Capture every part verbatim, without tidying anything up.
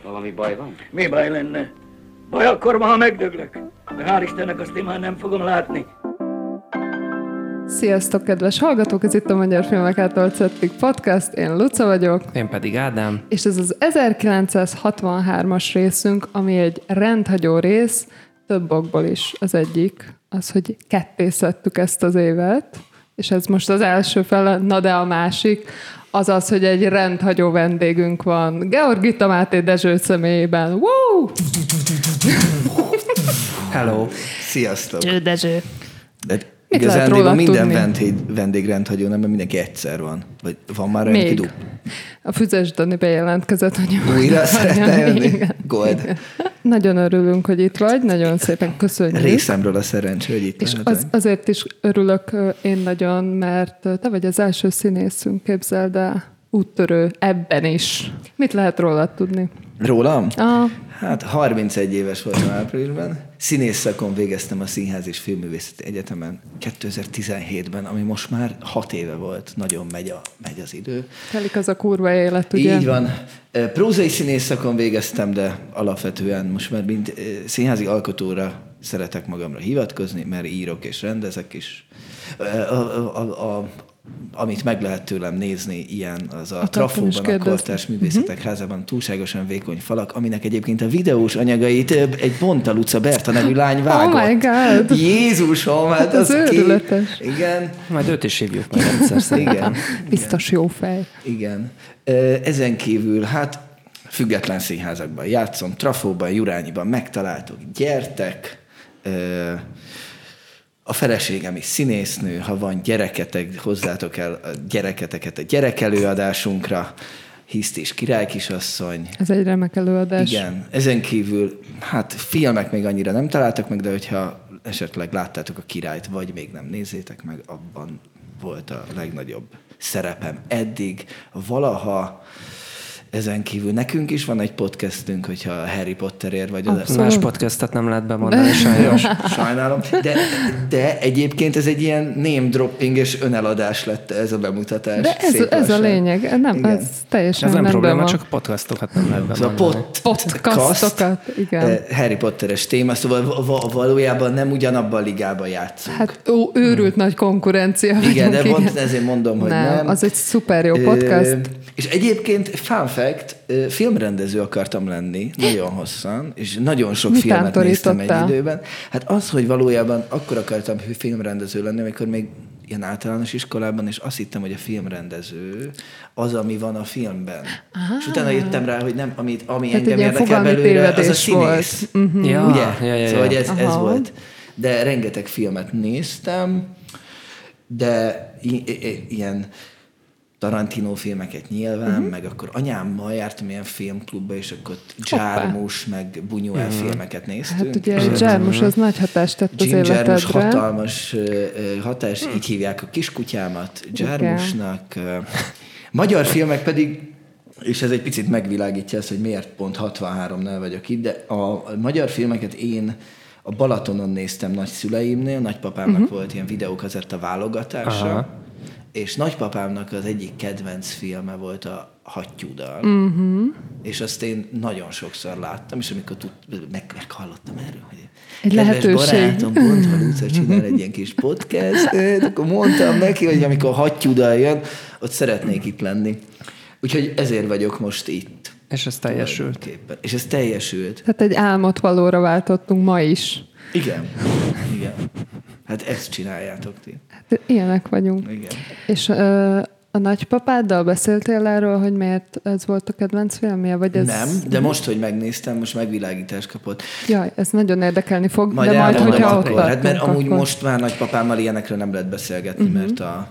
Valami baj van? Mi baj lenne? Baj akkor ma, ha megdöglök. De hál' Istennek azt én már nem fogom látni. Sziasztok, kedves hallgatók! Ez itt a Magyar Filmek Által Cettik Podcast. Én Luca vagyok. Én pedig Ádám. És ez az ezerkilencszázhatvanhármas részünk, ami egy rendhagyó rész, több okból is. Az egyik az, hogy ketté szedtük ezt az évet, és ez most az első fele, na de a másik, az az, hogy egy rendhagyó vendégünk van. Georgita Máté Dezső személyében. Woo! Hello! Sziasztok! Dezső, Dezső. De Mit igazándiból minden vendég, vendégrendhagyó, nem, mert mindenki egyszer van. Vagy van már olyan, aki dub? A Füzes Dani bejelentkezett, hogy újra szeretne jönni? Gold. Igen. Nagyon örülünk, hogy itt vagy, nagyon szépen köszönjük. Részemről a szerencsé, hogy itt És az, azért is örülök én nagyon, mert te vagy az első színészünk, képzeld el, úttörő ebben is. Mit lehet rólad tudni? Rólam? Ah. Hát harmincegy éves voltam áprilisban. Színész szakon végeztem a Színház és Filmművészeti Egyetemen kétezer-tizenhétben, ami most már hat éve volt. Nagyon megy, a, megy az idő. Telik az a kurva élet, ugye? Így van. Prózai színész szakon végeztem, de alapvetően most már mint színházi alkotóra szeretek magamra hivatkozni, mert írok és rendezek is. A, a, a, a, amit meg lehet tőlem nézni, ilyen az a, a Trafóban, a Kortárs Művészetek uh-huh. házában túlságosan vékony falak, aminek egyébként a videós anyagait egy Bonta Luca Berta nevű lány vágott. Oh my God! Jézusom, hát az, az ki... őrületes. Igen. Majd őt is hívjuk meg egyszer szerintem. Igen. Biztos jó fej. Igen. Ezen kívül, hát független színházakban játszom, Trafóban, Jurányiban megtaláltok, gyertek. A feleségem is színésznő, ha van gyereketek, hozzátok el a gyereketeket a gyerekelőadásunkra, Hiszt és királykisasszony. Ez egy remek előadás. Igen. Ezen kívül, hát filmek még annyira nem találtak meg, de hogyha esetleg láttátok a Királyt, vagy még nem nézzétek meg, abban volt a legnagyobb szerepem eddig. Valaha ezen kívül nekünk is van egy podcastünk, hogyha Harry Potterért vagy az. Más podcastet nem lehet bemondani, sajnos. Sajnálom. De, de egyébként ez egy ilyen name dropping és öneladás lett ez a bemutatás. De ez, ez a lényeg. Nem, ez teljesen ez nem probléma, van. csak a podcastokat nem lehet bemondani. Ez a pot, podcastokat, igen. Harry Potteres téma, szóval valójában nem ugyanabban a ligában játszunk. Hát ó, őrült hmm. nagy konkurencia vagyunk. Igen, de pont ezért mondom, hogy nem. nem. Az egy szuper jó podcast. Ö, és egyébként fun fact, filmrendező akartam lenni nagyon hosszan, és nagyon sok Mi filmet néztem egy tántorítottál? időben. Hát az, hogy valójában akkor akartam filmrendező lenni, amikor még ilyen általános iskolában, és azt hittem, hogy a filmrendező az, ami van a filmben. Ah. És utána jöttem rá, hogy nem, amit, ami hát engem érdekel belőle, az a színész. Uh-huh. Ja, ugye? ja, ja, ja. Szóval ez, ez volt. De rengeteg filmet néztem, de i- i- ilyen Tarantino filmeket nyilván, uh-huh. meg akkor anyámmal jártam ilyen filmklubba, és akkor Jarmusch, meg Buñuel uh-huh. filmeket néztünk. Hát ugye Jarmusch az nagy hatást tett az Jim életedre. Jarmusch hatalmas uh, hatás, uh-huh. így hívják a kiskutyámat Jarmuschnak. Uh, magyar filmek pedig, és ez egy picit megvilágítja ezt, hogy miért pont hatvanháromnál vagyok itt, de a magyar filmeket én a Balatonon néztem nagyszüleimnél, nagypapámnak uh-huh. volt ilyen videókazetta válogatása, aha. és nagypapámnak az egyik kedvenc filme volt a Hattyúdal. Uh-huh. És azt én nagyon sokszor láttam, és amikor tud, meg, meghallottam erről, hogy egy kedves lehetőség. barátom, pont ha Luca csinál egy ilyen kis podcastet, akkor mondtam neki, hogy amikor Hattyúdal jön, ott szeretnék itt lenni. Úgyhogy ezért vagyok most itt. És ez teljesült. És ez teljesült. Tehát egy álmot valóra váltottunk ma is. Igen. Igen. Hát ezt csináljátok ti. Hát ilyenek vagyunk. Igen. És ö, a nagypapáddal beszéltél erről, hogy miért ez volt a kedvenc filmje? Vagy ez... Nem, de most, hogy megnéztem, most megvilágítást kapott. Jaj, ez nagyon érdekelni fog, majd de majd, hogyha ott akkor. Hát mert amúgy akkor. most már nagypapámmal ilyenekről nem lehet beszélgetni, uh-huh. mert a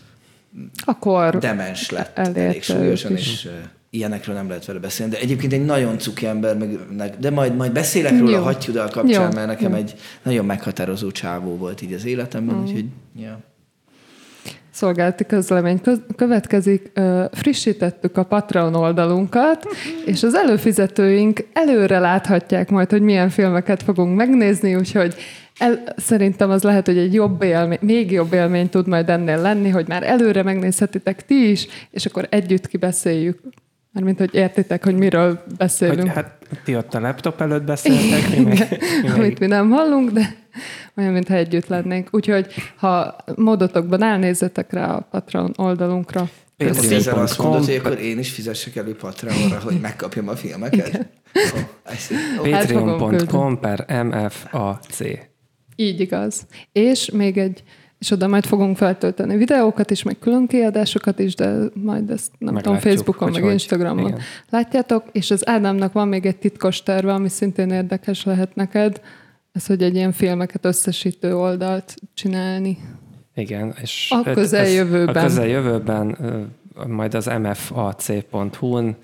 akkor demens lett elég súlyosan, és ilyenekről nem lehet vele beszélni. De egyébként egy nagyon cuki ember, meg, de majd, majd beszélek róla a Hattyúdal kapcsán, jó, mert nekem jó. egy nagyon meghatározó csávó volt így az életemben, mm. úgyhogy, ja. Szolgálati közlemény következik. Frissítettük a Patreon oldalunkat, és az előfizetőink előre láthatják majd, hogy milyen filmeket fogunk megnézni, úgyhogy el, szerintem az lehet, hogy egy jobb élmény, még jobb élmény tud majd ennél lenni, hogy már előre megnézhetitek ti is, és akkor együtt kibeszéljük Mármint, hogy értitek, hogy miről beszélünk. Hogy, hát ti ott a laptop előtt beszéltek, mi meg, mi meg... Amit mi nem hallunk, de olyan, mintha együtt lennénk. Úgyhogy, ha módotokban elnézzetek rá a Patreon oldalunkra. Most ezzel azt mondod, hogy akkor én is fizessek elő Patreonra, hogy megkapjam a filmeket? Oh, patreon pont com per mfac. Így igaz. És még egy, és oda majd fogunk feltölteni videókat is, meg külön kiadásokat is, de majd ezt nem Meglátjuk, tudom, Facebookon, meg hogy Instagramon igen. látjátok. És az Ádámnak van még egy titkos terve, ami szintén érdekes lehet neked, ez, hogy egy ilyen filmeket összesítő oldalt csinálni. Igen, és A közeljövőben. A közeljövőben majd az mfac pont hu-n.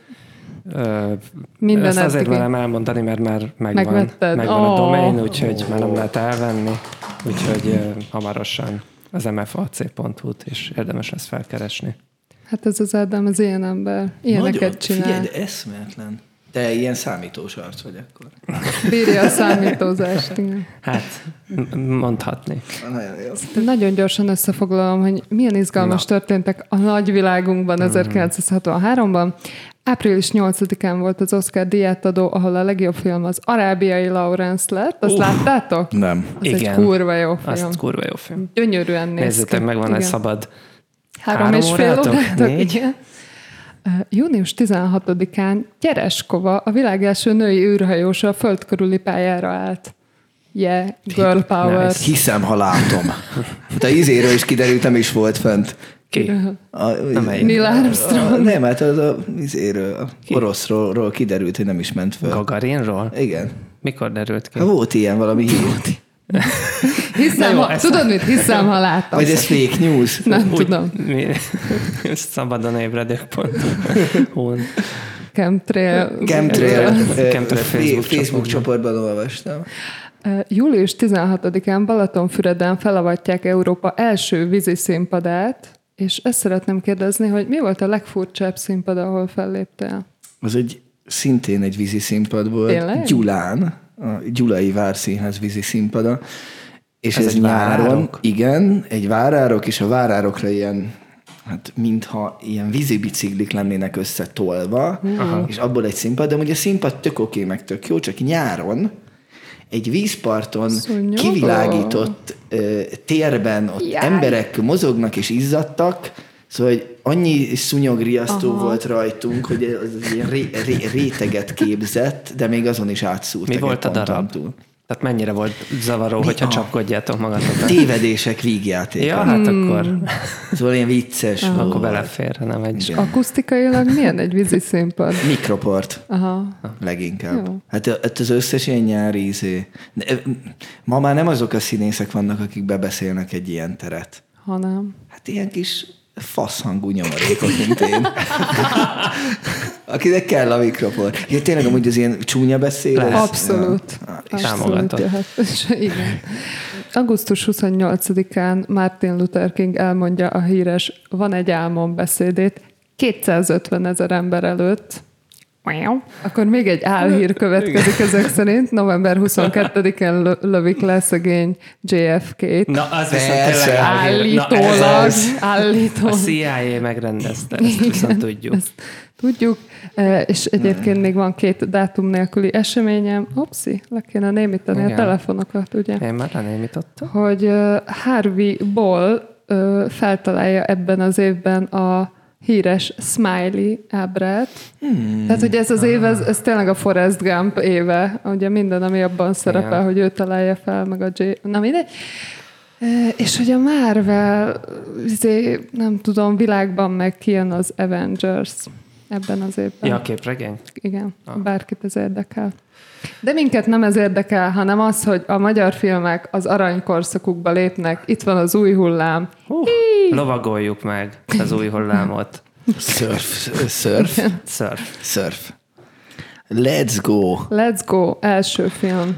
Minden ezt azért eddigi. velem elmondani, mert már megvan, Megvetted. megvan Oh. a domain, úgyhogy már nem lehet elvenni. Úgyhogy uh, hamarosan az mfac pont hu-t is érdemes lesz felkeresni. Hát ez az Ádám, az ilyen ember. Ilyeneket Nagyon, csinál. figyelj, de eszméletlen. Te ilyen számítós arc vagy akkor. Bírja a számítózást. Igen. Hát, m- mondhatni. Nagyon jó. De nagyon gyorsan összefoglalom, hogy milyen izgalmas Na. történtek a nagyvilágunkban Mm. ezerkilencszázhatvanháromban. április nyolcadikán volt az Oscar díjátadó, ahol a legjobb film az Arábiai Lawrence lett. Azt Uff. láttátok? Nem. Az Igen. egy kurva jó film. Azt kurva jó film. Gyönyörűen néz Nézzétek, ki. megvan Igen. egy szabad Három, három és fél órátok? órátok. Négy? Igen. Uh, június tizenhatodikán Gyereskova, a világ első női űrhajósa a föld körüli pályára állt. Yeah, girl power. Nice. Hiszem, ha látom. De izéről is kiderült, nem is volt fent. Ki? A, Amelyik? Neil Armstrong. A, nem, hát az a izéről, a oroszról ról kiderült, hogy nem is ment föl. Gagarinról? Igen. Mikor derült ki? Ha volt ilyen valami hír. Hiszem, Na jó, ha, ezt- tudod mit? Hiszem, ha láttam. Vagy ez fake news? Nem Úgy- tudom. Mi, szabadon ébredők pont. Hún. Chemtrail. Chemtrail. Chemtrail eh, Facebook Facebook, Facebook csoportban. csoportban olvastam. Uh, július tizenhatodikán Balatonfüreden felavatják Európa első vízi színpadát, és ezt szeretném kérdezni, hogy mi volt a legfurcsább színpad, ahol felléptél? Az egy szintén egy vízi színpad volt. Tényleg? Gyulán, a Gyulai Várszínház vízi színpada. És ez, Ez ez egy nyáron, várárok? igen, egy várárok, és a várárokra ilyen, hát mintha ilyen vízibiciklik lennének összetolva, Aha. és abból egy színpad, de ugye a színpad tök oké, meg tök jó, csak nyáron egy vízparton Szúnyogó. kivilágított ö, térben ott Jaj. emberek mozognak és izzadtak, szóval hogy annyi szúnyogriasztó Aha. volt rajtunk, hogy az ilyen ré, ré, réteget képzett, de még azon is átszúrtak. Mi volt a egy ponton darab? túl. Tehát mennyire volt zavaró, Mi hogyha a- csapkodjátok magatokat? Tévedések vígjátéka. Ja, hát akkor, Szóval ilyen vicces Aha. volt. akkor belefér, nem egy... Igen. Akusztikailag milyen egy vízi színpad? Mikroport Aha. leginkább. Jó. Hát, hát az összes ilyen nyári izé. De, ma már nem azok a színészek vannak, akik bebeszélnek egy ilyen teret. Hanem. Hát ilyen kis faszhangú nyomorékok, mint én. Akinek kell a mikropor. Ja, tényleg amúgy az ilyen csúnya beszél. Lesz. ez- Abszolút. Ja. Abszolút Támogatott. jöhet. És igen. augusztus huszonnyolcadikán Martin Luther King elmondja a híres Van egy álmom beszédét kétszázötven ezer ember előtt. Akkor még egy álhír következik ezek szerint. november huszonkettedikén lö- lövik le szegény jé ef ké-t. Na, az Persze. viszont tényleg álhír. Na, ez Állítólag. az. A Állítólag. cé i á megrendezte, ezt viszont tudjuk. Ezt tudjuk. E, És egyébként még van két dátum nélküli eseményem. Opszi, le kéne némítani Igen. a telefonokat, ugye? Én már lenémítottam. Hogy uh, Harvey Ball uh, feltalálja ebben az évben a híres Smiley ábrát. Hmm. Tehát, hogy ez az év, ez, ez tényleg a Forrest Gump éve. Ugye minden, ami abban szerepel, Igen. hogy ő találja fel, meg a J... Na mindegy. E, És hogy a Marvel, izé, nem tudom, világban meg kijön az Avengers ebben az évben. Ja, a képregény? Igen, Ah. bárkit ez érdekel. De minket nem ez érdekel, hanem az, hogy a magyar filmek az aranykorszakukba lépnek. Itt van az új hullám. Hú, lovagoljuk meg az új hullámot. Surf. Surf. Surf. Surf. Let's go. Let's go, első film.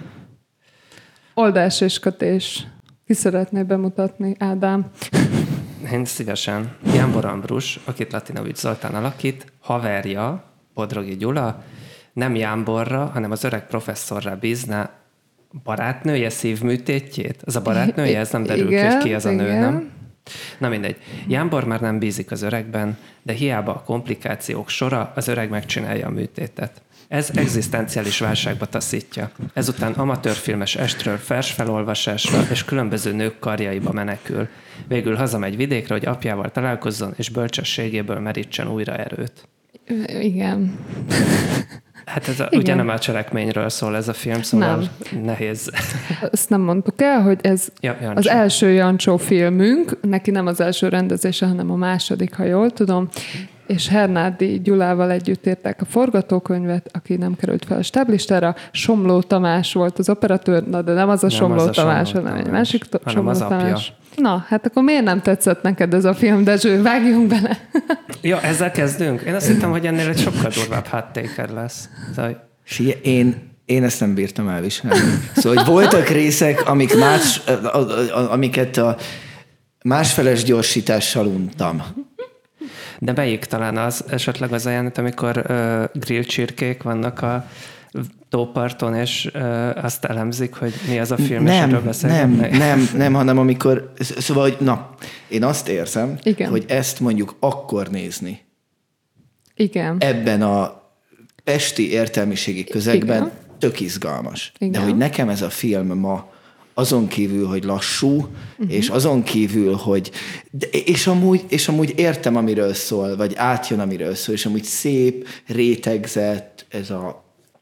Oldás és kötés. Ki szeretné bemutatni, Ádám? Én szívesen. Jámbor Ambrus, akit Latinovics Zoltán alakít, haverja, Bodrogi Gyula, nem Jámborra, hanem az öreg professzorra bízná barátnője szívműtétjét. Az a barátnője, ez nem derül ki, hogy ki az a nő, igen. nem? Na mindegy. Jámbor már nem bízik az öregben, de hiába a komplikációk sora, az öreg megcsinálja a műtétet. Ez egzisztenciális válságba taszítja. Ezután amatőrfilmes estről versfelolvasásra és különböző nők karjaiba menekül. Végül hazamegy vidékre, hogy apjával találkozzon, és bölcsességéből merítsen újra erőt. Igen. Hát ez a, Igen. ugye nem a cselekményről szól ez a film, szóval Nem. nehéz. Ezt nem mondtuk el, hogy ez Ja, Jancsó. az első Jancsó filmünk, neki nem az első rendezése, hanem a második, ha jól tudom, és Hernádi Gyulával együtt írták a forgatókönyvet, aki nem került fel a stáblistára. Somló Tamás volt az operatőr, na de nem az a Nem Somló az a Tamás, Somló hanem egy Tamás, másik to- hanem Somló az apja. Tamás. Na, hát akkor miért nem tetszett neked ez a film, Dezső? Vágjunk bele! Ja, ezzel kezdünk? Én azt hittem, hogy ennél egy sokkal durvább háttéker lesz. Szóval, És én, én ezt nem bírtam elviselni. Szóval, hogy voltak részek, amik más, a- a- a- amiket a másfeles gyorsítással untam. de melyik talán az, esetleg az ajánlat, amikor uh, grill csirkék vannak a tóparton, és uh, azt elemzik, hogy mi az a film, és erről Nem, nem, beszélgetnek? nem, nem, hanem amikor, szóval, hogy na, én azt érzem, Igen. hogy ezt mondjuk akkor nézni Igen. ebben a pesti értelmiségi közegben Igen. tök izgalmas. Igen. De hogy nekem ez a film ma azon kívül, hogy lassú, Mhm. uh-huh. és azon kívül, hogy... De, és, amúgy, és amúgy értem, amiről szól, vagy átjön, amiről szól, és amúgy szép, rétegzett ez a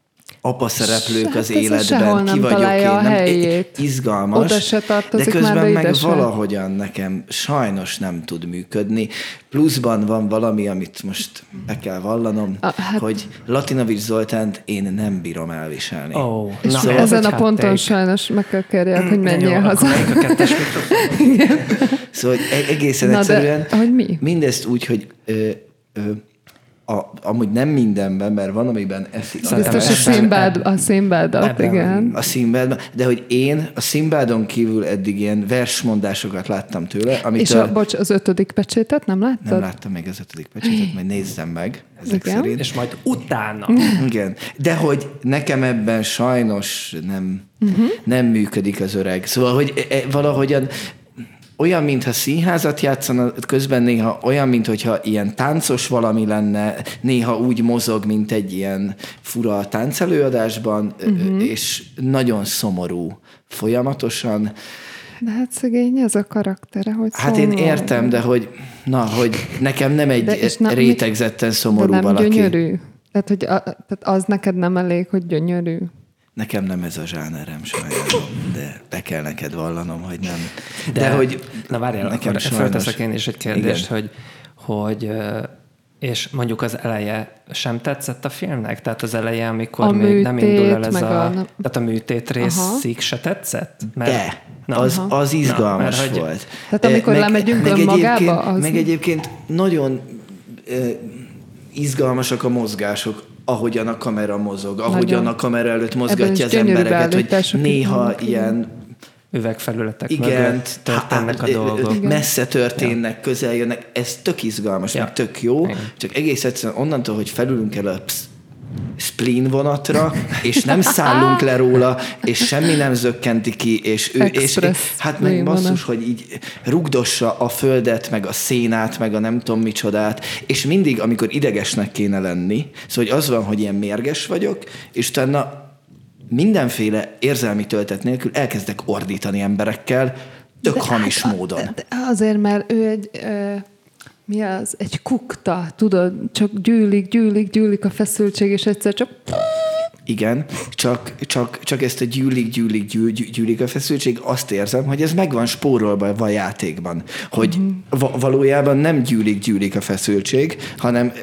apa szereplők Hát az ez a életben, sehol ki nem vagyok találja én, a nem, helyét. izgalmas, Oda se tartozik de közben már, de ide meg se. valahogyan nekem sajnos nem tud működni. Pluszban van valami, amit most be kell vallanom, A- hát- hogy Latinovics Zoltánt én nem bírom elviselni. Ó, És na, szóval ez ezen egy a ponton hátték. sajnos meg kell kérjek, hogy De menjél jó, haza. akkor melyik a kettes mikrofon? Szóval hogy e- egészen Na de, egyszerűen hogy mi? mindezt úgy, hogy ö, ö, a, amúgy nem mindenben, mert van, amiben eszik. Szerintem Biztos, hogy ebben- Sinbad, a Sinbadot, ebben- igen. A Sinbadban, de hogy én a Sinbadon kívül eddig ilyen versmondásokat láttam tőle, amit És a, bocs, az ötödik pecsétet nem láttad? nem láttam még az ötödik pecsétet, majd nézzem meg ezek Igen. szerint. És majd utána. Igen, de hogy nekem ebben sajnos nem, uh-huh. nem működik az öreg. Szóval, hogy e- valahogyan olyan, mintha színházat játszana, közben néha olyan, mintha ilyen táncos valami lenne, néha úgy mozog, mint egy ilyen fura táncelőadásban, uh-huh. és nagyon szomorú folyamatosan. De hát szegény ez a karaktere, hogy Hát én szomorú. értem, de hogy, na, hogy nekem nem egy De és na- rétegzetten szomorú De nem valaki. gyönyörű. Tehát, hogy a, tehát az neked nem elég, hogy gyönyörű. Nekem nem ez a zsánerem sajnálom, de be kell neked vallanom, hogy nem. De, De, de hogy na várjál, nekem akkor sajnos- fölteszek én is egy kérdést, Igen. hogy, hogy ö, és mondjuk az eleje sem tetszett a filmnek? Tehát az eleje, amikor A még nem indul el műtét, ez meg a... a- Tehát a műtét részig se tetszett? De, az, az izgalmas Na, mert hogy- volt. Tehát amikor Eh, lemegyünk meg önmagába, egyébként- az- Meg egyébként nagyon eh, izgalmasak a mozgások, ahogyan a kamera mozog, ahogyan Nagyon. a kamera előtt Ebben mozgatja is az gyönyörű embereket, hogy beállítások is néha vannak, igen. ilyen üvegfelületek igen, mögött történnek a há- dolgok. Igen. messze történnek, közel jönnek, ez tök izgalmas, Ja. meg tök jó, Igen. csak egész egyszerűen onnantól, hogy felülünk el a psz, spleen vonatra, és nem szállunk le róla, és semmi nem zökkenti ki, és ő, és, Express hát meg spleen basszus, vonat. hogy így rugdossa a földet, meg a szénát, meg a nem tudom micsodát, és mindig, amikor idegesnek kéne lenni, szóval hogy az van, hogy ilyen mérges vagyok, és utána mindenféle érzelmi töltet nélkül elkezdek ordítani emberekkel, tök De hamis hát a- módon. de azért, mert ő egy, ö, mi az, egy kukta, tudod, csak gyűlik, gyűlik, gyűlik a feszültség, és egyszer csak Igen, csak, csak, csak ezt a gyűlik, gyűlik, gyűl, gyűlik a feszültség, azt érzem, hogy ez meg van spórolva a játékban. Hogy va- valójában nem gyűlik, gyűlik a feszültség, hanem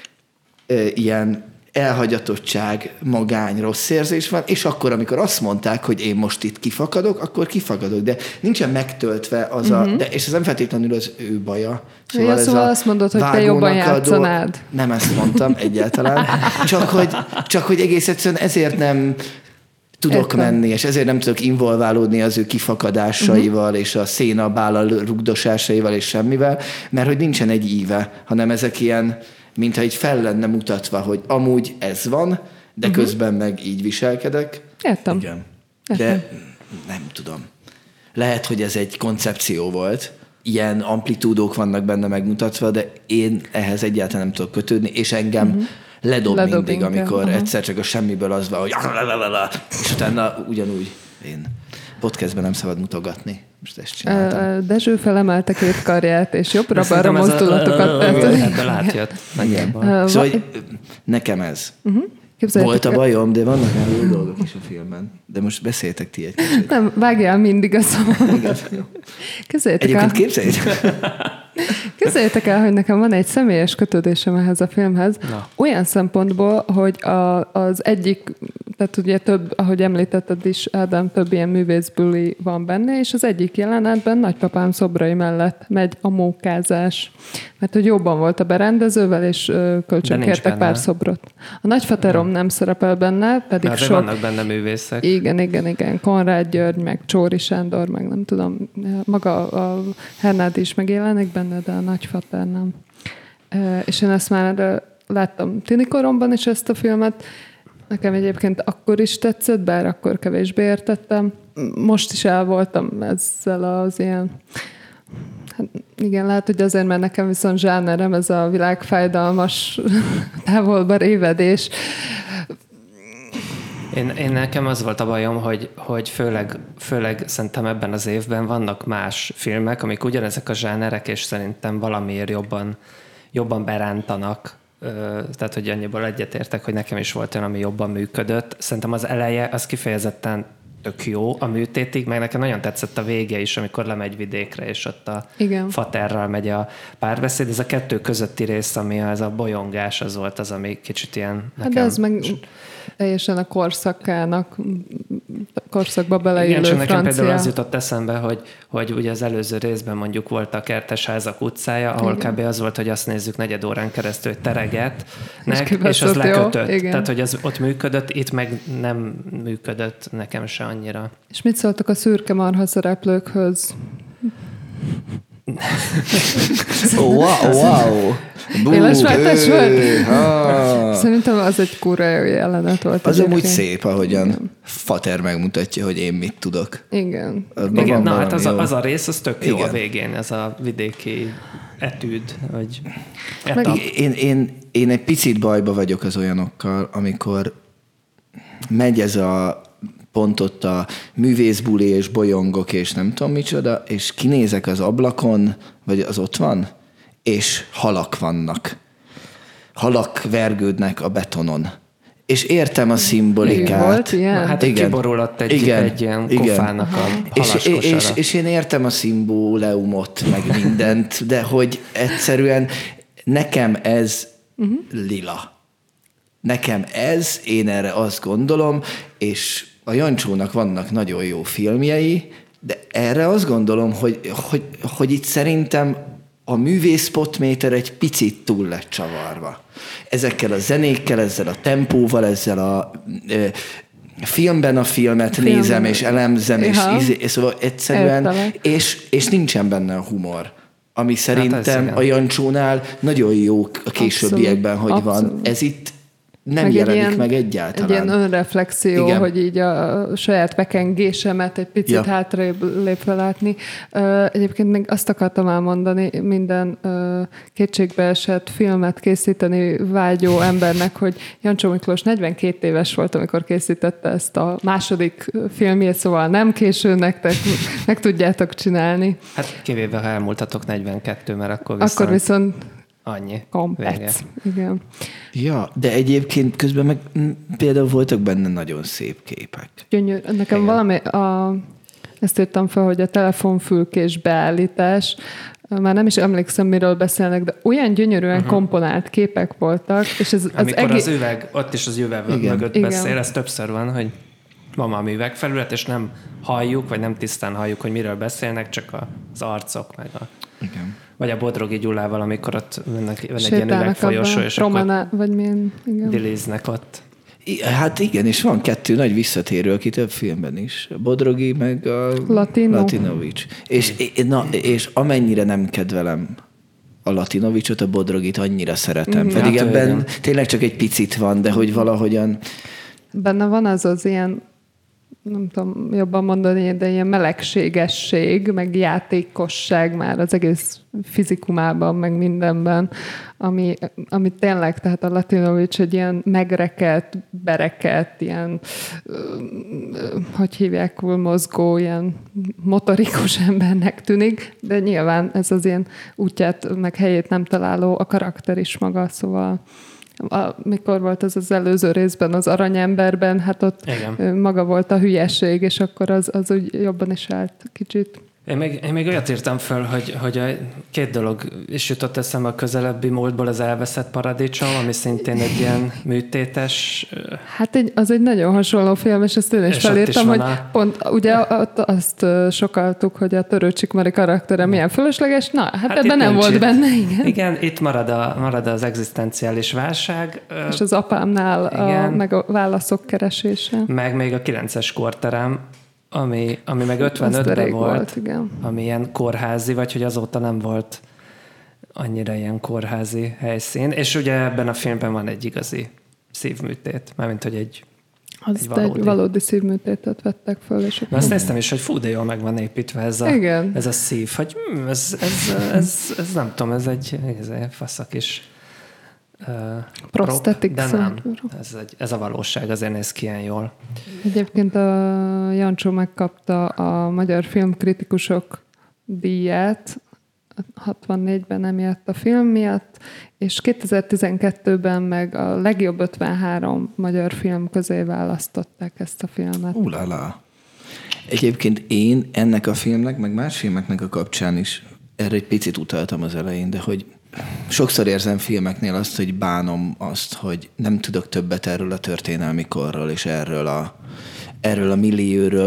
e, ilyen elhagyatottság, magány, rossz érzés van, és akkor, amikor azt mondták, hogy én most itt kifakadok, akkor kifakadok, de nincsen megtöltve az a, de, és ez nem feltétlenül az ő baja. Ja, ez szóval a azt mondod, hogy te vágónak jobban a játszanád. Nem ezt mondtam egyáltalán, csak hogy, csak hogy egész egyszerűen ezért nem tudok Értem. menni, és ezért nem tudok involválódni az ő kifakadásaival, uh-huh. és a szénabállal rugdosásaival, és semmivel, mert hogy nincsen egy íve, hanem ezek ilyen, mintha így fel lenne mutatva, hogy amúgy ez van, de uh-huh. közben meg így viselkedek. értem. Igen. Értem. De nem tudom. Lehet, hogy ez egy koncepció volt, ilyen amplitúdók vannak benne megmutatva, de én ehhez egyáltalán nem tudok kötődni, és engem uh-huh. ledob, ledob mindig, inkább. Amikor uh-huh. egyszer csak a semmiből az van, hogy és utána ugyanúgy én podcastben nem szabad mutogatni. Most ezt csináltam. Uh, Dezső felemelte két karját, és jobbra-balra mozdulatokat tett. Ebből átjött. Szóval nekem ez. Volt a bajom, de vannak már jó dolgok is a filmben. De most beszéltek ti egy kicsit. Nem, vágjál mindig a szavam. Egyébként képzeljétek. Képzeljétek el, hogy nekem van egy személyes kötődésem ehhez a filmhez. Na. Olyan szempontból, hogy a, az egyik, tehát ugye több, ahogy említetted is, Ádám, több ilyen művészbuli van benne, és az egyik jelenetben nagypapám szobrai mellett megy a mókázás. Mert hogy jobban volt a berendezővel, és kölcsönkértek pár szobrot. A nagyfaterom nem szerepel benne, pedig de sok... vannak benne művészek. Igen, igen, igen. Konrád György, meg Csóri Sándor, meg nem tudom, maga a Hernádi is megjelenik benne, de a nagyfater nem. E, és én ezt már láttam tinikoromban is ezt a filmet. Nekem egyébként akkor is tetszett, bár akkor kevésbé értettem. Most is el voltam ezzel az ilyen... Hát igen, lehet, hogy azért, mert nekem viszont zsánerem ez a világfájdalmas távolba révedés. Én, én nekem az volt a bajom, hogy, hogy főleg, főleg szerintem ebben az évben vannak más filmek, amik ugyanezek a zsánerek, és szerintem valamiért jobban, jobban berántanak. Tehát, hogy annyiból egyetértek, hogy nekem is volt olyan, ami jobban működött. Szerintem az eleje, az kifejezetten tök jó a műtétig, meg nekem nagyon tetszett a vége is, amikor lemegy vidékre, és ott a igen. faterral megy a párbeszéd. Ez a kettő közötti rész, ami az a bolyongás, az volt az, ami kicsit ilyen nekem... Hát de ez meg teljesen a korszakának, korszakba beleillő igen, francia. Nekem például az jutott eszembe, hogy, hogy ugye az előző részben mondjuk volt a Kertesházak utcája, ahol igen. kb. Az volt, hogy azt nézzük negyed órán keresztül, hogy teregetnek, és, és az lekötött. Jó, tehát, hogy az ott működött, itt meg nem működött nekem se annyira. És mit szóltak a szürke marha szereplőkhöz? Oh, wow, wow. Élesváltás volt? Szerintem az egy kurva jó jelenet volt. Az amúgy szép, ahogyan igen. Fater megmutatja, hogy én mit tudok. Igen. Igen, na hát az a, az a rész, az tök jó igen. a végén, ez a vidéki etűd, vagy etap. Én, én, én egy picit bajba vagyok az olyanokkal, amikor megy ez a pont ott a művészbuli és bolyongok, és nem tudom micsoda, és kinézek az ablakon, vagy az ott van, és halak vannak. Halak vergődnek a betonon. És értem a szimbolikát. Volt ilyen? Hát igen. Kiborulott egy, igen. egy ilyen kofának a és, és, és, és én értem a szimbóleumot, meg mindent, de hogy egyszerűen nekem ez uh-huh. lila. Nekem ez, én erre azt gondolom, és a Jancsónak vannak nagyon jó filmjei, de erre azt gondolom, hogy, hogy, hogy itt szerintem a művészpotméter egy picit túl lett csavarva. Ezekkel a zenékkel, ezzel a tempóval, ezzel a e, filmben a filmet Film. nézem, és elemzem, és, izé, és szóval egyszerűen, és, és nincsen benne a humor. Ami szerintem hát a Jancsónál nagyon jó a későbbiekben, hogy Abszolút. van. Ez itt nem meg jelenik ilyen, meg egyáltalán. Egy ilyen önreflexió, igen. hogy így a saját vekengésemet egy picit ja. hátrébb lépve látni. Egyébként még azt akartam elmondani minden kétségbeesett filmet készíteni vágyó embernek, hogy Jancsó Miklós negyvenkét éves volt, amikor készítette ezt a második filmjét, szóval nem késő nektek, meg tudjátok csinálni. Hát kivéve, ha elmúltatok negyvenkettő, mert akkor viszont... Akkor viszont annyi. Kompec. Igen. Ja, de egyébként közben meg például voltak benne nagyon szép képek. Gyönyör. Nekem igen. valami, a, ezt írtam fel, hogy a telefonfülkés beállítás, már nem is emlékszem, miről beszélnek, de olyan gyönyörűen uh-huh. komponált képek voltak. És ez, Amikor az, egész... az üveg, ott is az üveg igen. mögött igen. beszél, ez többször van, hogy van valami üvegfelület, és nem halljuk, vagy nem tisztán halljuk, hogy miről beszélnek, csak az arcok, meg a... Igen. Vagy a Bodrogi Gyulával, amikor ott van egy ilyen üvegfolyosó, és Romaná, akkor vagy milyen, igen. diliznek ott. Hát igen, és van kettő nagy visszatérő, aki több filmben is. A Bodrogi, meg a Latino. Latinovics. És, na, és amennyire nem kedvelem a Latinovicsot, a Bodrogit annyira szeretem. Mm-hmm. Pedig hát ebben igen. tényleg csak egy picit van, de hogy valahogyan... Benne van az az ilyen nem tudom jobban mondani, de ilyen melegségesség, meg játékosság már az egész fizikumában, meg mindenben, ami, ami tényleg, tehát a Latinovics egy ilyen megrekedt, berekedt, ilyen, hogy hívják, mozgó, ilyen motorikus embernek tűnik, de nyilván ez az ilyen útját, meg helyét nem találó a karakter is maga, szóval A, mikor volt az az előző részben, az Aranyemberben, hát ott igen. maga volt a hülyeség, és akkor az, az úgy jobban is állt kicsit. Én még, én még olyat írtam föl, hogy, hogy a két dolog is jutott eszembe a közelebbi múltból, az Elveszett paradicsom, ami szintén egy ilyen műtétes... Hát egy, az egy nagyon hasonló film, és ezt én is felírtam, hogy a... pont ugye ott azt sokaltuk, hogy a Törőcsik Mari karaktere milyen fölösleges, na, hát, hát ebben nem volt itt. benne, igen. Igen, itt marad, a, marad az egzisztenciális válság. És az apámnál a, meg a válaszok keresése. Meg még a kilences korterem, Ami, ami meg ötvenötben volt, volt igen. ami ilyen kórházi, vagy hogy azóta nem volt annyira ilyen kórházi helyszín. És ugye ebben a filmben van egy igazi szívműtét, mármint, hogy egy, az egy valódi. egy valódi szívműtétet vettek föl. És azt néztem is, hogy fú, de jól meg van építve ez a, ez a szív, hogy hm, ez, ez, ez, ez, ez nem tudom, ez egy, ez egy faszak is. Uh, Prosztetik de nem, ez, egy, ez a valóság, azért néz ki ilyen jól. Egyébként a Jancsó megkapta a Magyar Filmkritikusok díját hatvannégyben emiatt a film miatt, és kétezer-tizenkettőben meg a legjobb ötvenhárom magyar film közé választották ezt a filmet. Ulala! Egyébként én ennek a filmnek, meg más filmeknek a kapcsán is erre egy picit utaltam az elején, de hogy sokszor érzem filmeknél azt, hogy bánom azt, hogy nem tudok többet erről a történelmi korról, és erről a, erről a millióről,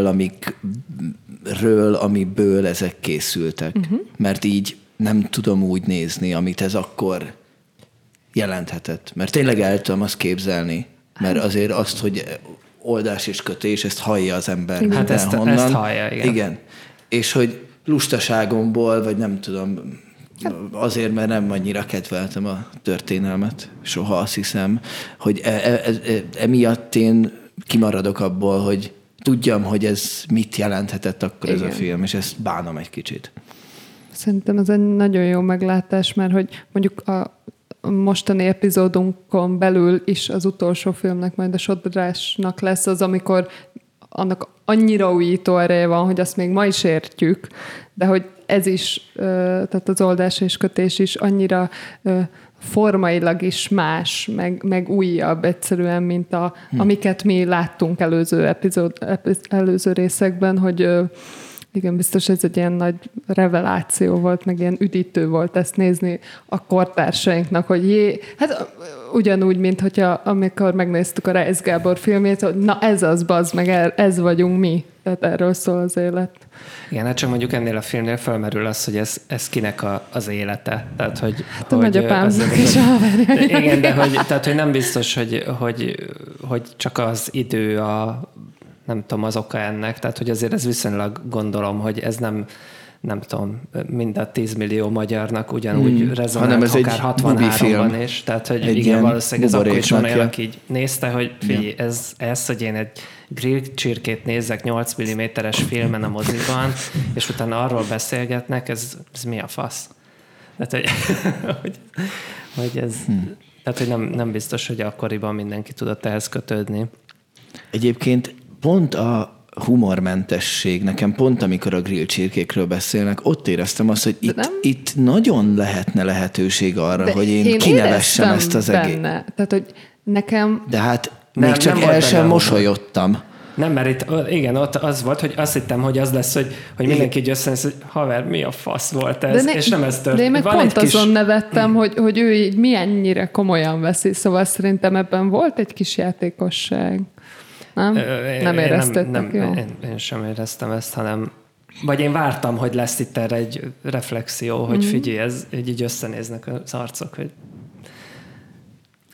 amikről, amiből ezek készültek. Uh-huh. Mert így nem tudom úgy nézni, amit ez akkor jelenthetett. Mert tényleg el tudom azt képzelni, mert azért azt, hogy oldás és kötés, ezt hallja az ember igen. Hát ezt, ezt hallja, igen. igen. És hogy lustaságomból, vagy nem tudom... Azért, mert nem annyira kedveltem a történelmet. Soha azt hiszem, hogy e, e, e, emiatt én kimaradok abból, hogy tudjam, hogy ez mit jelenthetett akkor igen. ez a film, és ezt bánom egy kicsit. Szerintem ez egy nagyon jó meglátás, mert hogy mondjuk a mostani epizódunkon belül is az utolsó filmnek, majd a Sodrásnak lesz az, amikor annak annyira újító ereje van, hogy azt még ma is értjük, de hogy ez is, tehát az oldás és kötés is annyira formailag is más, meg, meg újabb egyszerűen, mint a, hm. amiket mi láttunk előző epizód, előző részekben, hogy igen, biztos ez egy ilyen nagy reveláció volt, meg ilyen üdítő volt ezt nézni a kortársainknak, hogy jé, hát ugyanúgy, mint hogyha amikor megnéztük a Reisz Gábor filmjét, hogy na ez az, bazd meg, ez vagyunk mi. Tehát erről szól az élet. Igen, hát csak mondjuk ennél a filmnél felmerül az, hogy ez, ez kinek a, az élete. Tehát, hogy, hát a nagyapámnak is a haverja. Igen, de hogy, tehát, hogy nem biztos, hogy, hogy, hogy csak az idő a nem tudom, az oka ennek. Tehát, hogy azért ez viszonylag gondolom, hogy ez nem nem tudom, mind a tíz millió magyarnak ugyanúgy hmm. rezonált, akár hatvanháromban is. Tehát, hogy egy igen, valószínűleg ez akkor is van olyan, aki így nézte, hogy figyelj, ja. ez, ez, hogy én egy grill csirkét nézzek nyolc milliméteres filmen a moziban, és utána arról beszélgetnek, ez, ez mi a fasz? Tehát, hogy, hogy, hogy ez... Hmm. Tehát, hogy nem, nem biztos, hogy akkoriban mindenki tudott ehhez kötődni. Egyébként pont a humormentesség, nekem pont amikor a grill csirkékről beszélnek, ott éreztem azt, hogy itt, itt nagyon lehetne lehetőség arra, de hogy én, én kinevessem ezt az egész. Tehát, hogy nekem... De hát még nem, csak nem el sem mosolyodtam. Nem, mert itt, igen, ott az volt, hogy azt hittem, hogy az lesz, hogy, hogy mindenki így összenéz, hogy haver, mi a fasz volt ez, ne, és nem ez történt. De én meg van pont azon kis... nevettem, hogy, hogy ő így milyennyire komolyan veszi, szóval szerintem ebben volt egy kis játékosság. Nem? Ö, nem éreztettek, nem, nem, jó? Én, én sem éreztem ezt, hanem vagy én vártam, hogy lesz itt erre egy reflexió, hogy mm. figyelj, ez, így, így összenéznek az arcok, hogy...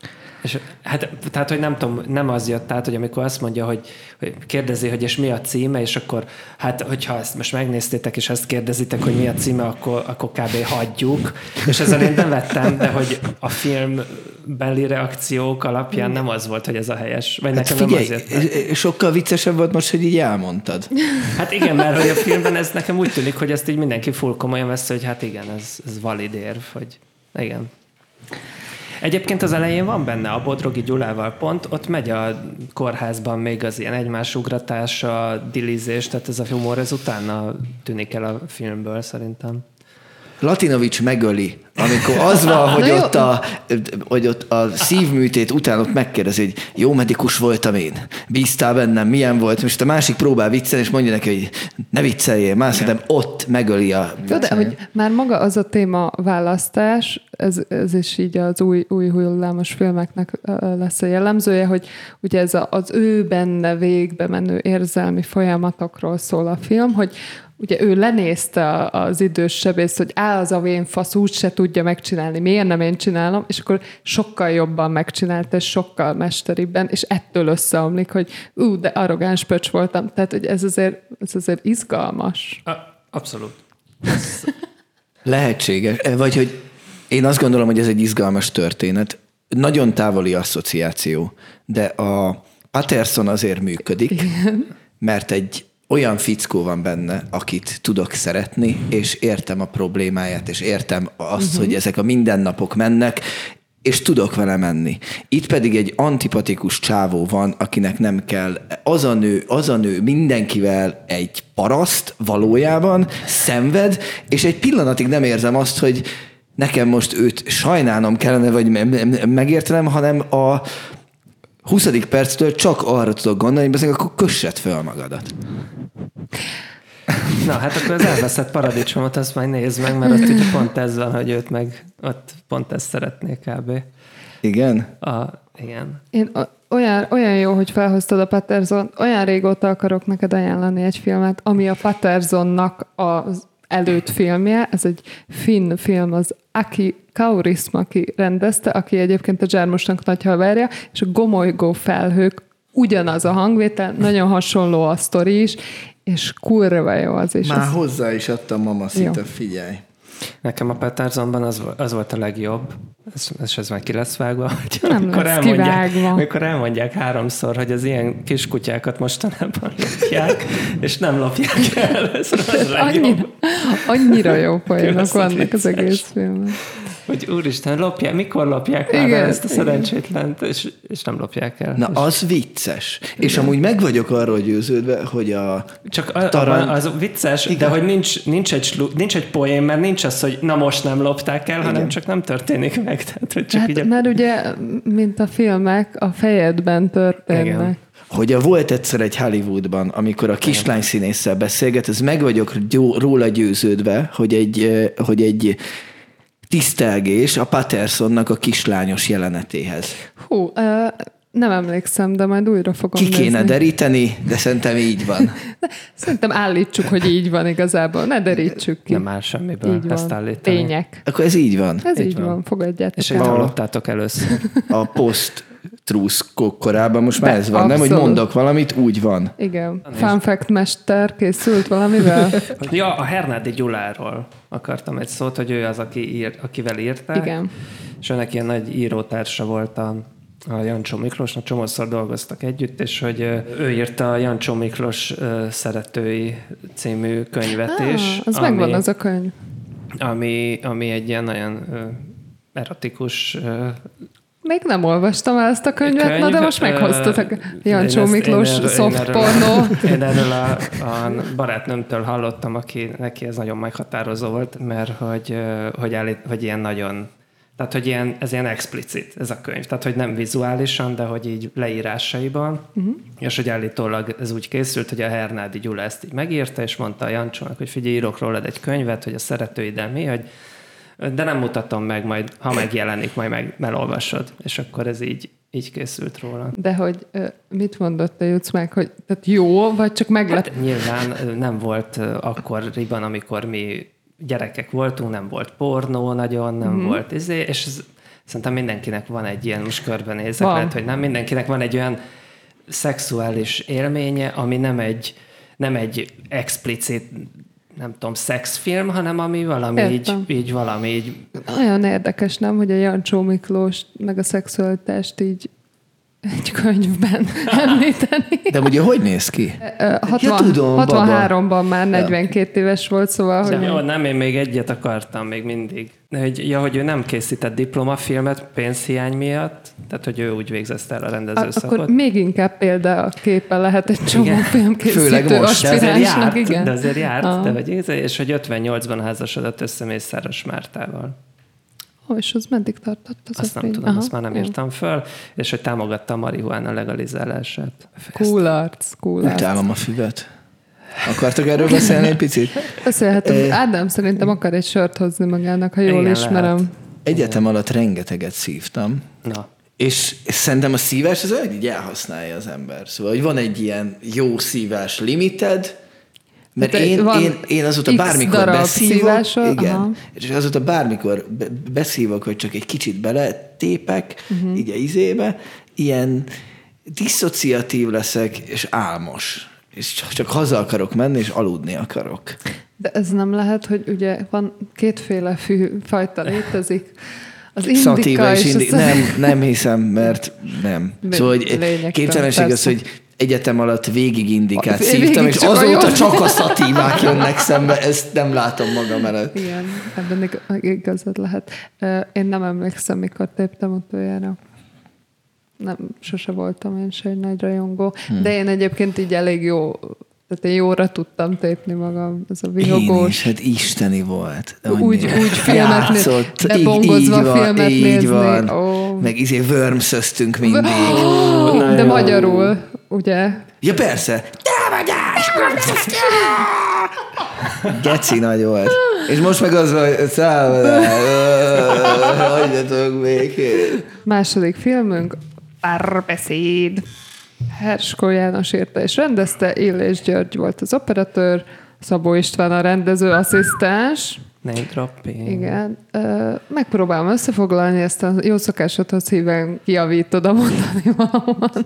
És, hát, tehát, hogy nem tudom, nem az jött át, hogy amikor azt mondja, hogy, hogy kérdezi, hogy és mi a címe, és akkor, hát, hogyha ezt most megnéztétek, és ezt kérdezitek, hogy mi a címe, akkor, akkor kb. Hagyjuk. És ezzel én nem vettem, de hogy a filmbeli reakciók alapján nem az volt, hogy ez a helyes. Vagy Hát nekem figyelj, nem azért. sokkal viccesebb volt most, hogy így elmondtad. Hát igen, mert hogy a filmben ez nekem úgy tűnik, hogy ezt így mindenki full komolyan vesz, hogy hát igen, ez, ez valid érv, hogy igen. Egyébként az elején van benne a Bodrogi Gyulával pont, ott megy a kórházban még az ilyen egymásugratás, a dilizés, tehát ez a humor, ez utána tűnik el a filmből szerintem. Latinovics megöli, amikor az van, hogy ott, a, hogy ott a szívműtét után ott megkérdezi, hogy jó medikus voltam én, bíztál bennem, milyen volt, most a másik próbál viccelni, és mondja neki, hogy ne vicceljél, már szerintem ott megöli a... Jó, de hogy már maga az a téma választás, ez, ez is így az új, új hullámos filmeknek lesz a jellemzője, hogy ugye ez a, az ő benne végbe menő érzelmi folyamatokról szól a film, hogy ugye ő lenézte az idős sebész, hogy áll az a vén fasz, úgy se tudja megcsinálni, miért nem én csinálom, és akkor sokkal jobban megcsinálta, és sokkal mesteribben, és ettől összeomlik, hogy ú, de arrogáns pöcs voltam. Tehát, hogy ez azért, ez azért izgalmas. A, abszolút. Lehetséges. Vagy hogy én azt gondolom, hogy ez egy izgalmas történet. Nagyon távoli asszociáció, de a Patterson azért működik, igen. Mert egy olyan fickó van benne, akit tudok szeretni, és értem a problémáját, és értem azt, uh-huh. hogy ezek a mindennapok mennek, és tudok vele menni. Itt pedig egy antipatikus csávó van, akinek nem kell. Az a nő, az a nő mindenkivel egy paraszt valójában, szenved, és egy pillanatig nem érzem azt, hogy nekem most őt sajnálnom kellene, vagy megértenem, hanem a huszadik perctől csak arra tudok gondolni, hogy akkor kössed föl magadat. Na, hát akkor az elveszett paradicsomot, azt majd nézd meg, mert ott ugye pont ez van, hogy őt meg ott pont ezt szeretnék kb. Igen? A, igen. Én olyan, olyan jó, hogy felhoztad a Patterson, olyan régóta akarok neked ajánlani egy filmet, ami a Pattersonnak az előtt filmje, ez egy finn film, az Aki Kaurismäki, aki rendezte, aki egyébként a Jarmusnak nagy haverja, és a Gomolygó felhők, ugyanaz a hangvétel, nagyon hasonló a sztori is, és kurva jó az is. Már az... hozzá is adtam Mamacita, figyelj. Nekem a Pattersonban az, az volt a legjobb, ez, ez, ez már ki lesz vágva, hogy nem amikor, lesz elmondják, kivágva. amikor elmondják háromszor, hogy az ilyen kiskutyákat mostanában lopják, és nem lopják el, ez az annyira, annyira jó poénok vannak az egész filmben. Hogy úristen, lopják, mikor lopják már el ezt a szerencsétlent, és, és nem lopják el. Na, az vicces. Igen. És amúgy meg vagyok arról győződve, hogy a Csak a, Tarant... az vicces, igen. De hogy nincs, nincs, egy slu, nincs egy poén, mert nincs az, hogy na most nem lopták el, igen. hanem csak nem történik meg. Tehát, hogy csak hát, így... Mert ugye, mint a filmek, a fejedben történnek. Igen. Hogy volt egyszer egy Hollywoodban, amikor a kislány színésszel beszélget, ez meg vagyok róla győződve, hogy egy, hogy egy tisztelgés a Pattersonnak a kislányos jelenetéhez. Hú, uh, nem emlékszem, de majd újra fogom Ki nézni. kéne deríteni, de szerintem így van. Szerintem állítsuk, hogy így van igazából. Ne derítsük ki. Nem áll semmiből így ezt van. állítani. Tények. Akkor ez így van. Ez így, így van. van, fogadjátok. És hogy hallottátok először. A post truth korában most már De ez van, abszolút. nem, hogy mondok valamit, úgy van. Igen. Fun fact mester készült valamivel? Ja, a Hernádi Gyuláról akartam egy szót, hogy ő az, aki ír, akivel írták. Igen. És önnek ilyen nagy írótársa volt a, a Jancsó Miklósnak, csomószor dolgoztak együtt, és hogy ő írta a Jancsó Miklós Szeretői című könyvet ah, is. Az ami, megvan az a könyv. Ami, ami egy ilyen nagyon erotikus... Még nem olvastam el ezt a könyvet, könyv, na de most meghoztatok. Jancsó Miklós soft pornó. Én erről a, a barátnőmtől hallottam, aki neki ez nagyon meghatározó volt, mert hogy, hogy, állít, hogy ilyen nagyon, tehát hogy ilyen, ez ilyen explicit ez a könyv, tehát hogy nem vizuálisan, de hogy így leírásaiban, uh-huh. és hogy állítólag ez úgy készült, hogy a Hernádi Gyula ezt így megírta, és mondta a Jancsónak, hogy figyelj, írok rólad egy könyvet, hogy a szeretőiddel mi, hogy de nem mutatom meg, majd ha megjelenik, majd meg elolvasod. És akkor ez így, így készült róla. De hogy mit mondott a Jutsz meg, hogy tehát jó, vagy csak meglep? Hát nyilván nem volt akkoriban, amikor mi gyerekek voltunk, nem volt pornó nagyon, nem mm-hmm. volt izé, és ez, Szerintem mindenkinek van egy ilyen, most körbenézek, Van. lehet, hogy nem, mindenkinek van egy olyan szexuális élménye, ami nem egy, nem egy explicit, nem tudom, szexfilm, hanem ami valami így, Értem. így, valami így. Olyan érdekes, nem, hogy a Jancsó Miklós meg a szexualitást így egy könyvben említeni. De ugye hogy néz ki? Ö, hatvan, tudom, hatvanháromban már negyvenkét éves volt, szóval, De hogy... jó, nem, én még egyet akartam még mindig. De hogy, ja, hogy ő nem készített diplomafilmet pénzhiány miatt, tehát hogy ő úgy végezte el a rendezőszakot. Akkor még inkább példaképpen lehet egy csomó Igen. filmkészítő Főleg most. De azért aspiránsnak, járt, igen. de azért járt, Ah. de hogy ez, és hogy ötvennyolcban házasodott össze Mészáros Mártával. Ó, és az meddig tartott? Az Azt a nem fény? tudom, Aha, azt már nem jó. írtam föl, és hogy támogatta a marihuána legalizálását. Cool arc, cool arc. Utálom a füvet. Akartok erről beszélni egy picit? Beszélhetünk. Ádám szerintem akar egy sört hozni magának, ha jól Igen, ismerem. lehet. Egyetem alatt rengeteget szívtam, Na, és szerintem a szívás az olyan, hogy így elhasználja az ember. Szóval, hogy van egy ilyen jó szívás limited, mert De én, van én, én azóta X bármikor darab beszívok, szívásod, igen, aha. és azóta bármikor be- beszívok, hogy csak egy kicsit beletépek, uh-huh. így a izébe, ilyen diszociatív leszek, és álmos. És csak, csak haza akarok menni, és aludni akarok. De ez nem lehet, hogy ugye van kétféle fű fajta létezik. Az indika Szatíva és és indi- a nem, nem hiszem, mert nem. Mi- Szóval, hogy lényegtelen, képtelenség az, persze. hogy egyetem alatt végig indikát Végig szívtam, és csak a azóta jó. csak a szatívák jönnek szembe, ezt nem látom magam előtt. Igen, ebben ig- igazad lehet. Ö, Én nem emlékszem, mikor téptem utoljára. Nem, sose voltam én se egy nagy rajongó. Hmm. De én egyébként így elég jó, tehát én jóra tudtam tépni magam. Ez a Én vihogós. is, hát isteni volt. De Úgy, annyira úgy filmet nézni, játszott. bebongozva Így- így van, filmet így nézni. van. Ó. Meg izé wormszöztünk mindig. Ó, na de jó. magyarul, ugye? Ja persze. Támadás! Geci nagy volt. És most meg az van, hogy támadás. Hagyjatok békén. Második filmünk, Párbeszéd. Herskó János írta és rendezte, Illés György volt az operatőr, Szabó István a rendező asszisztens. name dropping. Igen. Ö, Megpróbálom összefoglalni, ezt a jó szokásodhoz híven kijavítod a mondani valóban.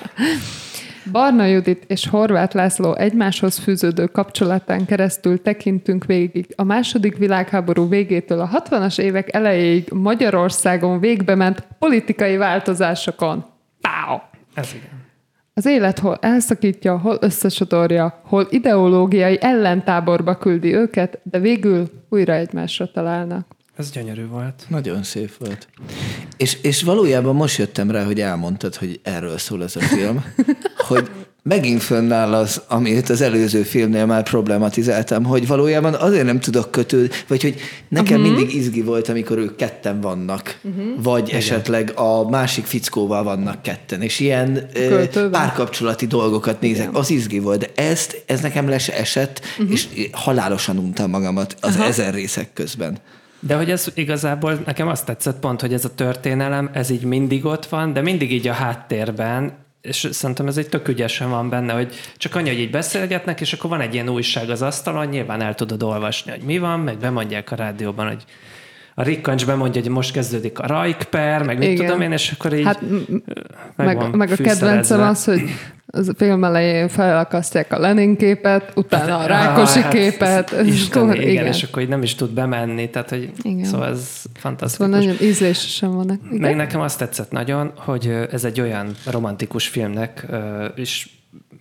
Barna Judit és Horváth László egymáshoz fűződő kapcsolatán keresztül tekintünk végig a második világháború végétől a hatvanas évek elejéig Magyarországon végbement politikai változásokon. Pau! Ez igen. Az élet hol elszakítja, hol összesodorja, hol ideológiai ellentáborba küldi őket, de végül újra egymásra találnak. Ez gyönyörű volt. Nagyon szép volt. És, és valójában most jöttem rá, hogy elmondtad, hogy erről szól ez a film, hogy megint fönnáll az, amit az előző filmnél már problematizáltam, hogy valójában azért nem tudok kötődni, vagy hogy nekem uh-huh. mindig izgi volt, amikor ők ketten vannak, uh-huh. vagy igen. esetleg a másik fickóval vannak ketten, és ilyen ö, párkapcsolati dolgokat nézek, igen. az izgi volt, de ezt, ez nekem le se esett, uh-huh. és halálosan untam magamat az uh-huh. ezer részek közben. De hogy ez igazából nekem azt tetszett pont, hogy ez a történelem, ez így mindig ott van, de mindig így a háttérben, és szerintem ez egy tök ügyesen van benne, hogy csak annyi, hogy így beszélgetnek, és akkor van egy ilyen újság az asztalon, nyilván el tudod olvasni, hogy mi van, meg bemondják a rádióban, hogy a Rikkancs bemondja, hogy most kezdődik a Rajkper, meg mit igen. tudom én, és akkor így hát, meg, meg, meg a kedvencem az, hogy az a film elején felakasztják a Lenin képet, utána a Rákosi hát, képet. Isteni, igen, igen, és akkor így nem is tud bemenni, tehát hogy igen. szóval ez fantasztikus. Szóval nagyon ízlésesen van. Igen? Meg nekem azt tetszett nagyon, hogy ez egy olyan romantikus filmnek is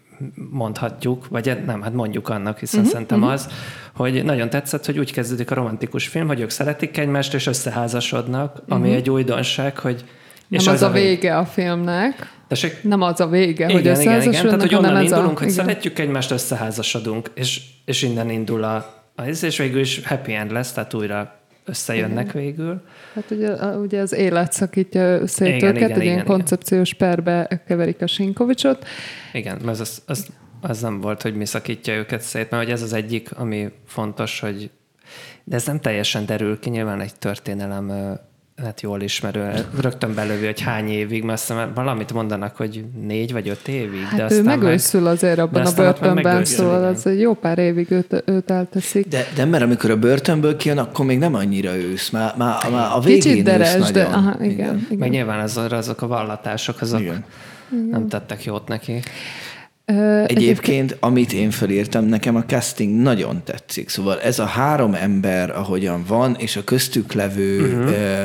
mondhatjuk, vagy nem, hát mondjuk annak, hiszen uh-huh, szerintem uh-huh. az, hogy nagyon tetszett, hogy úgy kezdődik a romantikus film, hogy ők szeretik egymást, és összeházasodnak, uh-huh. ami egy újdonság, hogy nem és az, az a vége, vége a filmnek. Tessék? Nem az a vége, igen, hogy igen, igen. összeházasodnak, Tehát, hogy onnan indulunk, a... hogy igen. szeretjük egymást, összeházasodunk, és, és innen indul a, a és végül is happy end lesz, tehát újra összejönnek igen. végül. Hát ugye, ugye az élet szakítja szét igen, őket, igen, egy igen, ilyen igen. koncepciós perbe keverik a Sinkovicsot. Igen, mert az, az, az nem volt, hogy mi szakítja őket szét, mert hogy ez az egyik, ami fontos, hogy de ez nem teljesen derül ki, nyilván egy történelem hát jól ismerő, rögtön belövi, hogy hány évig, mert aztán valamit mondanak, hogy négy vagy öt évig. Hát de ő aztán megőszül meg, azért abban a börtönben, szóval az egy jó pár évig őt, őt elteszik. De, de mert amikor a börtönből kijön, akkor még nem annyira ősz. Már, már, már a végén kicsit deres, ősz de nagyon. aha, igen, igen. igen. Meg nyilván azok, azok a vallatások, azok igen. nem tettek jót neki. Egyébként, Egyébként, amit én felírtam, nekem a casting nagyon tetszik. Szóval ez a három ember, ahogyan van, és a köztük levő uh-huh. ö,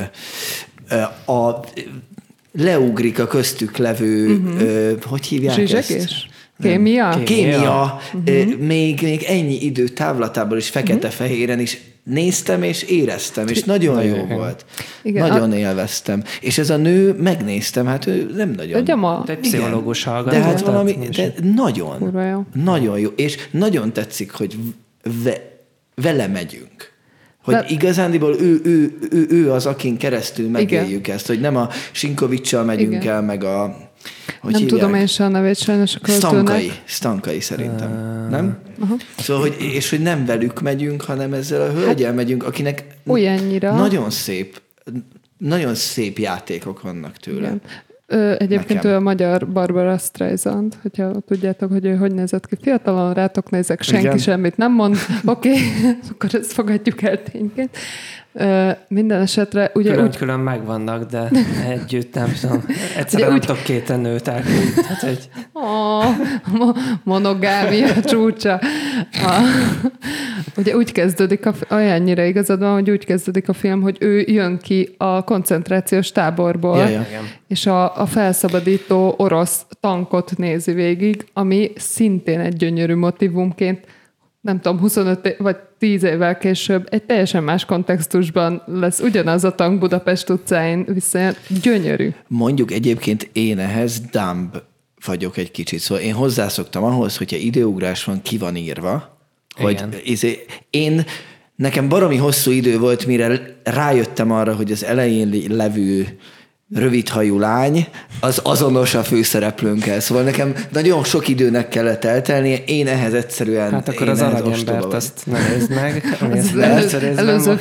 ö, a, leugrik a köztük levő, uh-huh. ö, hogy hívják Zsizsegés? ezt? Kémia? Kémia. Kémia. Uh-huh. Még, még ennyi idő távlatából is fekete-fehéren is néztem és éreztem, és nagyon jó volt. Igen, nagyon a... élveztem. És ez a nő, megnéztem, hát ő nem nagyon... De ma... Egy pszichológus hallgató. De hát valami, de nagyon, jó. nagyon jó. És nagyon tetszik, hogy ve, vele megyünk. Hogy de... igazándiból ő, ő, ő, ő az, akin keresztül megéljük igen. ezt, hogy nem a Sinkovics-sal megyünk igen. el, meg a... Hogy nem hívják? tudom én se a nevét sajnos a költőnek. Stankai, Stankai szerintem. Uh... Nem? Uh-huh. Szóval, hogy, és hogy nem velük megyünk, hanem ezzel a hölgyel hát, megyünk, akinek olyannyira. Nagyon szép, nagyon szép játékok vannak tőle. Igen. Ö, egyébként nekem. Ő a magyar Barbara Streisand, hogyha tudjátok, hogy ő hogy nézett ki. Fiatalon rátok nézek, senki igen. semmit nem mond. Oké, okay, akkor ezt fogadjuk el tényként. Ö, minden esetre ugye külön, úgy... Külön megvannak, de együtt nem tudom. Egyszerűen nem úgy... tudok két nőt elkülni. Tehát, hogy... oh, monogámia csúcsa. A, ugye úgy kezdődik, a, olyannyira igazad van, hogy úgy kezdődik a film, hogy ő jön ki a koncentrációs táborból, ja, ja. és a, a felszabadító orosz tankot nézi végig, ami szintén egy gyönyörű motívumként nem tudom, huszonöt vagy tíz évvel később egy teljesen más kontextusban lesz ugyanaz a tank Budapest utcáin, viszont gyönyörű. Mondjuk egyébként én ehhez dumb vagyok egy kicsit, szóval én hozzászoktam ahhoz, hogyha időugrás van, ki van írva, hogy izé, én, nekem baromi hosszú idő volt, mire rájöttem arra, hogy az elején levő rövidhajú lány, az azonos a főszereplőnkkel. Szóval nekem nagyon sok időnek kellett eltelnie, én ehhez egyszerűen... Hát akkor az aranyembert azt ne nézd meg. Az előző... előző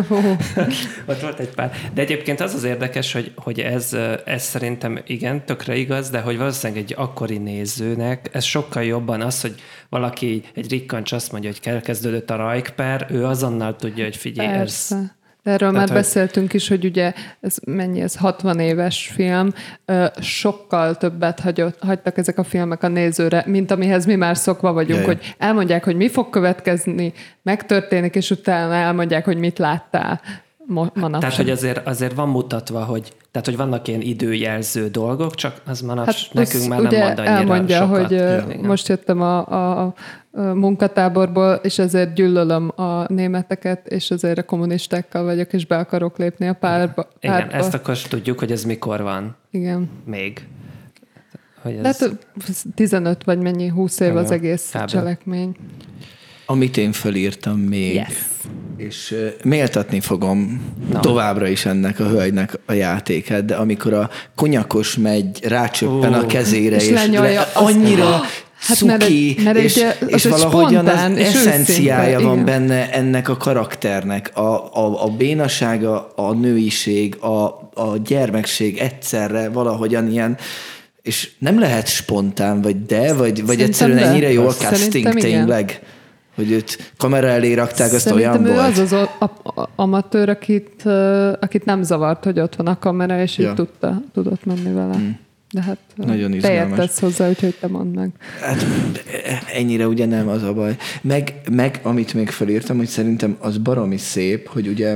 Ott volt egy pár. De egyébként az az érdekes, hogy, hogy ez, ez szerintem igen, tökre igaz, de hogy valószínűleg egy akkori nézőnek ez sokkal jobban az, hogy valaki egy rikkancs azt mondja, hogy elkezdődött a rajkper, ő azonnal tudja, hogy figyelj, ez... Erről Tehát, már hogy... beszéltünk is, hogy ugye ez mennyi, ez hatvan éves film, sokkal többet hagyott, hagytak ezek a filmek a nézőre, mint amihez mi már szokva vagyunk, Jaj. hogy elmondják, hogy mi fog következni, megtörténik, és utána elmondják, hogy mit láttál manapság. Tehát, hogy azért, azért van mutatva, hogy tehát, hogy vannak ilyen időjelző dolgok, csak az manap hát nekünk már nem mond annyira elmondja, sokat. hogy ja. most jöttem a, a, a munkatáborból, és ezért gyűlölöm a németeket, és azért a kommunistákkal vagyok, és be akarok lépni a párba. Igen, párba. ezt akkor tudjuk, hogy ez mikor van. Igen. Még. Hogy ez... De hát tizenöt vagy mennyi, húsz év Igen. az egész Kábel. Cselekmény. Amit én felírtam még, yes. és uh, méltatni fogom no. továbbra is ennek a hölgynek a játékát, de amikor a konyakos megy, rácsöppen uh, a kezére, és, és le, annyira az... hát cuki, mert, mert és, és valahogyan spontán, az és eszenciája őszinte, van igen. benne ennek a karakternek. A, a, a bénasága, a nőiség, a, a gyermekség egyszerre valahogyan ilyen, és nem lehet spontán, vagy de, vagy, vagy egyszerűen le. ennyire jó a casting tényleg. Igen. Hogy őt kamera elé rakták, azt olyan volt. Szerintem ő az az a, a, amatőr, akit, uh, akit nem zavart, hogy ott van a kamera, és ja. így tudta, tudott menni vele. Hmm. De hát nagyon te értesz hozzá, úgyhogy te mondd meg. Hát ennyire ugye nem az a baj. Meg, meg amit még felírtam, hogy szerintem az baromi szép, hogy ugye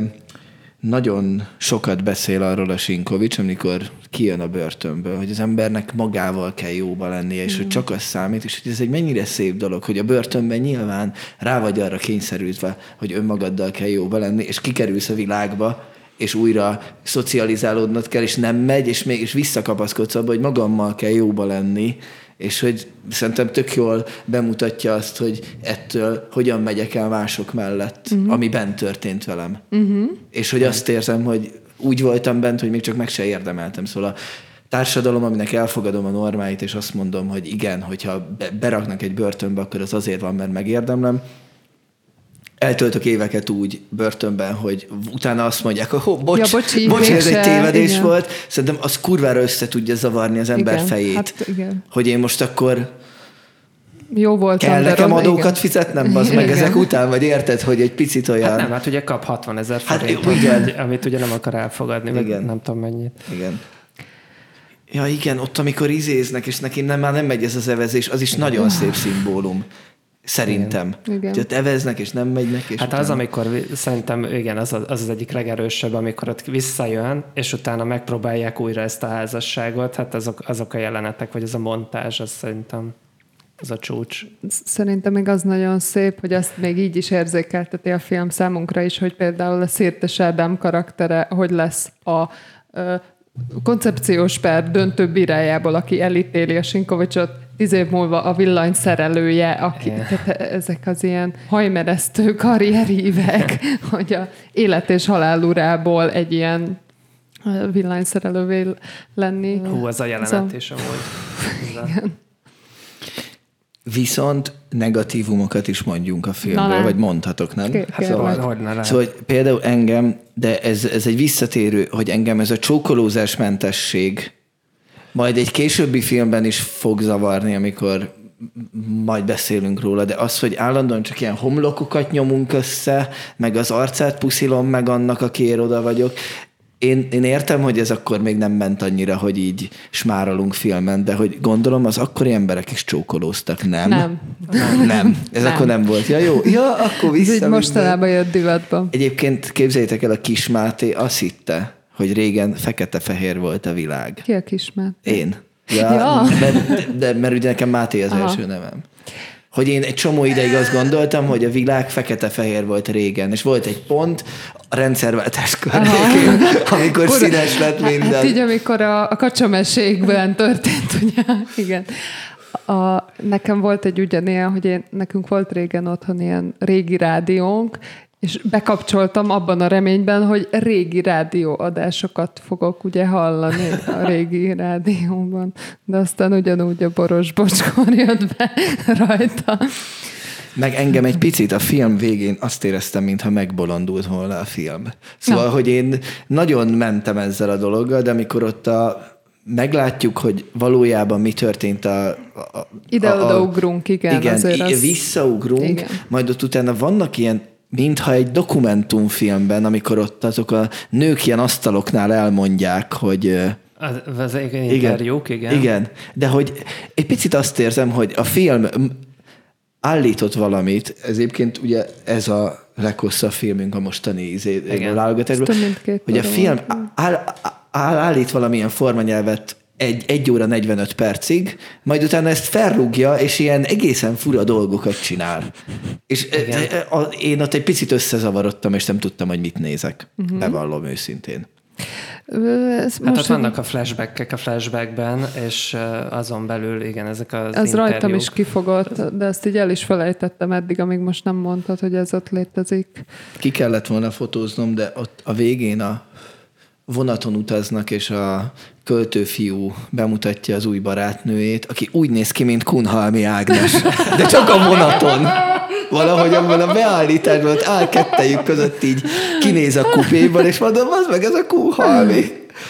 nagyon sokat beszél arról a Sinkovics, amikor kijön a börtönből, hogy az embernek magával kell jóba lennie, és mm. hogy csak az számít, és hogy ez egy mennyire szép dolog, hogy a börtönben nyilván rá vagy arra kényszerülve, hogy önmagaddal kell jóba lenni, és kikerülsz a világba, és újra szocializálódnod kell, és nem megy, és mégis visszakapaszkodsz abba, hogy magammal kell jóba lenni, és hogy szerintem tök jól bemutatja azt, hogy ettől hogyan megyek el mások mellett, uh-huh. ami bent történt velem. Uh-huh. És hogy azt érzem, hogy úgy voltam bent, hogy még csak meg se érdemeltem. Szóval a társadalom, aminek elfogadom a normáit, és azt mondom, hogy igen, hogyha beraknak egy börtönbe, akkor az azért van, mert megérdemlem. eltöltök éveket úgy börtönben, hogy utána azt mondják, hogy oh, bocs, ja, bocsi, bocs ez egy tévedés igen. volt. Szerintem az kurvára össze tudja zavarni az ember igen, fejét. Hát, igen. Hogy én most akkor jó voltam, kell nekem rossz, adókat igen. fizetnem, az meg ezek után, vagy érted, hogy egy picit olyan... Hát nem, hát ugye kap hatvanezer Hát, forintot, igen. amit ugye nem akar elfogadni, meg Igen. nem tudom mennyit. Igen. Ja igen, ott amikor izéznek, és neki nem, már nem megy ez az evezés, az is nagyon szép szimbólum. Szerintem. Igen. Hogy ott eveznek, és nem megynek. És Hát utána... az, amikor szerintem, igen, az, az az egyik legerősebb, amikor ott visszajön, és utána megpróbálják újra ezt a házasságot, hát azok, azok a jelenetek, vagy az a montázs, az szerintem az a csúcs. Szerintem még az nagyon szép, hogy azt még így is érzékelteti a film számunkra is, hogy például a Szirtes Ádám karaktere, hogy lesz a ö, koncepciós per döntő bírájából, aki elítéli a Sinkovicsot, tíz év múlva a villany szerelője, aki, tehát ezek az ilyen hajmeresztő karrierívek, hogy a élet és halál urából egy ilyen villanyszerelővé lenni. Hú, az a jelenet is amúgy. Igen. Viszont negatívumokat is mondjunk a filmről, Na, vagy mondhatok, nem? Ké- Hát Kérlek. hogy ne lehet. Szóval hogy például engem, de ez, ez egy visszatérő, hogy engem ez a csókolózásmentesség majd egy későbbi filmben is fog zavarni, amikor majd beszélünk róla, de az, hogy állandóan csak ilyen homlokokat nyomunk össze, meg az arcát puszilom meg annak, akiért oda vagyok. Én, én értem, hogy ez akkor még nem ment annyira, hogy így smárolunk filmen, de hogy gondolom, az akkori emberek is csókolóztak, nem? Nem. Nem. nem. Ez Nem. akkor nem volt. Ja, jó. Ja, akkor vissza. Ez így mostanában jött divatba. Egyébként képzeljétek el, a Kis Máté azt hitte, hogy régen fekete-fehér volt a világ. Ki a Kismát? Én. Ja, Ja. Mert, de, mert ugye nekem Máté az Aha. első nevem. Hogy én egy csomó ideig azt gondoltam, hogy a világ fekete-fehér volt régen, és volt egy pont a rendszerváltás környékén, amikor Kur- színes lett minden. Hát így, amikor a, a kacsamesékben történt, ugye? Igen. A, nekem volt egy ugyanilyen, hogy én, nekünk volt régen otthon ilyen régi rádiónk, és bekapcsoltam abban a reményben, hogy régi rádióadásokat fogok ugye hallani a régi rádióban. De aztán ugyanúgy a Boros Bocskor jött be rajta. Meg engem egy picit a film végén azt éreztem, mintha megbolondult volna a film. Szóval, Na. hogy én nagyon mentem ezzel a dologgal, de amikor ott a meglátjuk, hogy valójában mi történt a... a, a Ide-oda a, ugrunk, igen. Igen, azért az... visszaugrunk, Igen. majd ott utána vannak ilyen, mintha egy dokumentumfilmben, amikor ott azok a nők ilyen asztaloknál elmondják, hogy... Az, az interjúk, igen. Igen, de hogy egy picit azt érzem, hogy a film állított valamit, ez egyébként ugye ez a leghosszabb filmünk a mostani válogatásból, hogy a film áll, áll, állít valamilyen formanyelvet egy, egy óra negyvenöt percig, majd utána ezt felrúgja, és ilyen egészen fura dolgokat csinál. És a, a, én ott egy picit összezavarodtam, és nem tudtam, hogy mit nézek. Uh-huh. Bevallom őszintén. Ez hát ott vannak a flashback-ek a flashbackben, és azon belül, igen, ezek az Ez interjúk. rajtam is kifogott, de ezt így el is felejtettem eddig, amíg most nem mondtad, hogy ez ott létezik. Ki kellett volna fotóznom, de ott a végén a vonaton utaznak, és a költőfiú bemutatja az új barátnőjét, aki úgy néz ki, mint Kunhalmi Ágnes, de csak a vonaton. Valahogy abban a beállításban ott áll kettejük között így kinéz a kupéban, és mondom, az meg ez a Kunhalmi.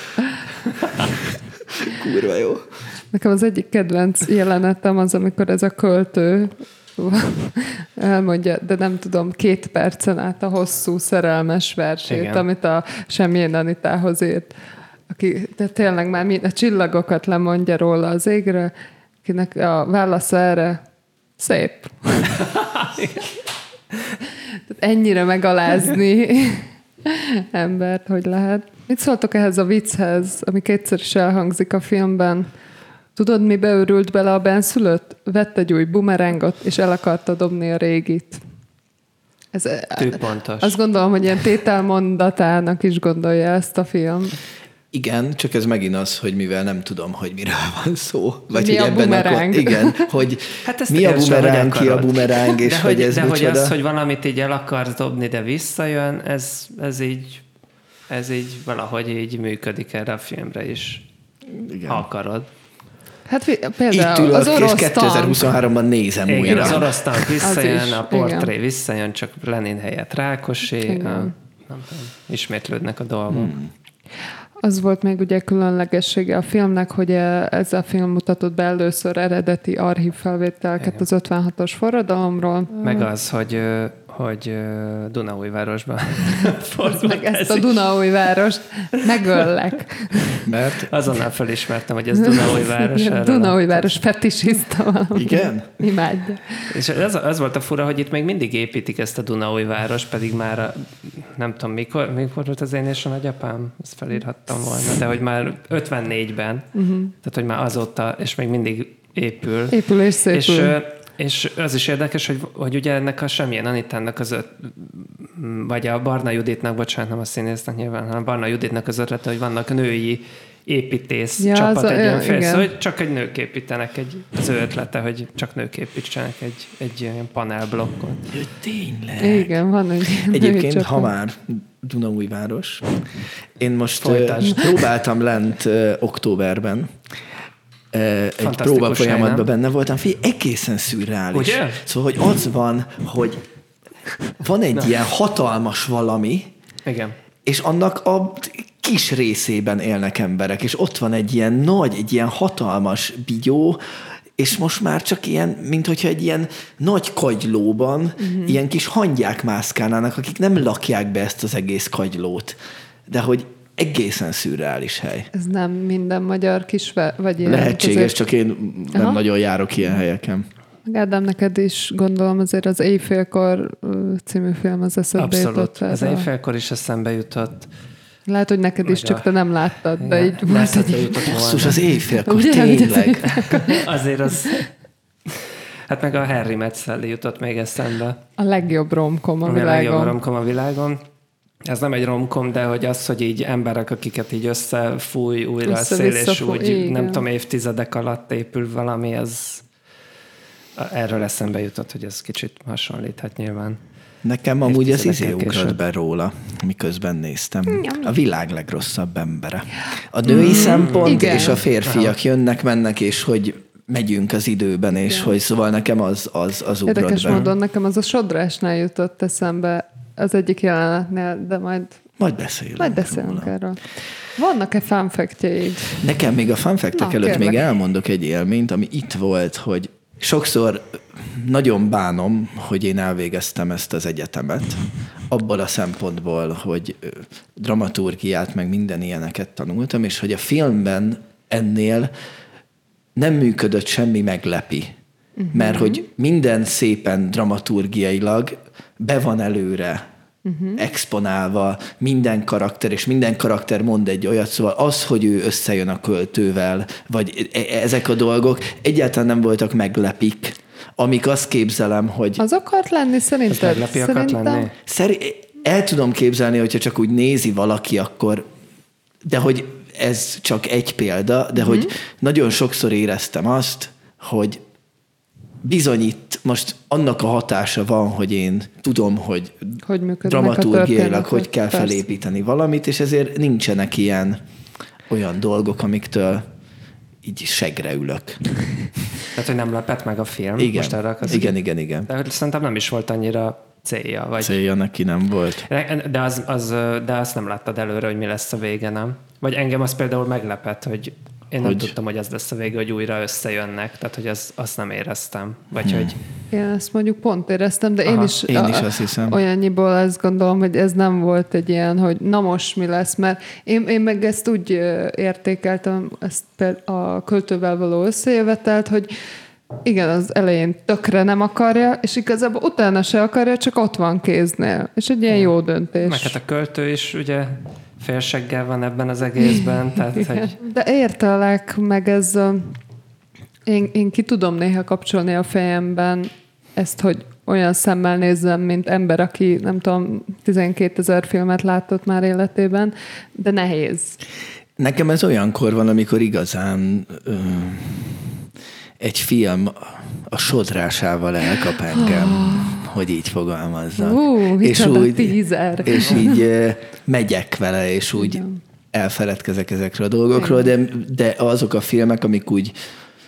Kurva jó. Nekem az egyik kedvenc jelenetem az, amikor ez a költő elmondja, de nem tudom, két percen át a hosszú szerelmes versét, igen, amit a Semmilyen Anitához írt. Aki, de tényleg már a csillagokat lemondja róla az égre, akinek a válasza erre szép. Ennyire megalázni embert, hogy lehet. Mit szóltok ehhez a vicchez, ami kétszer is elhangzik a filmben? Tudod, mi beőrült bele a benszülött? Vett egy új bumerángot, és el akarta dobni a régit. Ez, Tűpontos. azt gondolom, hogy ilyen tételmondatának is gondolja ezt a film. Igen, csak ez megint az, hogy mivel nem tudom, hogy miről van szó. Vagy mi hogy a ebben bumeráng? Akkor, igen, hogy hát mi a értsem, bumeráng, hogy ki a akarod. bumeráng, és de hogy, hogy ez De hogy micsoda. az, hogy valamit így el akarsz dobni, de visszajön, ez, ez így ez így valahogy így működik erre a filmre is. Igen. Ha akarod. Hát fi- Itt például ülök, az és orosz tank. kétezer-huszonháromban nézem Igen, újra. az orosz tank visszajön, Az is, a portré igen. visszajön, csak Lenin helyett Rákosi, Igen. a, nem tudom, ismétlődnek a dolgok. Hmm. Az volt még ugye különlegessége a filmnek, hogy ez a film mutatott be először eredeti archív felvételket az ötvenhatos forradalomról. Meg az, hogy, ö, hogy ö, Dunaújvárosban Meg ezt a Dunaújvárost megöllek. Mert azonnal felismertem, hogy ez Dunaújváros. erről Dunaújváros fetisista valami. igen? Imádja. És az, az volt a fura, hogy itt még mindig építik ezt a Dunaújváros, pedig már a, nem tudom, mikor, mikor volt az én és a nagyapám, ezt felírhattam volna, de hogy már ötvennégyben, uh-huh. tehát hogy már azóta, és még mindig épül. Épül és szépül. És, ö, és az is érdekes, hogy, hogy ugye ennek a semmilyen Anitának az öt, vagy a Barna Juditnak, bocsánat, nem a színésznek nyilván, hanem a Barna Juditnak az ötlete, hogy vannak női építész Ja, csapat az egy a- ilyen fél, igen. szóval, hogy csak egy nők építenek, egy, az ő ötlete, hogy csak nők építsenek egy, egy ilyen panelblokkot. Hogy tényleg. Igen, van egy ilyen Egyébként, női ha csapat. már Dunaújváros, én most Folytasd. ö, próbáltam lent ö, októberben, ö, egy Fantasztikus próbafolyamatban hely, nem? benne voltam, figyelj, egészen szürreális. Ugye? Szóval, hogy az van, hogy van egy Na. ilyen hatalmas valami, Igen. és annak a kis részében élnek emberek, és ott van egy ilyen nagy, egy ilyen hatalmas bigyó, és most már csak ilyen, mint hogyha egy ilyen nagy kagylóban uh-huh. ilyen kis hangyák mászkálnának, akik nem lakják be ezt az egész kagylót. De hogy egészen szürreális hely. Ez nem minden magyar kisve, vagy ilyen. Lehetséges, azért- csak én nem Aha. nagyon járok ilyen helyeken. Meg Ádám, neked is gondolom azért az Éjfélkor ö, című film az eszedbe Abszolút. jutott. Az erről. éjfélkor is eszembe jutott. Lehet, hogy neked is, Meg csak a- te nem láttad, de Igen, így volt eszembe egy... jutott volna. Basszus, az éjfélkor, Ugye, hogy az tényleg. Azért az... Hát meg a Harry Met-Sally jutott még eszembe. A legjobb romkom a Ami a legjobb világon. romkom a világon. Ez nem egy romkom, de hogy az, hogy így emberek, akiket így összefúj újra a szél, és Össze-visszafúj, úgy igen. nem tudom, évtizedek alatt épül valami, ez erről eszembe jutott, hogy ez kicsit hasonlíthat nyilván. Nekem amúgy az Évtizedekkel izé ugrott később. be róla, miközben néztem. A világ legrosszabb embere. A női mm, szempont igen. és a férfiak jönnek, mennek, és hogy megyünk az időben, és Igen. hogy szóval nekem az, az, az ugrott Érdekes be. módon nekem az a sodrásnál jutott eszembe az egyik jelenetnél, de majd, Majd beszélünk. majd beszélünk róla. erről. Vannak-e fanfactjeid? Nekem még a fanfactek Na, előtt kérlek. még elmondok egy élményt, ami itt volt, hogy sokszor nagyon bánom, hogy én elvégeztem ezt az egyetemet, abból a szempontból, hogy ö, dramaturgiát, meg minden ilyeneket tanultam, és hogy a filmben ennél nem működött semmi meglepi. Uh-huh. Mert hogy minden szépen dramaturgiailag be van előre uh-huh. exponálva, minden karakter, és minden karakter mond egy olyat, szóval az, hogy ő összejön a költővel, vagy e- ezek a dolgok egyáltalán nem voltak meglepik, amik azt képzelem, hogy Az akart lenni Ez szerinted? meglepi akart lenni? Szeri- el tudom képzelni, hogyha csak úgy nézi valaki, akkor, de hogy ez csak egy példa, de mm-hmm. hogy nagyon sokszor éreztem azt, hogy bizony itt most annak a hatása van, hogy én tudom, hogy Hogy működnek a dramaturgiailag történetek, hogy kell persze. felépíteni valamit, és ezért nincsenek ilyen olyan dolgok, amiktől így segre ülök. Tehát, hogy nem lepett meg a film. Igen, Most erre akarsz- igen, igen, igen. De hogy szerintem nem is volt annyira célja. Vagy... Célja neki nem volt. De, az, az, de azt nem láttad előre, hogy mi lesz a vége, nem? Vagy engem az például meglepett, hogy én nem Hogy? tudtam, hogy az lesz a vége, hogy újra összejönnek, tehát hogy az, azt nem éreztem. Vagy Hmm. hogy Én ezt mondjuk pont éreztem, de én Aha, is, én is a- azt hiszem. olyannyiból azt gondolom, hogy ez nem volt egy ilyen, hogy na most mi lesz, mert én, én meg ezt úgy ö, értékeltem, ezt per- a költővel való összejövetelt, hogy igen, az elején tökre nem akarja, és igazából utána se akarja, csak ott van kéznél. És egy ilyen jó döntés. meg hát a költő is ugye félseggel van ebben az egészben, tehát Igen. hogy De értelek, meg ez a, én, én ki tudom néha kapcsolni a fejemben ezt, hogy olyan szemmel nézzem, mint ember, aki nem tudom, tizenkétezer filmet látott már életében, de nehéz. Nekem ez olyankor van, amikor igazán ö, egy film a sodrásával elkap engem, hogy így fogalmazzak. Ú, és micsoda úgy, tízer. és így ö, megyek vele, és úgy Igen. elfeledkezek ezekről a dolgokról, de, de azok a filmek, amik úgy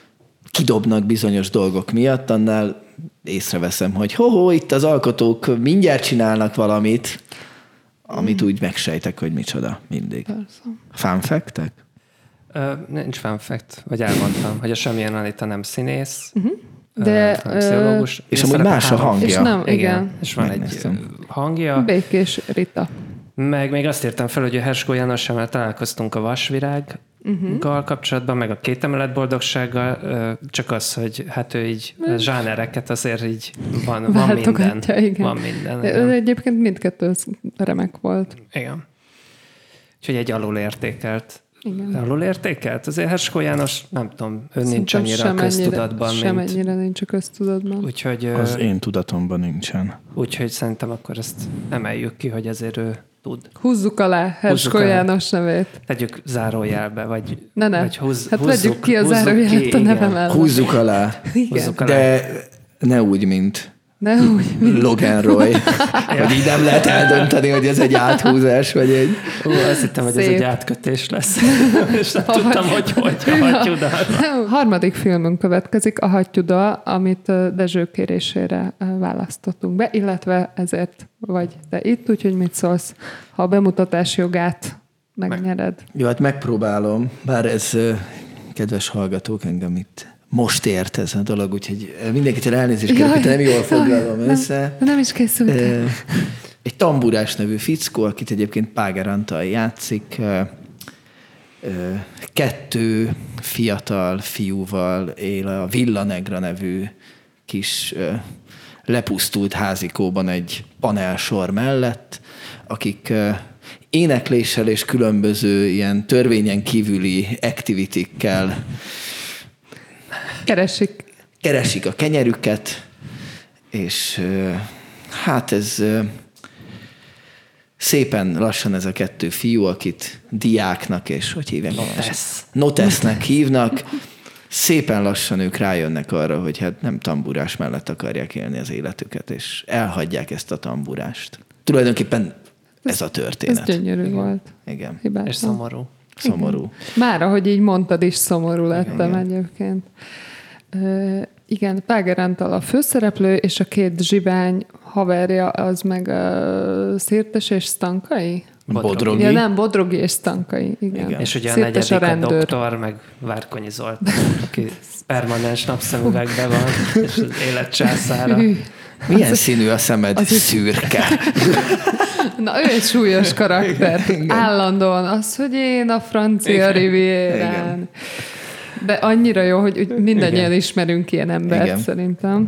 kidobnak bizonyos dolgok miatt, annál észreveszem, hogy ho-ho, itt az alkotók mindjárt csinálnak valamit, amit úgy megsejtek, hogy micsoda mindig. Persze. Fun fact-ek? Ö, nincs fun fact, vagy elmondtam, hogy a Semmilyen Anita nem színész, Uh-huh. De, ö, pszichológus. és amúgy más a hangja. És nem, igen. Igen, és van egy Megnéztem. hangja. Békés Rita. Meg még azt írtam fel, hogy a Herskó Jánossal találkoztunk a Vasvirággal uh-huh. kapcsolatban, meg a Két emelet boldogsággal, csak az, hogy hát ő így a zsánereket azért így van, van minden. Igen. Van minden. De Igen. egyébként mindkettő remek volt. igen. Úgyhogy egy alulértékelt. Igen. Alulértékelt? Azért Herskó János, nem tudom, ő nincs Szerintem annyira a köztudatban, sem mint... ennyire nincs a köztudatban. Úgyhogy, Az én tudatomban nincsen. úgyhogy szerintem akkor ezt emeljük ki, hogy ezért ő tud. Húzzuk alá Herskó alá. János nevét. Tegyük zárójelbe, vagy, Ne, ne. vagy húz, Hát húzzuk, vegyük ki a húzzuk zárójelet ki, a nevem igen. ellen. Húzzuk alá, Igen. Húzzuk alá. de ne úgy, mint Ne úgy, mint Logan Roy, hogy így nem lehet eldönteni, hogy ez egy áthúzás, vagy egy... Ó, azt hittem, hogy ez Szép. egy átkötés lesz. És nem tudtam, hogy hogy a hattyúdal. A harmadik filmünk következik, a Hattyúdal, amit ö, Dezső kérésére ö, választottunk be, illetve ezért vagy te itt, úgyhogy mit szólsz, ha a bemutatás jogát megnyered? Jó, hát megpróbálom, bár ez, ö, kedves hallgatók, engem itt most ért ez a dolog, úgyhogy mindenkitől elnézést kérek, hogy nem jól foglalom nem, össze. Nem is készültem. Ö, Egy tamburás nevű fickó, akit egyébként Páger Antal játszik, ö, ö, kettő fiatal fiúval él a Villa Negra nevű kis ö, lepusztult házikóban egy panelsor mellett, akik ö, énekléssel és különböző ilyen törvényen kívüli activity-kkel Keresik. keresik a kenyerüket, és ö, hát ez ö, szépen lassan ez a kettő fiú, akit diáknak és hogy hívják? Notesz. Notesznek hívnak, szépen lassan ők rájönnek arra, hogy hát nem tamburás mellett akarják élni az életüket, és elhagyják ezt a tamburást. Tulajdonképpen ez a történet. Ez gyönyörű volt. Igen. Hibátlan. És szomorú. Szomorú. Már ahogy így mondtad is, szomorú lettem igen. egyébként. Ö, igen, Páger Antal a főszereplő, és a két zsivány haverja az meg a Szirtes és Stankai? Bodrogi. Ja, nem, Bodrogi és Stankai, igen. Igen. És ugye a Szirtes negyedik a, a doktor, meg Várkonyi Zoltán, aki permanens napszemüvegben van, és az élet császára. Hű. Milyen az színű a szemed? az Szürke. Na, ő egy súlyos karakter. Igen. Állandóan az, hogy én a francia Igen. rivierán. Igen. De annyira jó, hogy úgy mindannyian Igen. ismerünk ilyen embert, Igen. szerintem.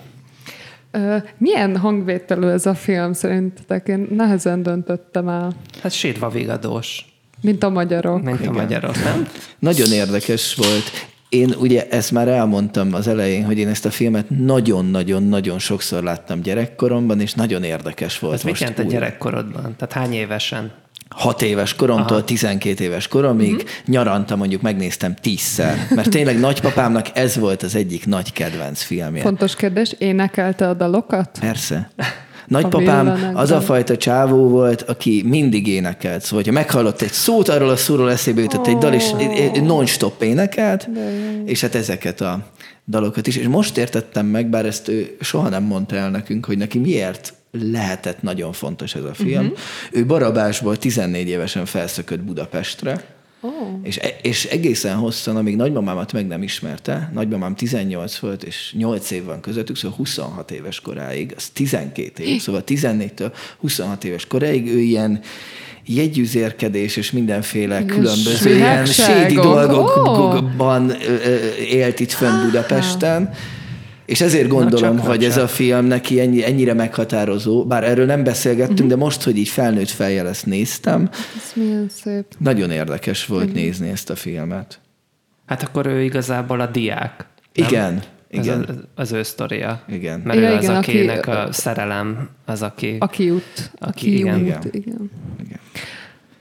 Ö, milyen hangvételű ez a film szerintetek? Én nehezen döntöttem el. Hát sírva vigadós, Mint a magyarok. mint a Igen. magyarok, nem? Nagyon érdekes volt. Én ugye ezt már elmondtam az elején, hogy én ezt a filmet nagyon-nagyon-nagyon sokszor láttam gyerekkoromban, és nagyon érdekes volt. Ez mit most jelent a újra. gyerekkorodban? Tehát hány évesen? Hat éves koromtól Aha. tizenkét éves koromig, Mhm. nyaranta mondjuk megnéztem tízszer, mert tényleg nagypapámnak ez volt az egyik nagy kedvenc filmje. Fontos kérdés, énekelte a dalokat? Persze. Nagypapám villanekben. az a fajta csávó volt, aki mindig énekelt. Szóval, hogyha meghallott egy szót, arról a szóról eszébe jutott egy dal, és non-stop énekelt, és hát ezeket a dalokat is. És most értettem meg, bár ezt ő soha nem mondta el nekünk, hogy neki miért lehetett nagyon fontos ez a film. Uh-huh. Ő Barabásból tizennégy évesen felszökött Budapestre, Oh. és, és egészen hosszan, amíg nagymamámat meg nem ismerte, nagymamám tizennyolc volt, és nyolc év van közöttük, szóval huszonhat éves koráig, az tizenkét év, szóval tizennégytől huszonhat éves koráig ő ilyen jegyüzérkedés és mindenféle Ilyen különböző ilyen svédságok. sédi dolgokban oh. élt itt fönn Budapesten, és ezért gondolom, csak, hogy ez csak. a film neki ennyi, ennyire meghatározó, bár erről nem beszélgettünk, uh-huh. de most, hogy így felnőtt fejjel ezt néztem, Ez milyen szép. nagyon érdekes volt Igen. nézni ezt a filmet. Hát akkor ő igazából a diák. Nem? Igen, Ez igen. az, az ő sztoria. Igen. Mert Ja, ő az, igen, aki- akinek a szerelem, az, aki... Aki út. Aki- Aki igen. út, Igen. igen. Igen.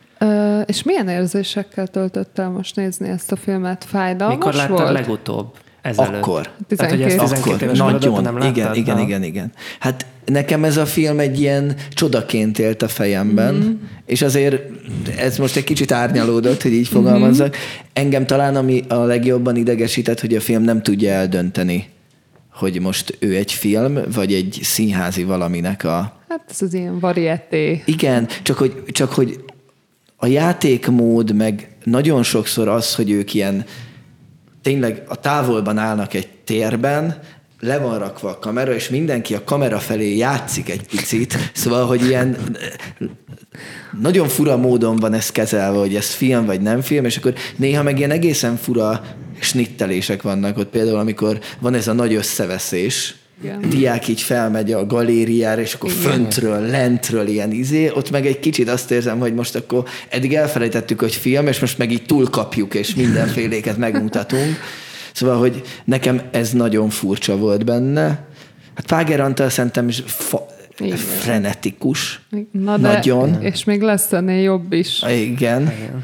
Ö, és milyen érzésekkel töltött el most nézni ezt a filmet? Fájdalmas Mikor láttad volt? legutóbb? ezelőtt. Akkor. Tehát, hogy ezt tizenkét Akkor, éves korodban nem láttad? igen, igen, Aha. igen, igen. Hát nekem ez a film egy ilyen csodaként élt a fejemben, mm-hmm. és azért ez most egy kicsit árnyalódott, hogy így fogalmazzak. Mm-hmm. Engem talán ami a legjobban idegesített, hogy a film nem tudja eldönteni, hogy most ő egy film, vagy egy színházi valaminek a... Hát ez az ilyen varieté. Igen, csak hogy, csak hogy a játékmód, meg nagyon sokszor az, hogy ők ilyen tényleg a távolban állnak egy térben, le van rakva a kamera, és mindenki a kamera felé játszik egy picit, szóval, hogy ilyen nagyon fura módon van ez kezelve, hogy ez film vagy nem film, és akkor néha meg ilyen egészen fura snittelések vannak ott, például amikor van ez a nagy összeveszés, igen. Diák így felmegy a galériára, és akkor igen. föntről, lentről ilyen izé, ott meg egy kicsit azt érzem, hogy most akkor eddig elfelejtettük, hogy film, és most meg így túlkapjuk, és mindenféléket megmutatunk. Szóval, hogy nekem ez nagyon furcsa volt benne. Hát Páger Antal szerintem is fa- frenetikus. Na de, nagyon. És még lesz ennél jobb is. Igen. Igen.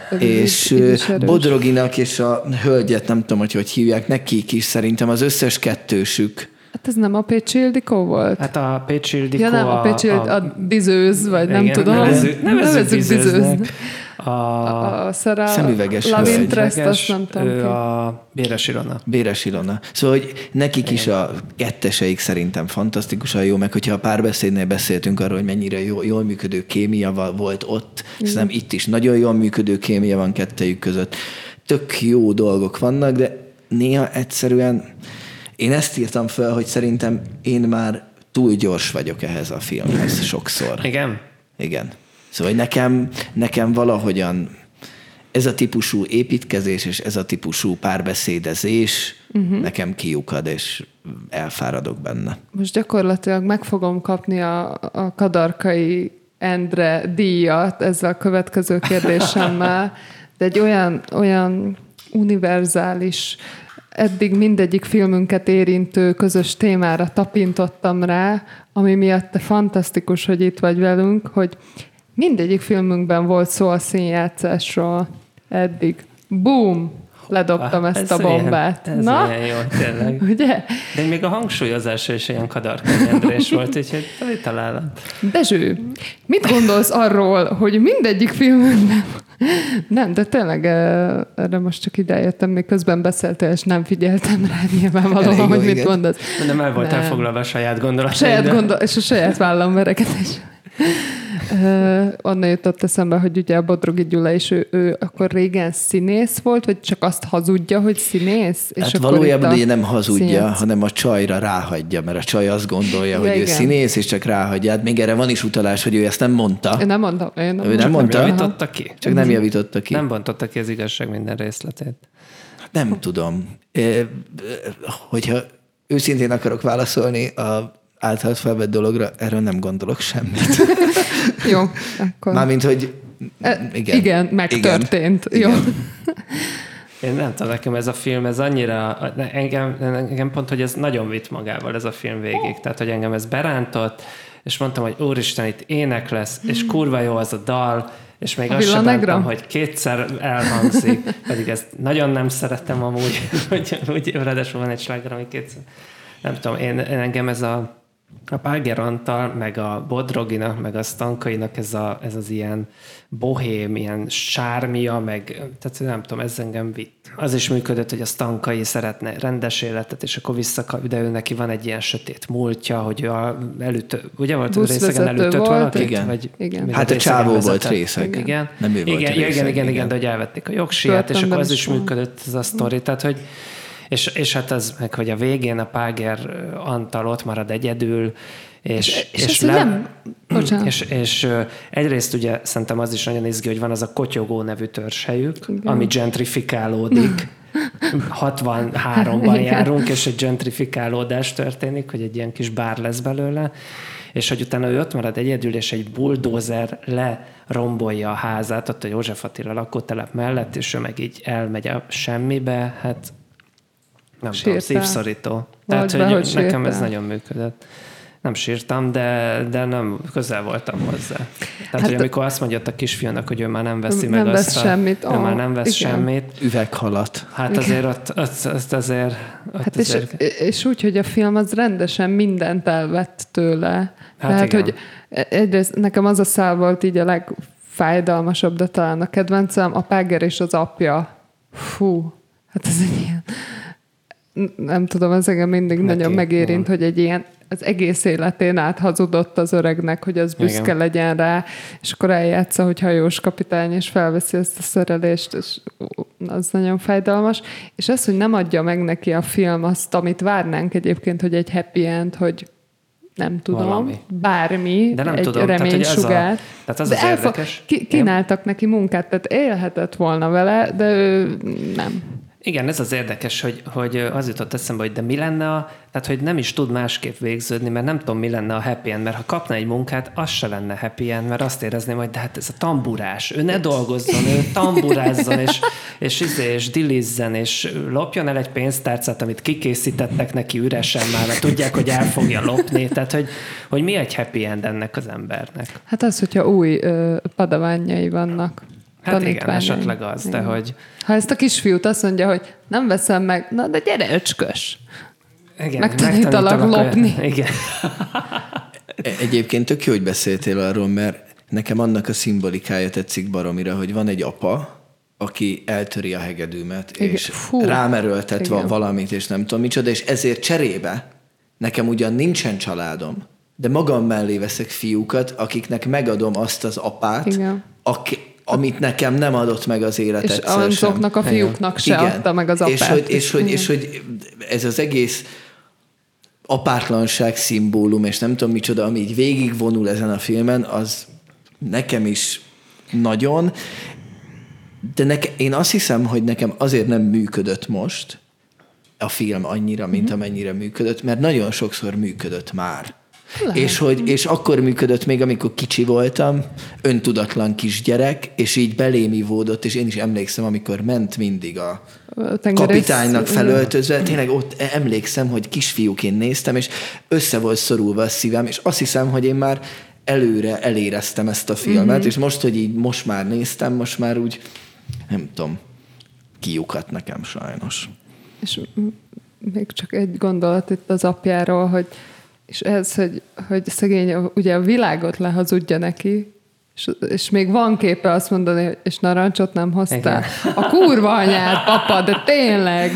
És is Bodroginak és a hölgyet, nem tudom, hogy hogy hívják, nekik is szerintem az összes kettősük. Hát ez nem a Pécsi Ildikó volt? Hát a Pécsi Ildikó ja, nem, a, a Pécsi a, a dizőz, vagy igen, nem tudom. Nevezzük, nevezzük dizőznek. A, a, a Szara szemüveges Lavintrest, azt nem tudom ő ki. a Béres Ilona. Béres Ilona. Szóval, hogy nekik is a ketteseik szerintem fantasztikusan jó, meg hogyha a Párbeszédnél beszéltünk arról, hogy mennyire jó, jól működő kémia volt ott, szerintem itt is nagyon jól működő kémia van kettejük között. Tök jó dolgok vannak, de néha egyszerűen én ezt írtam fel, hogy szerintem én már túl gyors vagyok ehhez a filmhez sokszor. Igen? Igen. Szóval nekem, nekem valahogyan ez a típusú építkezés és ez a típusú párbeszédezés uh-huh. nekem kiukad, és elfáradok benne. Most gyakorlatilag meg fogom kapni a, a Kadarkai Endre díjat ezzel a következő kérdésemmel, de egy olyan, olyan univerzális, eddig mindegyik filmünket érintő közös témára tapintottam rá, ami miatt te fantasztikus, hogy itt vagy velünk, hogy mindegyik filmünkben volt szó a színjátszásról eddig. Boom! Ledobtam ah, ezt a bombát. Ilyen, ez Na? ilyen jó, tényleg. Ugye? De még a hangsúlyozása is ilyen Kadarkai Endrés volt, úgyhogy találat. Dezső, mit gondolsz arról, hogy mindegyik filmünkben... Nem, de tényleg erre most csak idejöttem, még közben beszéltél, és nem figyeltem rá nyilvánvalóan, hogy mit igen. gondolsz. De nem el voltál foglalva a saját gondolataid. Saját gondol, és a saját vállam verekedés. Uh, onnan jutott eszembe, hogy ugye a Bodrogi Gyula is ő, ő akkor régen színész volt, vagy csak azt hazudja, hogy színész? És hát akkor valójában ugye nem hazudja, színjátsz... hanem a csajra ráhagyja, mert a csaj azt gondolja, ja, hogy igen. ő színész, és csak ráhagyja. Hát még erre van is utalás, hogy ő ezt nem mondta. Én nem mondtam. Én nem ő nem mondta? Nem javította ki. Csak nem javította ki. Nem bontotta ki az igazság minden részletét. Nem tudom. Hogyha őszintén akarok válaszolni a általad felvett dologra, erről nem gondolok semmit. Jó, akkor... Mármint, hogy igen. Igen, megtörtént. Igen. Jó. Igen. Én nem tudom, nekem ez a film, ez annyira, engem, engem pont, hogy ez nagyon vitt magával ez a film végig. Tehát, hogy engem ez berántott, és mondtam, hogy úristen, itt ének lesz, és kurva jó az a dal, és még a azt sem bántam, hogy kétszer elhangzik, pedig ezt nagyon nem szeretem amúgy, hogy úgy ráadásul van egy sláger, ami kétszer. Nem tudom, én, én engem ez a A Páger Antal, meg a Bodroginak, meg a Stankainak ez, a, ez az ilyen bohém, ilyen sármia, meg tehát nem tudom, ez engem vitt. Az is működött, hogy a Stankai szeretne rendes életet, és akkor visszakap, de ő neki van egy ilyen sötét múltja, hogy ő a előtt, ugye volt az részegen előttött valakit? Igen. Vagy igen. Hát a csávó volt részeg. Igen. Nem ő volt igen, részeg. Igen, igen, igen, de hogy elvették a jogsiját, és akkor az is működött ez a sztori. Tehát, hogy És, és hát az meg, hogy a végén a Páger Antal ott marad egyedül, és, és, és, és, le, nem... és, és egyrészt ugye szerintem az is nagyon izgi, hogy van az a Kotyogó nevű törzshelyük, igen. ami gentrifikálódik. hatvanháromban járunk, és egy gentrifikálódás történik, hogy egy ilyen kis bár lesz belőle, és hogy utána ő ott marad egyedül, és egy buldózer lerombolja a házát, ott a József Attila lakótelep mellett, és ő meg így elmegy a semmibe, hát nem tudom, szívszorító. Tehát, hogy nekem ez nagyon működött. Nem sírtam, de, de nem közel voltam hozzá. Tehát, hát hogy amikor azt mondja a kisfiúnak, hogy ő már nem veszi nem meg vesz azt a, semmit. ő Oh, már nem vesz igen. semmit. Üveghalat. Hát azért ott, ott, ott azért... Ott Hát azért... és, és úgy, hogy a film az rendesen mindent elvett tőle. Hát Tehát, igen. hogy egyrészt nekem az a szál volt így a legfájdalmasabb, de talán a kedvencem, a Páger és az apja. Fú, hát ez egy ilyen... Nem tudom, ez engem mindig Neki, nagyon megérint, van. hogy egy ilyen az egész életén áthazudott az öregnek, hogy az büszke Igen. legyen rá, és akkor eljátsza, hogy hajós kapitány, és felveszi ezt a szerelést, és az nagyon fájdalmas. És az, hogy nem adja meg neki a film azt, amit várnánk egyébként, hogy egy happy end, hogy nem tudom, Valami. bármi, De nem egy tudom, tehát, hogy az a- reménysugár. tehát az De az elfog- érdekes. Ki, kínáltak neki munkát, tehát élhetett volna vele, de ő nem. Igen, ez az érdekes, hogy, hogy az jutott eszembe, hogy de mi lenne a... Tehát, hogy nem is tud másképp végződni, mert nem tudom, mi lenne a happy end, mert ha kapna egy munkát, az se lenne happy end, mert azt érezném, hogy de hát ez a tamburás, ő ne dolgozzon, ő tamburázzon, és, és, izé, és dilizzen, és lopjon el egy pénztárcát, amit kikészítettek neki üresen már, mert tudják, hogy el fogja lopni. Tehát, hogy, hogy mi egy happy end ennek az embernek? Hát az, hogyha új ö, padaványai vannak. Hát igen, tanítványai. esetleg az, de Igen. hogy... Ha ezt a kisfiút azt mondja, hogy nem veszem meg, na de gyere, öcskös. Igen, Megtanítalak lopni. Igen. Egyébként tök jó, hogy beszéltél arról, mert nekem annak a szimbolikája tetszik baromira, hogy van egy apa, aki eltöri a hegedűmet, Igen. és Fú. rám erőltetve Igen. valamit, és nem tudom micsoda, és ezért cserébe nekem ugyan nincsen családom, de magam mellé veszek fiúkat, akiknek megadom azt az apát, Igen. aki, amit nekem nem adott meg az élet És egyszer sem. azoknak a fiúknak se Igen. adta meg az apát. És hogy, és, hogy, Igen. és hogy ez az egész apátlanság szimbólum, és nem tudom micsoda, ami így végigvonul ezen a filmen, az nekem is nagyon, de neke, én azt hiszem, hogy nekem azért nem működött most a film annyira, mint Mhm. amennyire működött, mert nagyon sokszor működött már. És, hogy, és akkor működött még, amikor kicsi voltam, öntudatlan kisgyerek, és így belém ivódott, és én is emlékszem, amikor ment mindig a tengerész- kapitánynak felöltözve, tényleg ott emlékszem, hogy kisfiúként néztem, és össze volt szorulva a szívem, és azt hiszem, hogy én már előre eléreztem ezt a filmet, mm-hmm. és most, hogy így most már néztem, most már úgy, nem tudom, kiukat nekem sajnos. És még csak egy gondolat itt az apjáról, hogy és ez, hogy, hogy szegény, ugye a világot lehazudja neki, és, és még van képe azt mondani, hogy és narancsot nem hoztál. Igen. A kurva anyád, papa, de tényleg.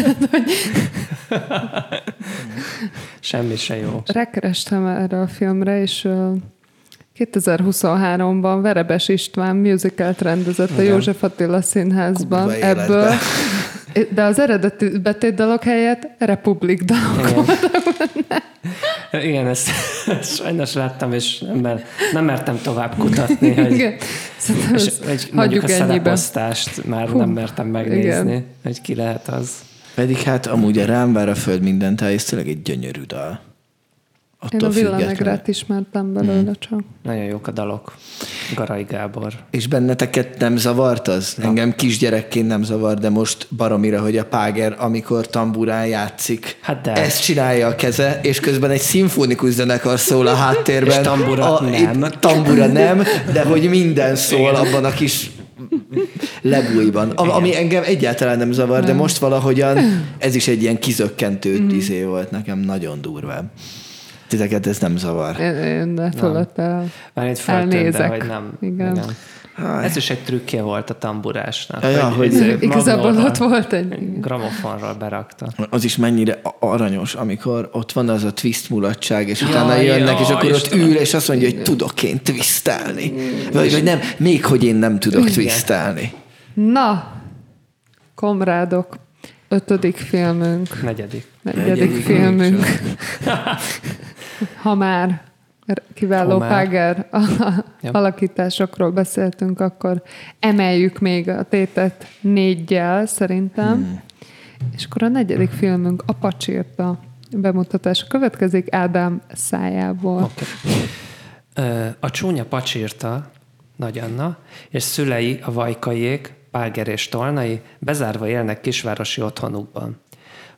Semmi se jó. Rákerestem erre a filmre, és uh, kétezer-huszonháromban Verebes István musicalt rendezett a Igen. József Attila Színházban. Kurva életbe. Ebből, de az eredeti betétdalok helyett Republik dalok. Igen, Igen ezt, ezt sajnos láttam, és nem, mer, nem mertem tovább kutatni, hogy, Igen. Szerintem és ezt egy, mondjuk a hagyjuk ennyibe. szereposztást már Hú, nem mertem megnézni, igen. hogy ki lehet az. Pedig hát amúgy a Rám vár a föld minden táj, ez tényleg egy gyönyörű dal. Én a Villanegrát ismertem belőle csak. Nagyon jók a dalok. Garai Gábor. És benneteket nem zavart az? Engem kisgyerekként nem zavar, de most baromira, hogy a Páger, amikor tamburán játszik, Hát de. ezt csinálja a keze, és közben egy szimfonikus zenekar szól a háttérben. És tambura nem. Itt tambura nem, de hogy minden szól Igen. abban a kis lebújban. Am, ami engem egyáltalán nem zavar, de most valahogyan ez is egy ilyen kizökkentő Mm. izé volt nekem, nagyon durván. Titeket ez nem zavar. Én, én de fölött el, Már egy föltűnt, elnézek. de hogy nem. Igen. Háj. Ez is egy trükkje volt a tamburásnak. Ja, ja, hogy- izé Igazából magnóra, ott volt egy... gramofonról berakta. Az is mennyire aranyos, amikor ott van az a twist mulatság, és utána Jaj, jönnek, és jaj, akkor ott Istenem. ül, és azt mondja, hogy tudok én twistelni. Vagy, vagy nem, még hogy én nem tudok Igen. twistelni. Na, komrádok, ötödik filmünk, Negyedik. negyedik, Negyedik filmünk. műsor. Ha már kiváló Ha már. Páger Ja. alakításokról beszéltünk, akkor emeljük még a tétet négyel szerintem. Hmm. És akkor a negyedik filmünk a Pacsirta bemutatása következik Ádám szájából. Okay. Ö, A csúnya Pacsirta, Nagy Anna, és szülei, a Vajkaiék, Páger és Tolnai bezárva élnek kisvárosi otthonukban.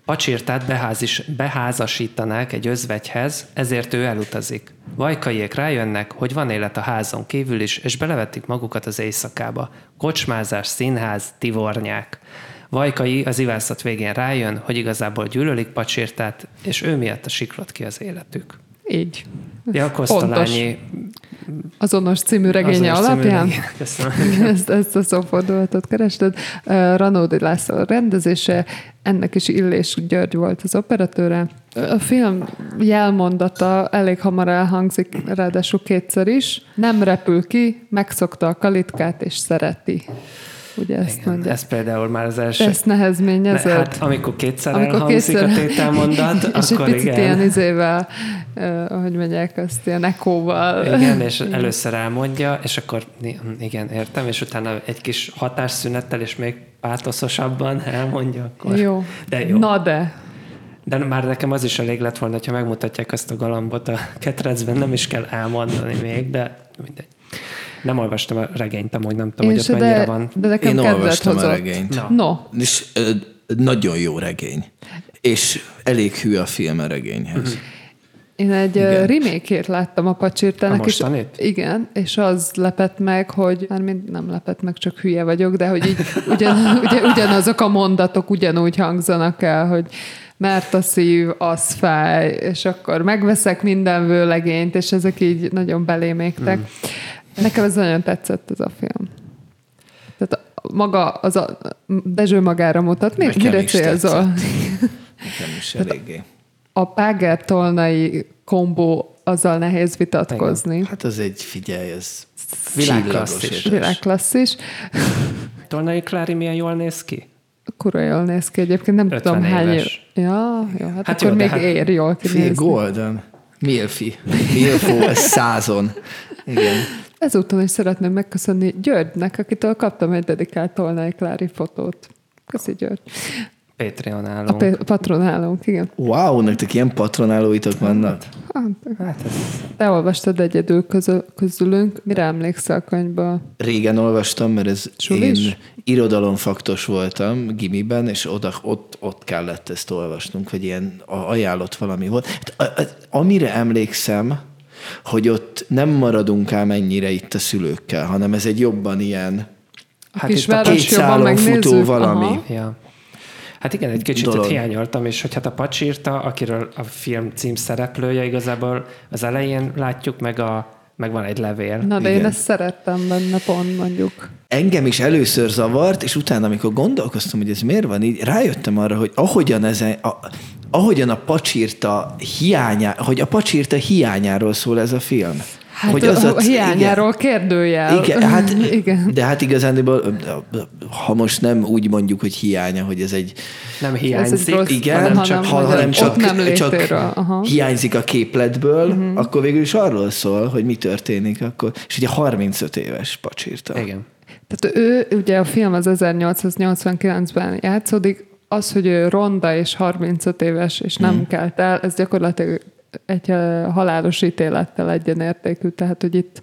Pacsirtát beházis, beházasítanák egy özvegyhez, ezért ő elutazik. Vajkaiék rájönnek, hogy van élet a házon kívül is, és belevetik magukat az éjszakába. Kocsmázás, színház, tivornyák. Vajkai az ivászat végén rájön, hogy igazából gyűlölik Pacsirtát, és ő miatt a siklott ki az életük. Így. Ja, Kosztolányi... Azonos című regénye Azonos alapján. Című Köszönöm. ezt, ezt a szófordulatot kerested. Ranódi László rendezése, ennek is Illés György volt az operatőre. A film jelmondata elég hamar elhangzik, ráadásul kétszer is. Nem repül ki, megszokta a kalitkát és szereti. Ugye ezt Igen, mondja. ez például már az első... Ezt nehezményezett. Ne, hát amikor kétszer amikor elhangzik kétszer... a tételmondat, és akkor egy picit igen. ilyen izével, uh, ahogy mondják, azt ilyen ekóval. Igen, és először elmondja, és akkor igen, értem, és utána egy kis hatásszünettel, és még pátoszosabban elmondja, akkor... Jó. De jó. Na de... De már nekem az is elég lett volna, hogyha megmutatják azt a galambot a ketrecben, nem is kell elmondani még, de mindegy. Nem olvastam a regényt, amúgy nem tudom, Én hogy se, ott mennyire de, van. de nekem Én kedvet olvastam hozott. a regényt. Na. No. És ö, nagyon jó regény. És elég hű a film a regényhez. Uh-huh. Én egy Igen. remake-ét láttam a Pacsirtának. A mostanit? Igen, és az lepett meg, hogy már mind nem lepett meg, csak hülye vagyok, de hogy így ugyan, ugye, ugyanazok a mondatok ugyanúgy hangzanak el, hogy mert a szív, az fáj, és akkor megveszek minden vőlegényt, és ezek így nagyon belémégtek. Mm. Nekem ez nagyon tetszett, ez a film. Tehát maga, az a Dezső magára mutat. Mi, Nekem mire is célzol? Nekem is eléggé. A Páger-Tolnai kombó, azzal nehéz vitatkozni. Hát az egy, figyelj, ez Világklasszis. Világklasszis. Tolnai Klári milyen jól néz ki? Kurva jól néz ki egyébként, nem tudom hány év. éves. Ja, jó, hát, Hát hát jó, akkor de még hát- ér jól Fél kinézni. Golden. Milfi. Milfó, ez százon. Igen. Ezúton is szeretném megköszönni Györgynek, akitől kaptam egy dedikált Tolnai Klári fotót. Köszi, György. Patreon A állunk. pe- patronálónk, igen. Wow, nektek ilyen patronálóitok vannak? Hát ez... Te olvastad egyedül közül, közülünk. Mire emlékszel a könyvből? Régen olvastam, mert ez Sulis? én irodalomfaktos voltam gimiben, és oda, ott, ott kellett ezt olvasnunk, vagy ilyen ajánlott valami volt. Hát, a, a, amire emlékszem, hogy ott nem maradunk ám ennyire itt a szülőkkel, hanem ez egy jobban ilyen A Hát itt a kisváros két jobban szálon futó megnézzük? valami. Aha. Ja. Hát igen, egy kicsit Dolog. ott hiányoltam, és hogy hát a Pacsirta, akiről a film cím szereplője, igazából az elején látjuk, meg, a, meg van egy levél. Na, de Igen. én ezt szerettem benne pont, mondjuk. Engem is először zavart, és utána, amikor gondolkoztam, hogy ez miért van így, rájöttem arra, hogy ahogyan, ezen, a, ahogyan a Pacsirta hiányá, hogy a Pacsirta hiányáról szól ez a film. Hát hogy az az a, a hiányáról igen, kérdőjel. igen, hát, igen. de hát igazándiból, ha most nem úgy mondjuk, hogy hiánya, hogy ez egy Nem Ez hiányzik, egy rossz, igen, hanem, csak, hanem, ha, hogy hanem ott csak, nem csak létéről. Aha. hiányzik a képletből, uh-huh. akkor végül is arról szól, hogy mi történik akkor. És ugye harmincöt éves Pacsirta. Igen. Tehát ő, ugye a film az ezernyolcszáznyolcvankilencben játszódik, az, hogy ő ronda és harmincöt éves, és nem hmm. kelt el, ez gyakorlatilag egy uh, halálos ítélettel egyenértékű, tehát, hogy itt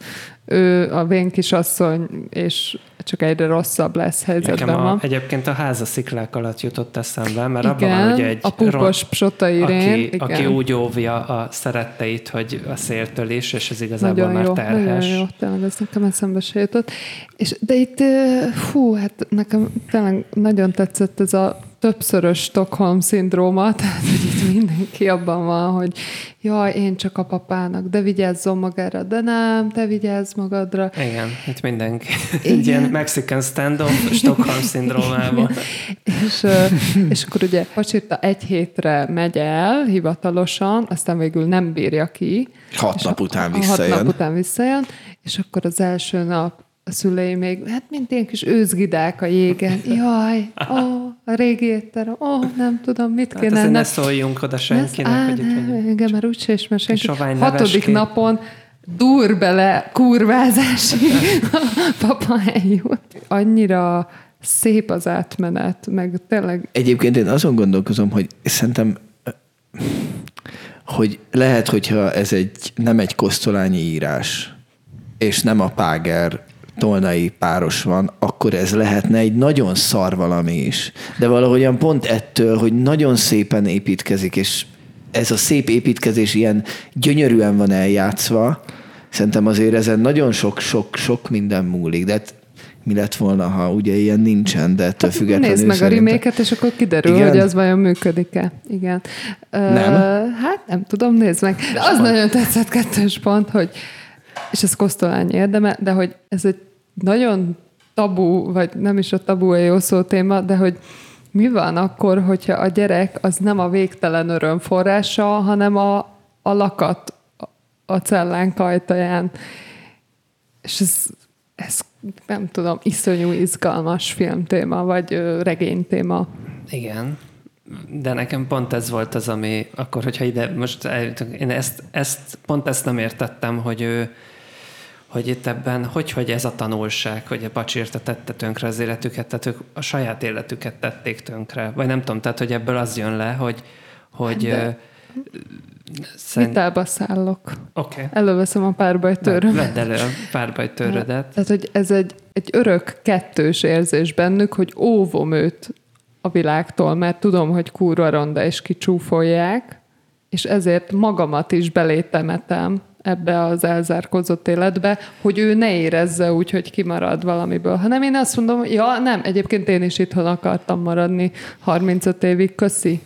ő a vén kisasszony, és csak egyre rosszabb lesz helyzetben Nekem a, van. egyébként a háza sziklák alatt jutott eszembe, mert Igen, abban van ugye egy a púpos Psota Irén, aki, igen. aki úgy óvja a szeretteit, hogy a széltől is, és ez igazából Nagyon már jó, terhes. nagyon jó, tényleg ez nekem eszembe se jutott. És, de itt, hú, hát nekem tényleg nagyon tetszett ez a többszörös Stockholm-szindróma, tehát hogy itt mindenki abban van, hogy jaj, én csak a papának, de vigyázzon magára, de nem, te vigyázz magadra. Igen, itt mindenki. Igen. Egy ilyen Mexican stand-off Stockholm szindrómában. és, és akkor ugye Pacsirta egy hétre megy el hivatalosan, aztán végül nem bírja ki. Hat És nap a- után a visszajön. Hat nap után visszajön, és akkor az első nap a szülei még, hát mint ilyen kis őzgidák a jégen. Jaj, ó, a régi étterem, ó, nem tudom, mit Hát kéne. azért ne ne- szóljunk oda senkinek, Á, hogy itt nem, vagyunk. igen, már úgyse ismer senki. sovány Hatodik levesként. napon dur bele kurvázásig a papa eljut. Annyira szép az átmenet, meg tényleg Egyébként én azon gondolkozom, hogy szerintem, hogy lehet, hogyha ez egy nem egy kosztolányi írás, és nem a Páger tolnai páros van, akkor ez lehetne egy nagyon szar valami is. De valahogyan pont ettől, hogy nagyon szépen építkezik, és ez a szép építkezés ilyen gyönyörűen van eljátszva, szerintem azért ezen nagyon sok-sok-sok minden múlik, de hát mi lett volna, ha ugye ilyen nincsen, de ettől függetlenül Nézd meg szerintem... a reméket, és akkor kiderül, igen? hogy az vajon működik-e. Igen. Nem? Uh, hát nem tudom, nézd meg. De az nagyon tetszett kettős pont, hogy, és ez Kosztolányi érdeme, de hogy ez egy nagyon tabu, vagy nem is a tabu a jó szó téma, de hogy mi van akkor, hogyha a gyerek az nem a végtelen öröm forrása, hanem a, a lakat a cellánk ajtaján. És ez, ez nem tudom, iszonyú izgalmas filmtéma, vagy ö, regénytéma. Igen, de nekem pont ez volt az, ami akkor, hogyha ide most én ezt, ezt pont ezt nem értettem, hogy ő hogy itt ebben, hogy, hogy ez a tanulság, hogy a Pacsirta tette tönkre az életüket, tehát ők a saját életüket tették tönkre. Vagy nem tudom, tehát hogy ebből az jön le, hogy, hogy de... Szerint... Vitába szállok. Okay. Előveszem a párbajtőrömet. Vedd elő a párbajtőrödet. Tehát, hogy ez egy, egy örök kettős érzés bennük, hogy óvom őt a világtól, mert tudom, hogy kurva ronda és kicsúfolják, és ezért magamat is belétemetem ebbe az elzárkózott életbe, hogy ő ne érezze úgy, hogy kimarad valamiből. Hanem én azt mondom, hogy ja, nem, egyébként én is itthon akartam maradni harmincöt évig, köszi.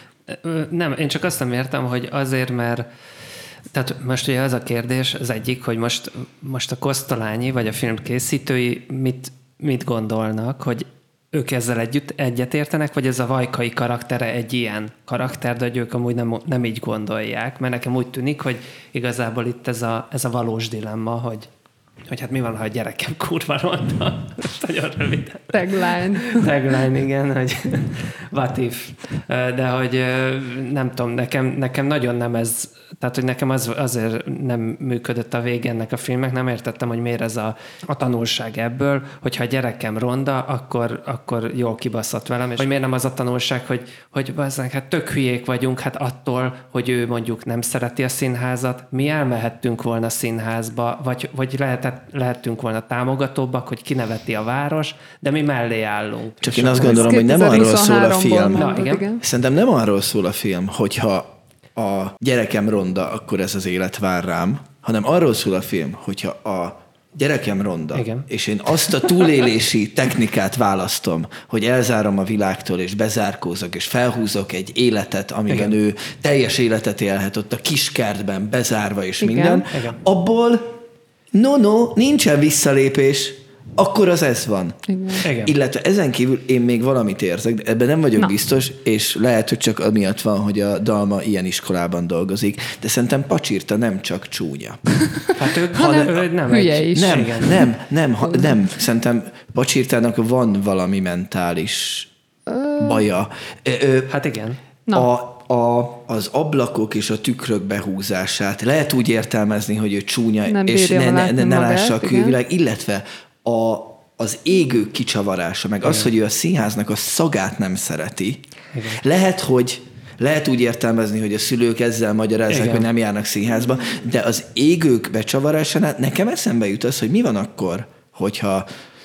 Nem, én csak azt nem értem, hogy azért, mert tehát most ugye az a kérdés, az egyik, hogy most, most a Kosztolányi vagy a film készítői mit, mit gondolnak, hogy ők ezzel együtt egyetértenek, vagy ez a Vajkai karaktere egy ilyen karakter, de hogy ők amúgy nem, nem így gondolják, mert nekem úgy tűnik, hogy igazából itt ez a, ez a valós dilemma, hogy, hogy hát mi van, ha a gyerekem kurva ronda. Most nagyon röviden. Tagline. Tagline, igen, hogy what if. De hogy nem tudom, nekem, nekem nagyon nem ez, tehát hogy nekem az, azért nem működött a vége ennek a filmnek, nem értettem, hogy miért ez a, a tanulság ebből, hogyha a gyerekem ronda, akkor, akkor jól kibaszott velem, és hogy miért nem az a tanulság, hogy, hogy bazzánk, hát tök hülyék vagyunk, hát attól, hogy ő mondjuk nem szereti a színházat, mi elmehettünk volna színházba, vagy, vagy lehetett, lehettünk volna támogatóbbak, hogy kineveti a város, de mi mellé állunk. Csak én azt gondolom, hogy nem arról szól a film. Na, igen. Szerintem nem arról szól a film, hogyha a gyerekem ronda, akkor ez az élet vár rám, hanem arról szól a film, hogyha a gyerekem ronda, igen. és én azt a túlélési technikát választom, hogy elzárom a világtól, és bezárkózok, és felhúzok egy életet, amiben igen. ő teljes életet élhet ott a kiskertben, bezárva, és igen. minden, igen. abból no, no, nincsen visszalépés, akkor az ez van. Igen. Illetve ezen kívül én még valamit érzek, de ebben nem vagyok Na. biztos, és lehet, hogy csak amiatt van, hogy a Dalma ilyen iskolában dolgozik, de szerintem Pacsirta nem csak csúnya. Hát ő, hanem, ő nem hülye egy, is. Nem, nem, nem, nem, ha, nem. Szerintem Pacsirtának van valami mentális baja. Hát igen. A, a, az ablakok és a tükrök behúzását lehet úgy értelmezni, hogy ő csúnya, nem és ne, ne, ne, ne lássa a külvilág, illetve A, az égő kicsavarása, meg igen. az, hogy ő a színháznak a szagát nem szereti. Igen. Lehet, hogy lehet úgy értelmezni, hogy a szülők ezzel magyarázzák, igen. hogy nem járnak színházba, de az égők becsavarásánál nekem eszembe jut az, hogy mi van akkor, hogyha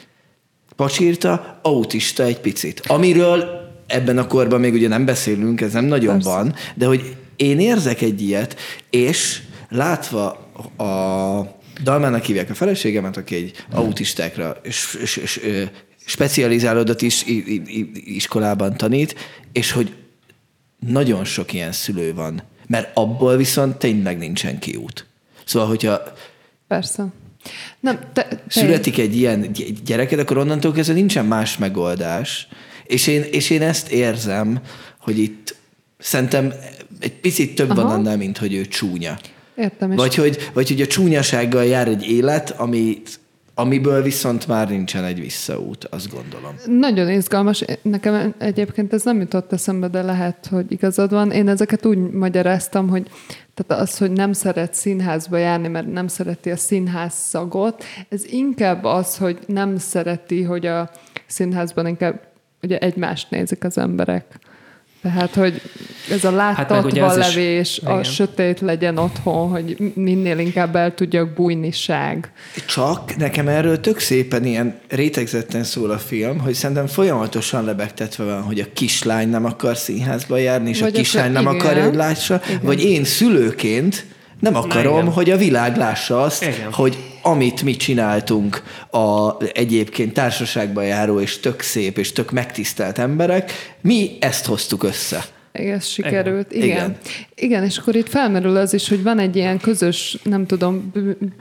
Pacsirta autista egy picit. Amiről ebben a korban még ugye nem beszélünk, ez nem nagyon Persze. van, de hogy én érzek egy ilyet, és látva a Dalmának hívják a feleségemet, aki egy autistákra és, és, és, és specializálódott is iskolában tanít, és hogy nagyon sok ilyen szülő van, mert abból viszont tényleg nincsen kiút. Szóval, hogyha Persze. Nem, te, te születik egy ilyen gyereket, akkor onnantól kezdve nincsen más megoldás, és én, és én ezt érzem, hogy itt szerintem egy picit több Aha. van annál, mint hogy ő csúnya. Értem is. Vagy hogy, vagy hogy a csúnyasággal jár egy élet, ami, amiből viszont már nincsen egy visszaút, azt gondolom. Nagyon izgalmas. Nekem egyébként ez nem jutott eszembe, de lehet, hogy igazad van. Én ezeket úgy magyaráztam, hogy tehát az, hogy nem szeret színházba járni, mert nem szereti a színház szagot, ez inkább az, hogy nem szereti, hogy a színházban inkább ugye egymást nézik az emberek. Tehát, hogy ez a láttatva hát levés, is, a igen. sötét legyen otthon, hogy minél inkább el tudjak bújniság. Csak nekem erről tök szépen ilyen rétegzetten szól a film, hogy szerintem folyamatosan lebegtetve van, hogy a kislány nem akar színházba járni, és vagy a kislány nem igen. akarja, hogy lássa, igen. vagy én szülőként nem akarom, Na, hogy a világ lássa azt, igen. hogy amit mi csináltunk a egyébként társaságban járó és tök szép és tök megtisztelt emberek, mi ezt hoztuk össze. Igen, ez sikerült. Igen. Igen. Igen, és akkor itt felmerül az is, hogy van egy ilyen közös, nem tudom,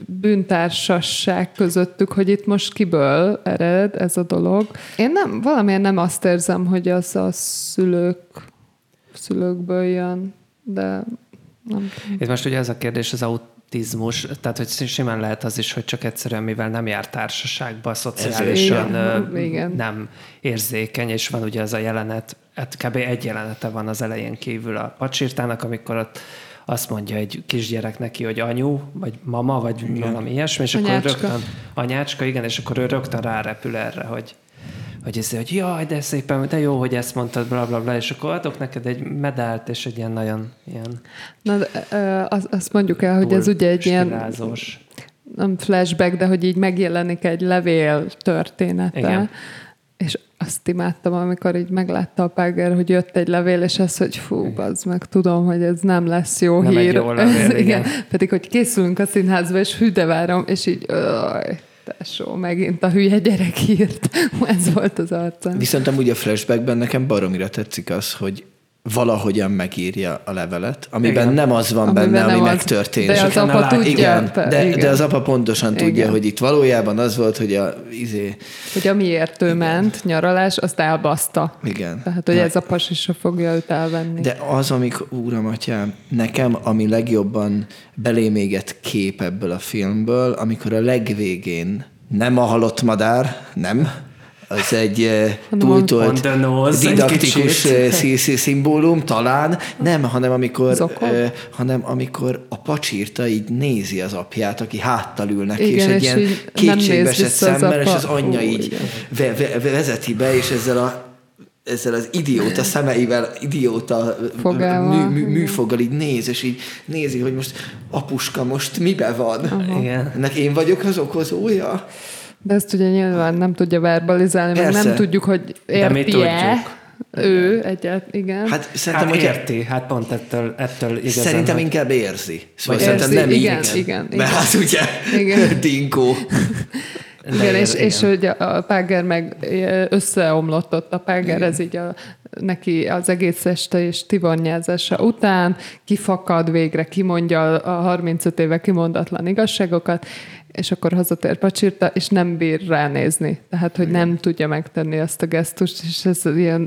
bűntársasság közöttük, hogy itt most kiből ered ez a dolog. Én nem, valamilyen nem azt érzem, hogy az a szülők, szülőkből jön, de nem tudom. Itt most ugye ez a kérdés, az autizmus, tehát hogy simán lehet az is, hogy csak egyszerűen, mivel nem jár társaságba, szociálisan igen. nem érzékeny, és van ugye az a jelenet, hát kb. Egy jelenete van az elején kívül a pacsirtának, amikor ott azt mondja egy kisgyerek neki, hogy anyu, vagy mama, vagy igen. valami ilyesmi, és anyácska. akkor rögtön anyácska, igen, és akkor ő rögtön rárepül erre, hogy hogy ez, hogy jaj, de szépen, de jó, hogy ezt mondtad, bla, bla, bla, és akkor adok neked egy medált, és egy ilyen nagyon ilyen... Na, azt, azt mondjuk el, hogy ez ugye egy stilázós. Ilyen nem flashback, de hogy így megjelenik egy levél története. Igen. És azt imádtam, amikor így meglátta a Páger, hogy jött egy levél, és ez, hogy fú, bazd meg, tudom, hogy ez nem lesz jó nem hír. Egy jó levél, ez, igen. igen. Pedig, hogy készülünk a színházba, és hű, de várom, és így... Öj. Tesó, megint a hülye gyerek írt. Ez volt az arcán. Viszont amúgy a flashbackben nekem baromira tetszik az, hogy valahogyan megírja a levelet, amiben igen. nem az van amiben benne, ami az, megtörtént. De az apa tudja. Igen, de, igen. de az apa pontosan igen. tudja, hogy itt valójában az volt, hogy a izé... Hogy amiért ő igen. ment nyaralás, azt elbaszta. Igen. Tehát, hogy ez a pasisa fogja őt elvenni. De az, amikor, úram, atyám, nekem ami legjobban belém égett kép ebből a filmből, amikor a legvégén nem a halott madár, nem, az egy túltolt didaktikus szimbólum, talán. Nem, hanem amikor, uh, hanem amikor a pacsirta így nézi az apját, aki háttal ül neki, igen, és egy ilyen kétségbeesett szemmel, és az anyja Ó, így ve- ve- vezeti be, és ezzel a ezzel az idióta szemeivel, idióta mű, mű, műfoggal így néz, és így nézi, hogy most apuska, most mibe van? Igen. Ennek én vagyok az okozója? De ezt ugye nyilván nem tudja verbalizálni, meg nem tudjuk, hogy érti-e ő egyet, igen. Hát szerintem, hát hogy érti, hát pont ettől, ettől igazán. Szerintem hogy... inkább érzi. Szóval érzi, szerintem nem igen, így. Igen, igen, mert hát ugye igen. dinkó. Igen, igen, és, igen. és hogy a Páger meg összeomlott ott a Páger, igen. ez így a, neki az egész este és tivanyázása után kifakad végre, kimondja a harmincöt éve kimondatlan igazságokat, és akkor hazatér Pacsirta, és nem bír ránézni. Tehát, hogy nem tudja megtenni azt a gesztust, és ez ilyen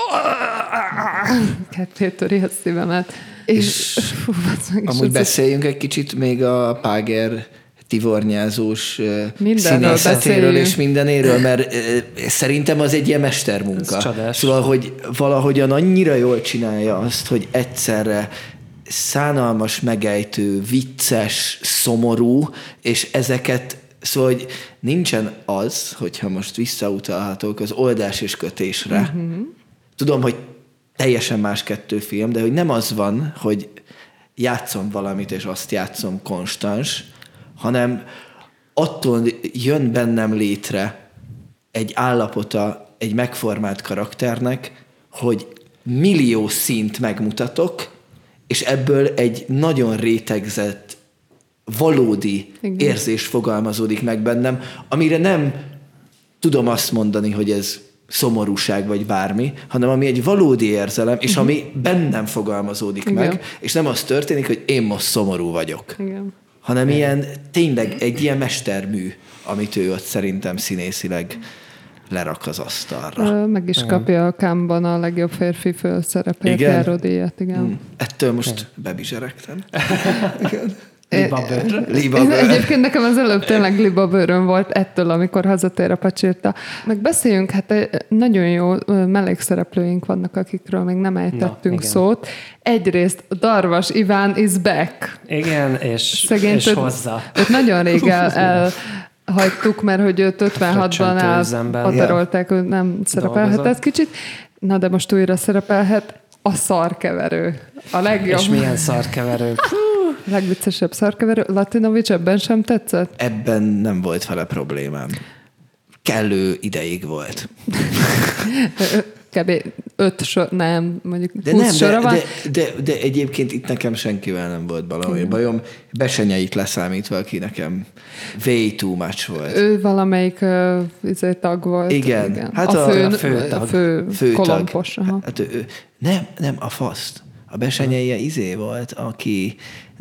kettétöri a szívemet. És, és fú, meg, amúgy beszéljünk egy kicsit még a Páger tivornyázós színészetéről és mindenéről, mert szerintem az egy ilyen mestermunka. Szóval, hogy valahogyan annyira jól csinálja azt, hogy egyszerre szánalmas, megejtő, vicces, szomorú, és ezeket, szóval, hogy nincsen az, hogyha most visszautalhatok az oldás és kötésre. Uh-huh. Tudom, hogy teljesen más kettő film, de hogy nem az van, hogy játszom valamit, és azt játszom konstans, hanem attól jön bennem létre egy állapota egy megformált karakternek, hogy millió színt megmutatok, és ebből egy nagyon rétegzett, valódi igen. érzés fogalmazódik meg bennem, amire nem tudom azt mondani, hogy ez szomorúság vagy bármi, hanem ami egy valódi érzelem, és uh-huh. ami bennem fogalmazódik igen. meg, és nem az történik, hogy én most szomorú vagyok. Igen. hanem ilyen, tényleg egy ilyen mestermű, amit ő ott szerintem színészileg lerak az asztalra. Meg is kapja a Cannes-ban a legjobb férfi főszerepért járó díjat, igen. Mm. Ettől most bebizseregtem. Igen. Libabőr. Libabőr. Egyébként nekem az előbb tényleg libabőröm volt ettől, amikor hazatér a Pacsirta. Meg beszéljünk, hát nagyon jó mellékszereplőink vannak, akikről még nem ejtettünk Na, szót. Egyrészt Darvas Iván is back. Igen, és, Szegény és őt, hozzá. Őt nagyon rég el, elhagytuk, mert hogy őt ötvenhatban elpaterolták, ő nem szerepelhet ez kicsit. Na, de most újra szerepelhet. a szarkeverő. A legjobb. És milyen szarkeverő. A legviccesebb szarkeverő. Latinovics ebben sem tetszett? Ebben nem volt vele problémám. Kellő ideig volt. Kb. öt sor, nem, mondjuk De húsz nem, sora de, van. de, de, de egyébként itt nekem senkivel nem volt valahogy bajom. Besenyeit leszámítva, aki nekem way too much volt. Ő valamelyik uh, izé, tag volt. Igen. igen. Hát a, a- fő, a főtag. a fő, Főtag. kolompos. Aha. Hát ő, nem, nem, a faszt. A besenyeje izé volt, aki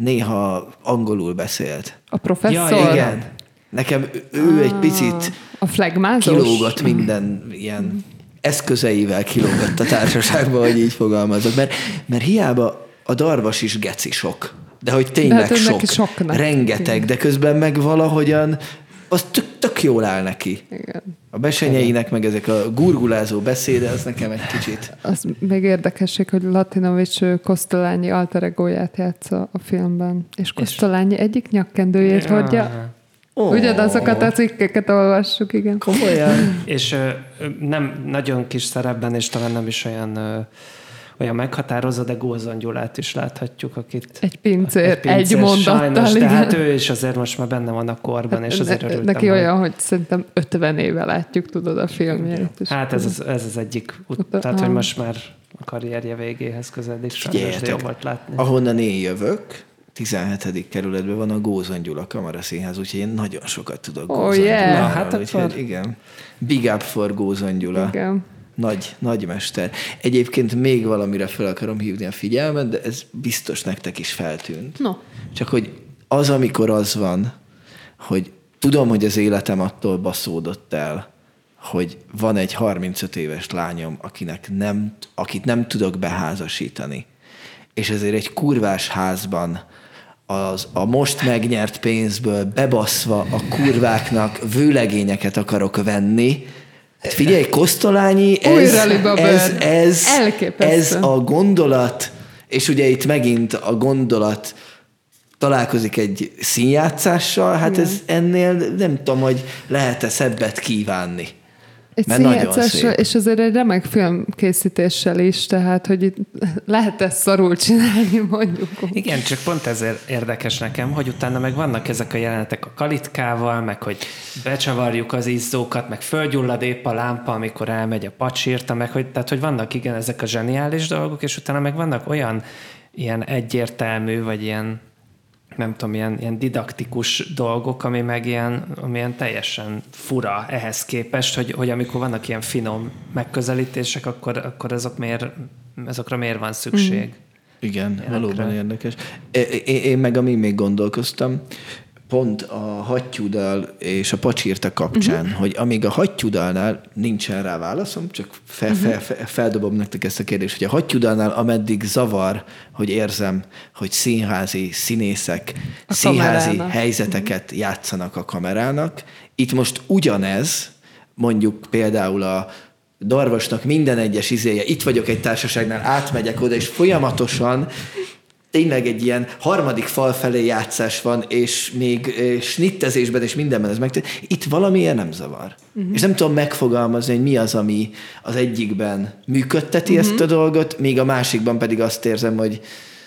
néha angolul beszélt. A professzor. Ja, Igen. Nekem ő egy picit A flagmázós. kilógott minden ilyen eszközeivel kilógott a társaságban, hogy így fogalmazok. Mert, mert hiába a darvas is geci sok. De hogy tényleg hát ő sok. neki soknak. Rengeteg, de közben meg valahogyan az tök, tök jól áll neki. Igen. A besenyeinek meg ezek a gurgulázó beszéde, az nekem egy kicsit. Az még érdekesség, hogy Latinovics ő Kosztolányi alter egóját játsza a filmben. És Kosztolányi egyik nyakkendőjét Ja. hordja. Oh. Ugyanazokat a cikkeket olvassuk, igen. Komolyan. És ö, nem nagyon kis szerepben, és talán nem is olyan, ö, olyan meghatározó, de Gózon Gyulát is láthatjuk, akit... Egy pincér, egy, pincér, egy mondattal. sajnos, igen. de hát ő is azért most már benne van a korban, és azért Ne- örültem. Neki hogy- olyan, hogy szerintem ötven éve látjuk, tudod, a filmjét. És Hát ez az, ez az egyik, ut- Uta- tehát hogy ah. most már a karrierje végéhez közeledik, sajnos, de jó Figyeljetek, volt látni. ahonnan én jövök, tizenhetedik kerületben van a Gózon Gyula Kamaraszínház, úgyhogy én nagyon sokat tudok Oh, Gózon yeah. Gyuláról, Na, hát úgyhogy akkor- igen. Big up for Gózon Gyula. Igen. Nagy, nagy mester. Egyébként még valamire fel akarom hívni a figyelmet, de ez biztos nektek is feltűnt. No. Csak hogy az, amikor az van, hogy tudom, hogy az életem attól baszódott el, hogy van egy harmincöt éves lányom, akinek nem, akit nem tudok beházasítani. És ezért egy kurvás házban az, a most megnyert pénzből bebaszva a kurváknak vőlegényeket akarok venni. Hát figyelj, Kosztolányi, ez, Újra Libabőr. ez, ez, Elképesztő. ez a gondolat, és ugye itt megint a gondolat találkozik egy színjátszással, hát Igen. ez ennél nem tudom, hogy lehet-e szebbet kívánni. Egy Mert nagyon színjátszással, szép. és azért egy remek filmkészítéssel is, tehát, hogy itt lehet ezt szarul csinálni, mondjuk. Igen, csak pont ezért érdekes nekem, hogy utána meg vannak ezek a jelenetek a kalitkával, meg hogy becsavarjuk az izzókat, meg fölgyullad épp a lámpa, amikor elmegy a pacsírta, meg hogy, tehát, hogy vannak igen ezek a zseniális dolgok, és utána meg vannak olyan ilyen egyértelmű, vagy ilyen nem tudom, ilyen, ilyen didaktikus dolgok, ami meg ilyen, ami ilyen teljesen fura ehhez képest, hogy, hogy amikor vannak ilyen finom megközelítések, akkor, akkor azok miért, azokra miért van szükség. Mm. Igen, Ilyenekre. valóban érdekes. Én, én meg amin még gondolkoztam, pont a hattyúdal és a pacsírta kapcsán, uh-huh. hogy amíg a hattyúdalnál nincsen rá válaszom, csak fel, fel, fel, feldobom nektek ezt a kérdést, hogy a hattyúdalnál ameddig zavar, hogy érzem, hogy színházi színészek, A színházi kamerának. helyzeteket játszanak a kamerának. Itt most ugyanez, mondjuk például a Darvasnak minden egyes izéje, itt vagyok egy társaságnál, átmegyek oda, és folyamatosan tényleg egy ilyen harmadik fal felé játszás van, és még eh, snittezésben és mindenben ez megtörténik. Itt valamiért nem zavar. Uh-huh. És nem tudom megfogalmazni, hogy mi az, ami az egyikben működteti uh-huh. ezt a dolgot, míg a másikban pedig azt érzem, hogy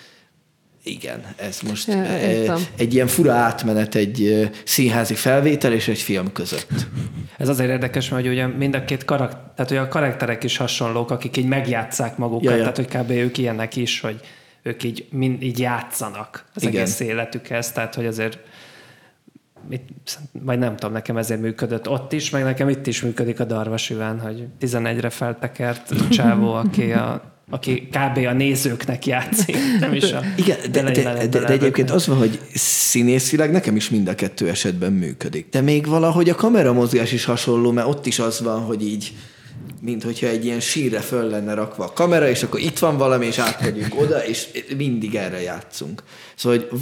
igen, ez most Ja, eh, értem. egy ilyen fura átmenet egy eh, színházi felvétel és egy film között. Ez azért érdekes, mert hogy ugye mind a két karakter, tehát ugye a karakterek is hasonlók, akik így megjátszák magukat, Ja, ja. tehát hogy kb. Ők ilyenek is, hogy ők így, mind, így játszanak az Igen. egész életükhez, tehát hogy azért itt, vagy nem tudom, nekem ezért működött ott is, meg nekem itt is működik a Darvas Iván, hogy tizenegyre feltekert csávó, aki, a, aki kb. A nézőknek játszik, nem is a Igen, de, de, de, de, de egyébként az... az van, hogy színészileg nekem is mind a kettő esetben működik. De még valahogy a kameramozgás is hasonló, mert ott is az van, hogy így, mint hogyha egy ilyen sírre föl lenne rakva a kamera, és akkor itt van valami, és átmegyünk oda, és mindig erre játszunk. Szóval, hogy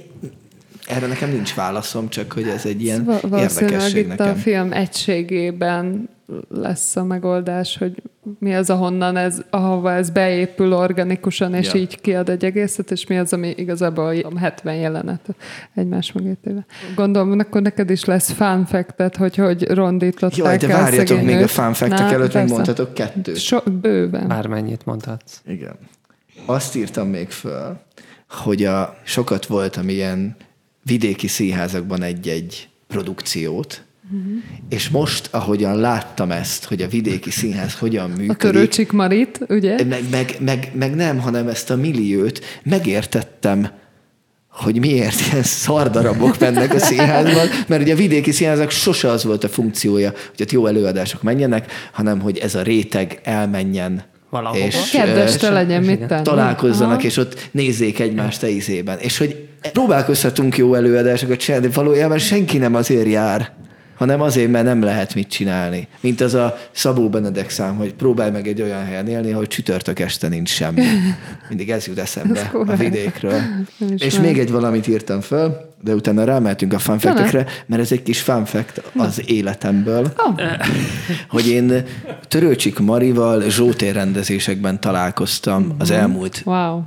erre nekem nincs válaszom, csak hogy ez egy ilyen Val- Valószínűleg érdekesség itt a nekem. film egységében lesz a megoldás, hogy mi az, ahonnan ez, ahova ez beépül organikusan, és Ja. így kiad egy egészet, és mi az, ami igazából a hetven jelenet egymás mögé téve. Gondolom, akkor neked is lesz fun fact-et, hogy hogy rondították Jaj, de el várjatok, szegény még a nőt. fun fact-ek Na, előtt még persze. mondhatok kettőt. So, bőven. Bármennyit mondhatsz. Igen. azt írtam még föl, hogy a, sokat voltam ilyen vidéki színházakban egy-egy produkciót, uh-huh. és most, ahogyan láttam ezt, hogy a vidéki színház hogyan működik. A Törőcsik Marit, ugye? Meg, meg, meg, meg nem, hanem ezt a milliót megértettem, hogy miért ilyen szardarabok mennek a színházban, mert ugye a vidéki színházak sose az volt a funkciója, hogy ott jó előadások menjenek, hanem hogy ez a réteg elmenjen valahova. És kedveste legyen, mit tenni. Találkozzanak, aha. és ott nézzék egymást a ízében. És hogy próbálkozhatunk jó előadásokat csinálni, de valójában senki nem azért jár, hanem azért, mert nem lehet mit csinálni. Mint az a Szabó Benedek szám, hogy próbálj meg egy olyan helyen élni, ahol csütörtök este nincs semmi. Mindig ez jut eszembe a vidékről. És még egy valamit írtam föl, de utána rámehetünk a fun fact-ekre, mert ez egy kis fun fact az életemből, oh. hogy én Törőcsik Marival Zsótér rendezésekben találkoztam uh-huh. az elmúlt wow.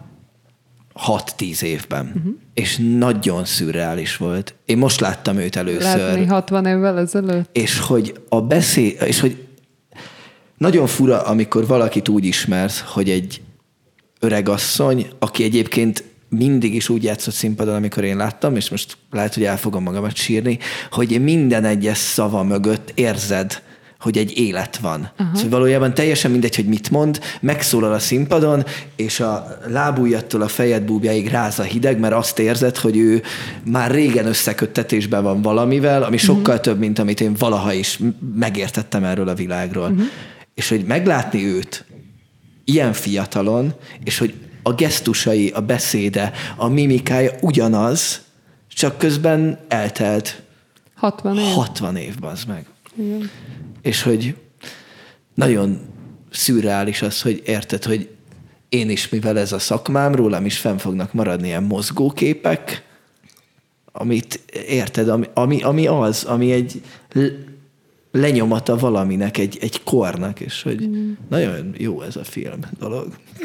hat-tíz évben. Uh-huh. És nagyon szürreális volt. Én most láttam őt először. Látni hatvan évvel ezelőtt. És hogy a beszéd, és hogy nagyon fura, amikor valakit úgy ismersz, hogy egy öregasszony, aki egyébként mindig is úgy játszott színpadon, amikor én láttam, és most lehet, hogy el fogom magamat sírni, hogy minden egyes szava mögött érzed, hogy egy élet van. Uh-huh. Szóval valójában teljesen mindegy, hogy mit mond, megszólal a színpadon, és a lábujjattól a fejed búbjáig ráz a hideg, mert azt érzed, hogy ő már régen összeköttetésben van valamivel, ami sokkal uh-huh. több, mint amit én valaha is megértettem erről a világról. Uh-huh. És hogy meglátni őt ilyen fiatalon, és hogy a gesztusai, a beszéde, a mimikája ugyanaz, csak közben eltelt hatvan év. hatvan év, bazd meg. Igen. És hogy nagyon szürreális az, hogy érted, hogy én is, mivel ez a szakmám, rólam is fenn fognak maradni ilyen mozgóképek, amit érted, ami, ami, ami az, ami egy lenyomata valaminek, egy, egy kornak, és hogy mm. nagyon jó ez a film dolog.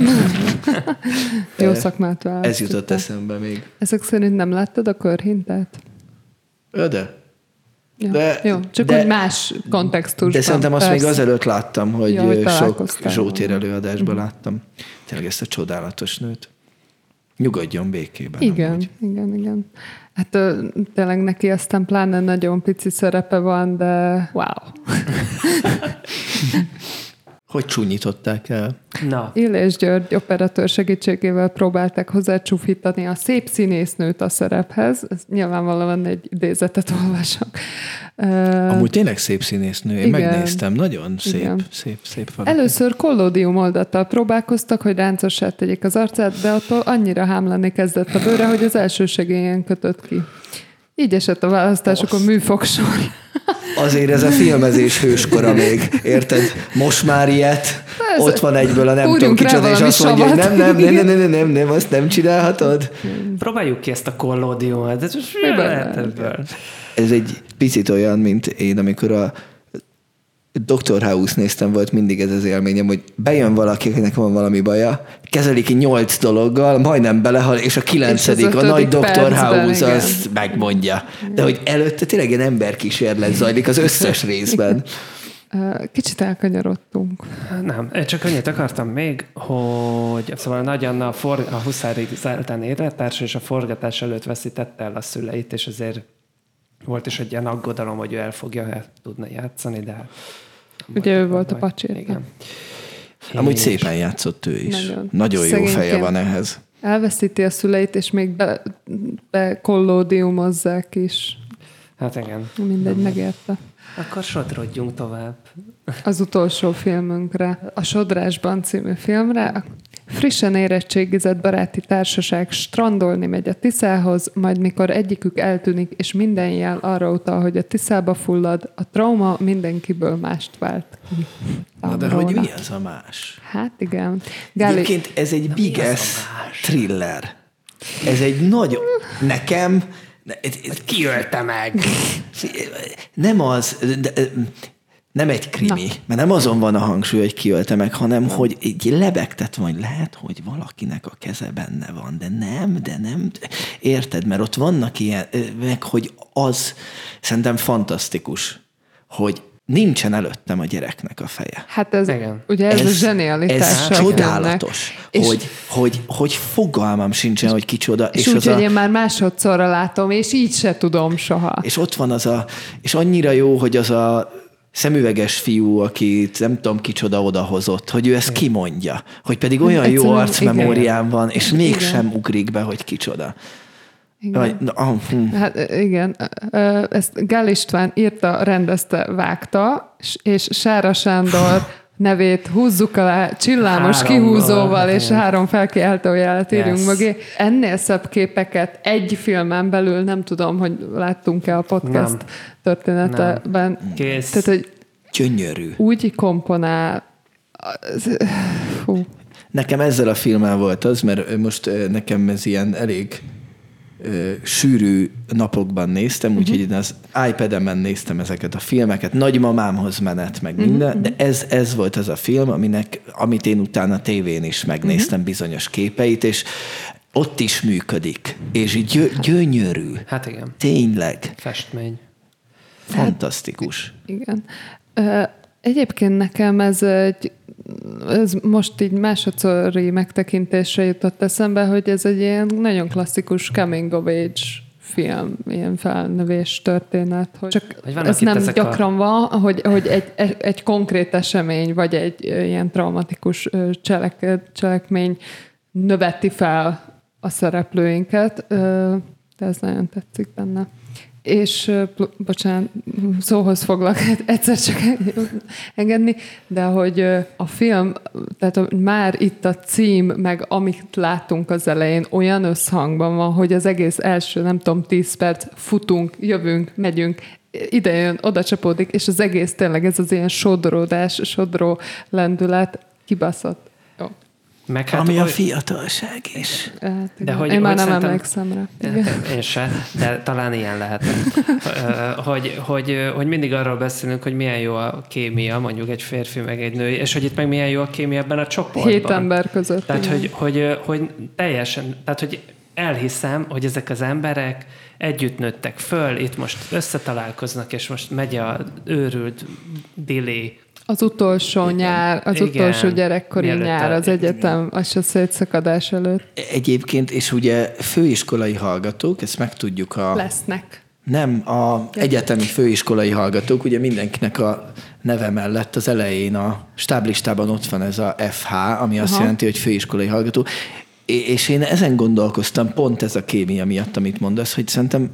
Jó szakmát választottál. Ez jutott eszembe még. Ezek szerint nem láttad a Körhintát? Ö, de. Ja, de, jó, csak de, hogy más kontextusban. De szerintem azt persze. még azelőtt láttam, hogy, ja, hogy sok Zsótér előadásban uh-huh. láttam. Tényleg ezt a csodálatos nőt. Nyugodjon békében. Igen, amúgy. igen, igen. Hát tényleg neki aztán pláne nagyon pici szerepe van, de wow. Hogy csúnyították el? Na. Illés György operatőr segítségével próbálták hozzácsúfítani a szép színésznőt a szerephez. Ez nyilvánvalóan egy idézetet olvasok. Amúgy tényleg szép színésznő. Én igen. megnéztem. Nagyon szép, igen. szép, szép valaki. Először kollódium oldattal próbálkoztak, hogy ráncossá tegyék az arcát, de attól annyira hámlani kezdett a bőre, hogy az első segélyen kötött ki. Így esett a választásokon műfogsor. Azért ez a filmezés hőskora még, érted? Most már ilyet, ez ott van egyből a nem tudom kicsoda, és azt mondja, hogy nem, nem, nem, nem, nem, nem, nem, azt nem csinálhatod. Próbáljuk ki ezt a kollódiumot. Ez most mi lehet ebből? Ez egy picit olyan, mint én, amikor a doktor House néztem, volt mindig ez az élményem, hogy bejön valaki, akinek van valami baja, kezelik nyolc dologgal, majdnem belehal, és a kilencedik, és a nagy doktor House igen. azt megmondja. De hogy előtte tényleg egy emberkísérlet zajlik az összes részben. Kicsit elkanyarodtunk. Nem, csak annyit akartam még, hogy szóval Nagy Anna a, for, a Huszári Zoltán élettársa és a forgatás előtt veszítette el a szüleit, és azért volt is egy ilyen aggodalom, hogy ő el fogja el tudna játszani, de hát ugye ő volt a pacsirta. Igen. Amúgy szépen játszott ő is. Nagyon, Nagyon jó feje van ehhez. Elveszíti a szüleit, és még be, be kollódiumozzák is. Hát igen. Mindegy, megérte. Akkor sodrodjunk tovább. Az utolsó filmünkre, a Sodrásban című filmre. Frissen érettségizett baráti társaság strandolni megy a Tiszához, majd mikor egyikük eltűnik, és minden jel arra utal, hogy a Tiszába fullad, a trauma mindenkiből mást vált ki. Na de hogy mi az a más? Hát igen. Gáli... Egyébként ez egy big ass thriller. Ez egy nagyon... Nekem... Kiölte meg! Nem az... De, nem egy krimi, na. Mert nem azon van a hangsúly, hogy kiölte meg, hanem na. Hogy egy lebegtet vagy, lehet, hogy valakinek a keze benne van, de nem, de nem. Érted? Mert ott vannak ilyen, meg hogy az szerintem fantasztikus, hogy nincsen előttem a gyereknek a feje. Hát ez, Igen. ugye ez, ez a Ez zsenialitása. csodálatos, És- hogy, hogy, hogy fogalmam sincsen, hogy kicsoda. És, és az úgy, hogy a, én már másodszorra látom, és így se tudom soha. és ott van az a, és annyira jó, hogy az a szemüveges fiú, akit nem tudom kicsoda odahozott, hogy ő ezt kimondja, hogy pedig olyan jó Egyszerűen, arcmemóriám van, és mégsem Igen. ugrik be, hogy kicsoda. Igen. Vagy, na, ah, hm. Hát igen, Ö, ezt Gál István írta, rendezte, vágta, és- és Sára Sándor nevét húzzuk alá csillámos Három, kihúzóval, és igen. három felkiáltójelet írjunk Yes. mögé. Ennél szebb képeket egy filmen belül, nem tudom, hogy láttunk-e a podcast Nem. történetben. Kész. Tehát, hogy Gyönyörű. úgy komponál. az- Hú. Nekem ezzel a filmmel volt az, mert most ö, nekem ez ilyen elég ö, sűrű napokban néztem, Mhm. úgyhogy én az iPad-emen néztem ezeket a filmeket, nagymamámhoz menet, meg minden, de ez, ez volt az a film, aminek, amit én utána tévén is megnéztem bizonyos képeit, és ott is működik, és gyö, gyönyörű. Hát igen. Tényleg. Festmény. Fantasztikus. Igen. Ö, Egyébként nekem ez egy, ez most így másodszori megtekintésre jutott eszembe, hogy ez egy ilyen nagyon klasszikus coming of age film, ilyen felnövés történet, hogy csak Hogy vannak ez itt nem ezek gyakran a... van, hogy, hogy egy, egy, egy konkrét esemény, vagy egy ilyen traumatikus ö, cselek, cselekmény növeti fel a szereplőinket, ö, de ez nagyon tetszik benne. És, ö, pl- bocsánat, szóhoz foglak egyszer csak engedni, de hogy ö, a film, tehát hogy már itt a cím, meg amit láttunk az elején, olyan összhangban van, hogy az egész első, nem tudom, tíz perc futunk, jövünk, megyünk, ide jön, oda csapódik, és az egész tényleg ez az ilyen sodródás, sodró lendület kibaszott. Jó. Meg hát, Ami a hogy- fiatalság is. Hát, De igen. hogy- Én már hogy nem szerintem- emlékszem rá. Igen. Én se, de talán ilyen lehetett. Ö, hogy, hogy, hogy mindig arról beszélünk, hogy milyen jó a kémia, mondjuk egy férfi meg egy nő, és hogy itt meg milyen jó a kémia ebben a csoportban. Hét ember között. Tehát, igen. hogy, hogy, hogy teljesen, tehát, hogy elhiszem, hogy ezek az emberek együtt nőttek föl, itt most összetalálkoznak, és most megy a őrült dili. Az utolsó nyár, az Igen. utolsó gyerekkori Mielőtt nyár a- az egyetem, az a szétszakadás előtt. Egyébként, és ugye főiskolai hallgatók, ezt megtudjuk a... Lesznek. Nem, a egyetemi főiskolai hallgatók, ugye mindenkinek a neve mellett az elején a stáblistában ott van ez a ef há, ami azt Aha. jelenti, hogy főiskolai hallgató. É- És én ezen gondolkoztam, pont ez a kémia miatt, amit mondasz, hogy szerintem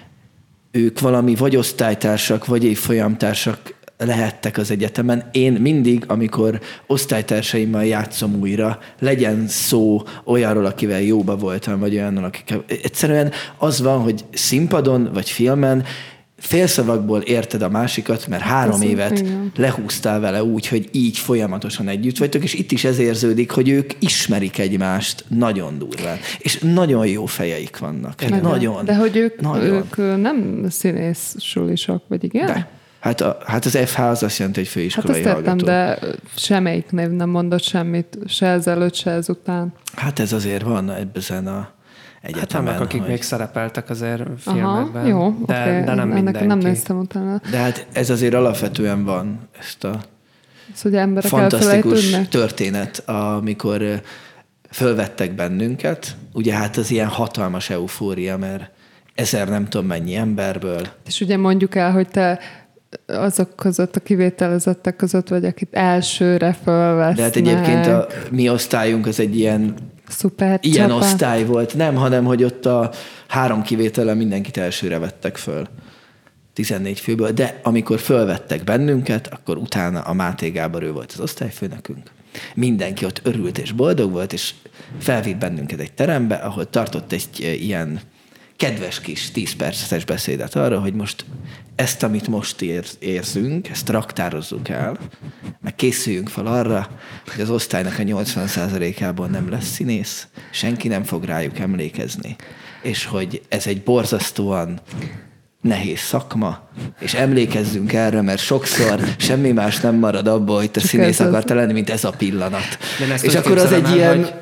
ők valami vagy osztálytársak, vagy évfolyamtársak lehettek az egyetemen. Én mindig, amikor osztálytársaimmal játszom újra, legyen szó olyanról, akivel jóba voltam, vagy olyannal, akikkel... Egyszerűen az van, hogy színpadon, vagy filmen félszavakból érted a másikat, mert három Ez- évet igen. lehúztál vele úgy, hogy így folyamatosan együtt vagytok, és itt is ez érződik, hogy ők ismerik egymást nagyon durván. És nagyon jó fejeik vannak. Meg- Nagyon. De hogy ők, Nagyon. ők ö, nem színész sulisok, vagy igen? De. Hát, a, hát az ef há az azt jelenti, hogy Hát főiskolai azt értem, hallgató. de semmelyik név nem mondott semmit, se ezelőtt, se ezután. Hát ez azért van ebben a Hát egyetemen. vannak, akik hogy... még szerepeltek azért Aha, filmekben, jó, de, oké. de nem Ennek mindenki. nem néztem utána. De hát ez azért alapvetően van, ezt a Ez, hogy emberek fantasztikus elfelejtődnek. történet, amikor ö, fölvettek bennünket. Ugye hát az ilyen hatalmas eufória, mert ezer nem tudom mennyi emberből. És ugye mondjuk el, hogy te azok között, a kivételezettek között vagy, akit elsőre fölvesznek. De hát egyébként a mi osztályunk az egy ilyen Szuper ilyen csapat. osztály volt, nem, hanem hogy ott a három kivételen mindenkit elsőre vettek föl. tizennégy főből, de amikor fölvettek bennünket, akkor utána a Máté Gábor, ő volt az osztályfőnökünk. Mindenki ott örült és boldog volt, és felvitt bennünket egy terembe, ahol tartott egy ilyen kedves kis tíz perces beszédet arra, hogy most ezt, amit most ér- érzünk, ezt raktározzuk el, meg készüljünk fel arra, hogy az osztálynak a nyolcvan százalékából nem lesz színész, senki nem fog rájuk emlékezni, és hogy ez egy borzasztóan nehéz szakma, és emlékezzünk erre, mert sokszor semmi más nem marad abból, hogy te Csak színész ez az- akartál lenni, mint ez a pillanat. De én ezt És úgy akkor az egy képzelem el, ilyen... hogy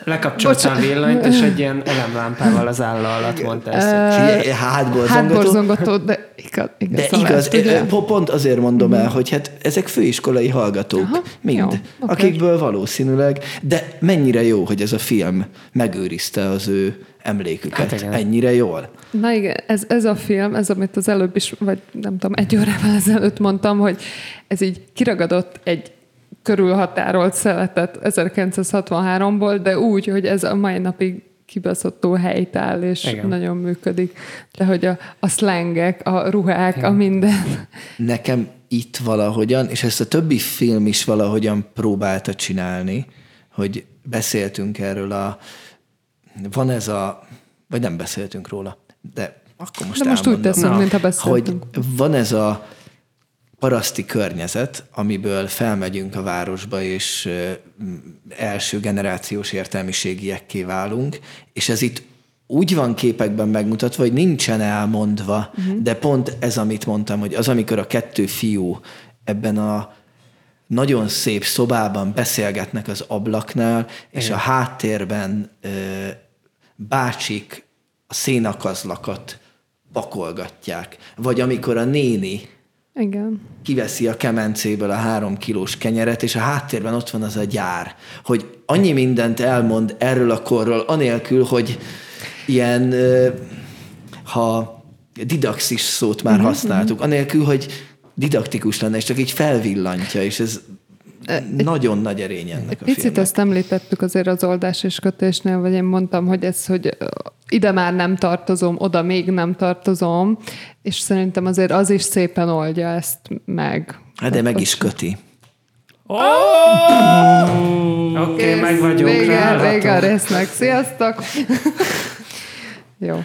lekapcsoltam a villanyt, és egy ilyen elemlámpával az álla alatt mondta ezt. Uh, hátborzongató. Hátborzongató, de igaz. igaz De igaz, lehet, pont azért mondom el, hogy hát ezek főiskolai hallgatók, Aha, mind, jó, okay. akikből valószínűleg, de mennyire jó, hogy ez a film megőrizte az ő emléküket. Hát ennyire jól. Na igen, ez, ez a film, ez amit az előbb is, vagy nem tudom, egy órával ezelőtt mondtam, hogy ez így kiragadott egy körülhatárolt szeletet ezerkilencszázhatvanháromból, de úgy, hogy ez a mai napig kibaszottó helytáll, és igen. nagyon működik. De hogy a, a szlengek, a ruhák, igen. a minden. Nekem itt valahogyan, és ezt a többi film is valahogyan próbálta csinálni, hogy beszéltünk erről a van ez a, vagy nem beszéltünk róla, de akkor most De most elmondom, úgy teszem, mintha beszéltünk. Hogy van ez a paraszti környezet, amiből felmegyünk a városba, és első generációs értelmiségiekké válunk, és ez itt úgy van képekben megmutatva, hogy nincsen elmondva, uh-huh. de pont ez, amit mondtam, hogy az, amikor a kettő fiú ebben a nagyon szép szobában beszélgetnek az ablaknál, és Igen. a háttérben ö, bácsik a szénakazlakat pakolgatják. Vagy amikor a néni Igen. kiveszi a kemencéből a három kilós kenyeret, és a háttérben ott van az a gyár. Hogy annyi mindent elmond erről a korról, anélkül, hogy ilyen, ö, ha didaxis szót már uh-huh, használtuk, uh-huh. anélkül, hogy didaktikus lenne, és csak így felvillantja, és ez egy, nagyon nagy erény ennek a picit filmnek. ezt említettük azért az oldás és kötésnél, vagy én mondtam, hogy ez, hogy ide már nem tartozom, oda még nem tartozom, és szerintem azért az is szépen oldja ezt meg. Hát de meg is köti. Oh! Oké, okay, meg vagyok vége, rá. Vége a résznek. Sziasztok! Jó.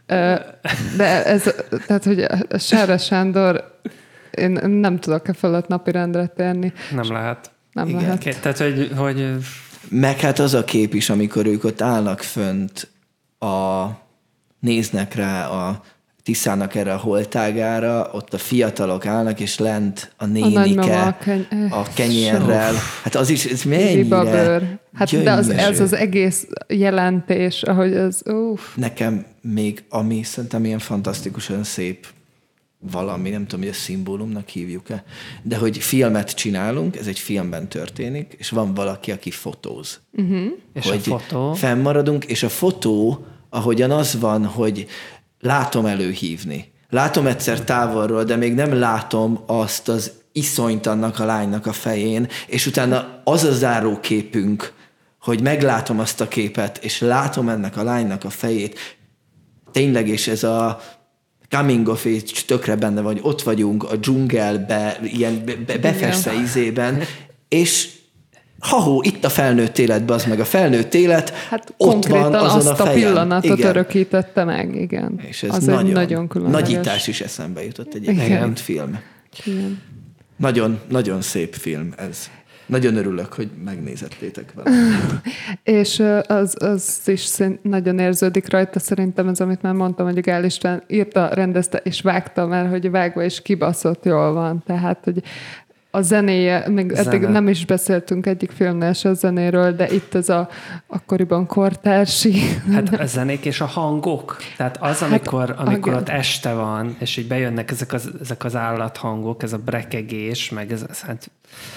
De ez, tehát, hogy a Sára Sándor, én nem tudok e fölött napirendre térni. Nem lehet. Nem Igen. lehet. Okay, tehát, hogy, hogy... Meg hát az a kép is, amikor ők ott állnak fönt, a, néznek rá a Tiszának erre a holtágára, ott a fiatalok állnak, és lent a nénike a, a, keny- a kenyérrel. Hát az is, ez mennyire Hát de az, ez az egész jelentés, ahogy az, uff. Nekem még, ami szerintem ilyen fantasztikusan szép valami, nem tudom, hogy a szimbólumnak hívjuk-e, de hogy filmet csinálunk, ez egy filmben történik, és van valaki, aki fotóz. Uh-huh. És a fotó? Fennmaradunk, és a fotó, ahogyan az van, hogy látom előhívni. Látom egyszer távolról, de még nem látom azt az iszonyt annak a lánynak a fején, és utána az a záróképünk, hogy meglátom azt a képet, és látom ennek a lánynak a fejét. Tényleg, és ez a coming of age tökre benne van, hogy ott vagyunk a dzsungelbe, ilyen be, befestve izében, és ha-hó, itt a felnőtt életben, az meg a felnőtt élet, hát ott van azon azt a, a pillanatot igen. örökítette meg, igen. És ez az nagyon, egy nagyon különleges. nagyítás is eszembe jutott egyébként film. Igen. Nagyon, nagyon szép film ez. Nagyon örülök, hogy megnézettétek vele. És az, az is nagyon érződik rajta, szerintem ez, amit már mondtam, hogy Gál István írta, rendezte és vágta, mert hogy vágva és kibaszott jól van. Tehát, hogy a zenéje, még Zene. eddig nem is beszéltünk egyik filmnél se a zenéről, de itt ez a akkoriban kortársi. Hát a zenék és a hangok. Tehát az, amikor, hát, amikor ott este van, és így bejönnek ezek az, ezek az állathangok, ez a brekegés, meg ez, ez hát...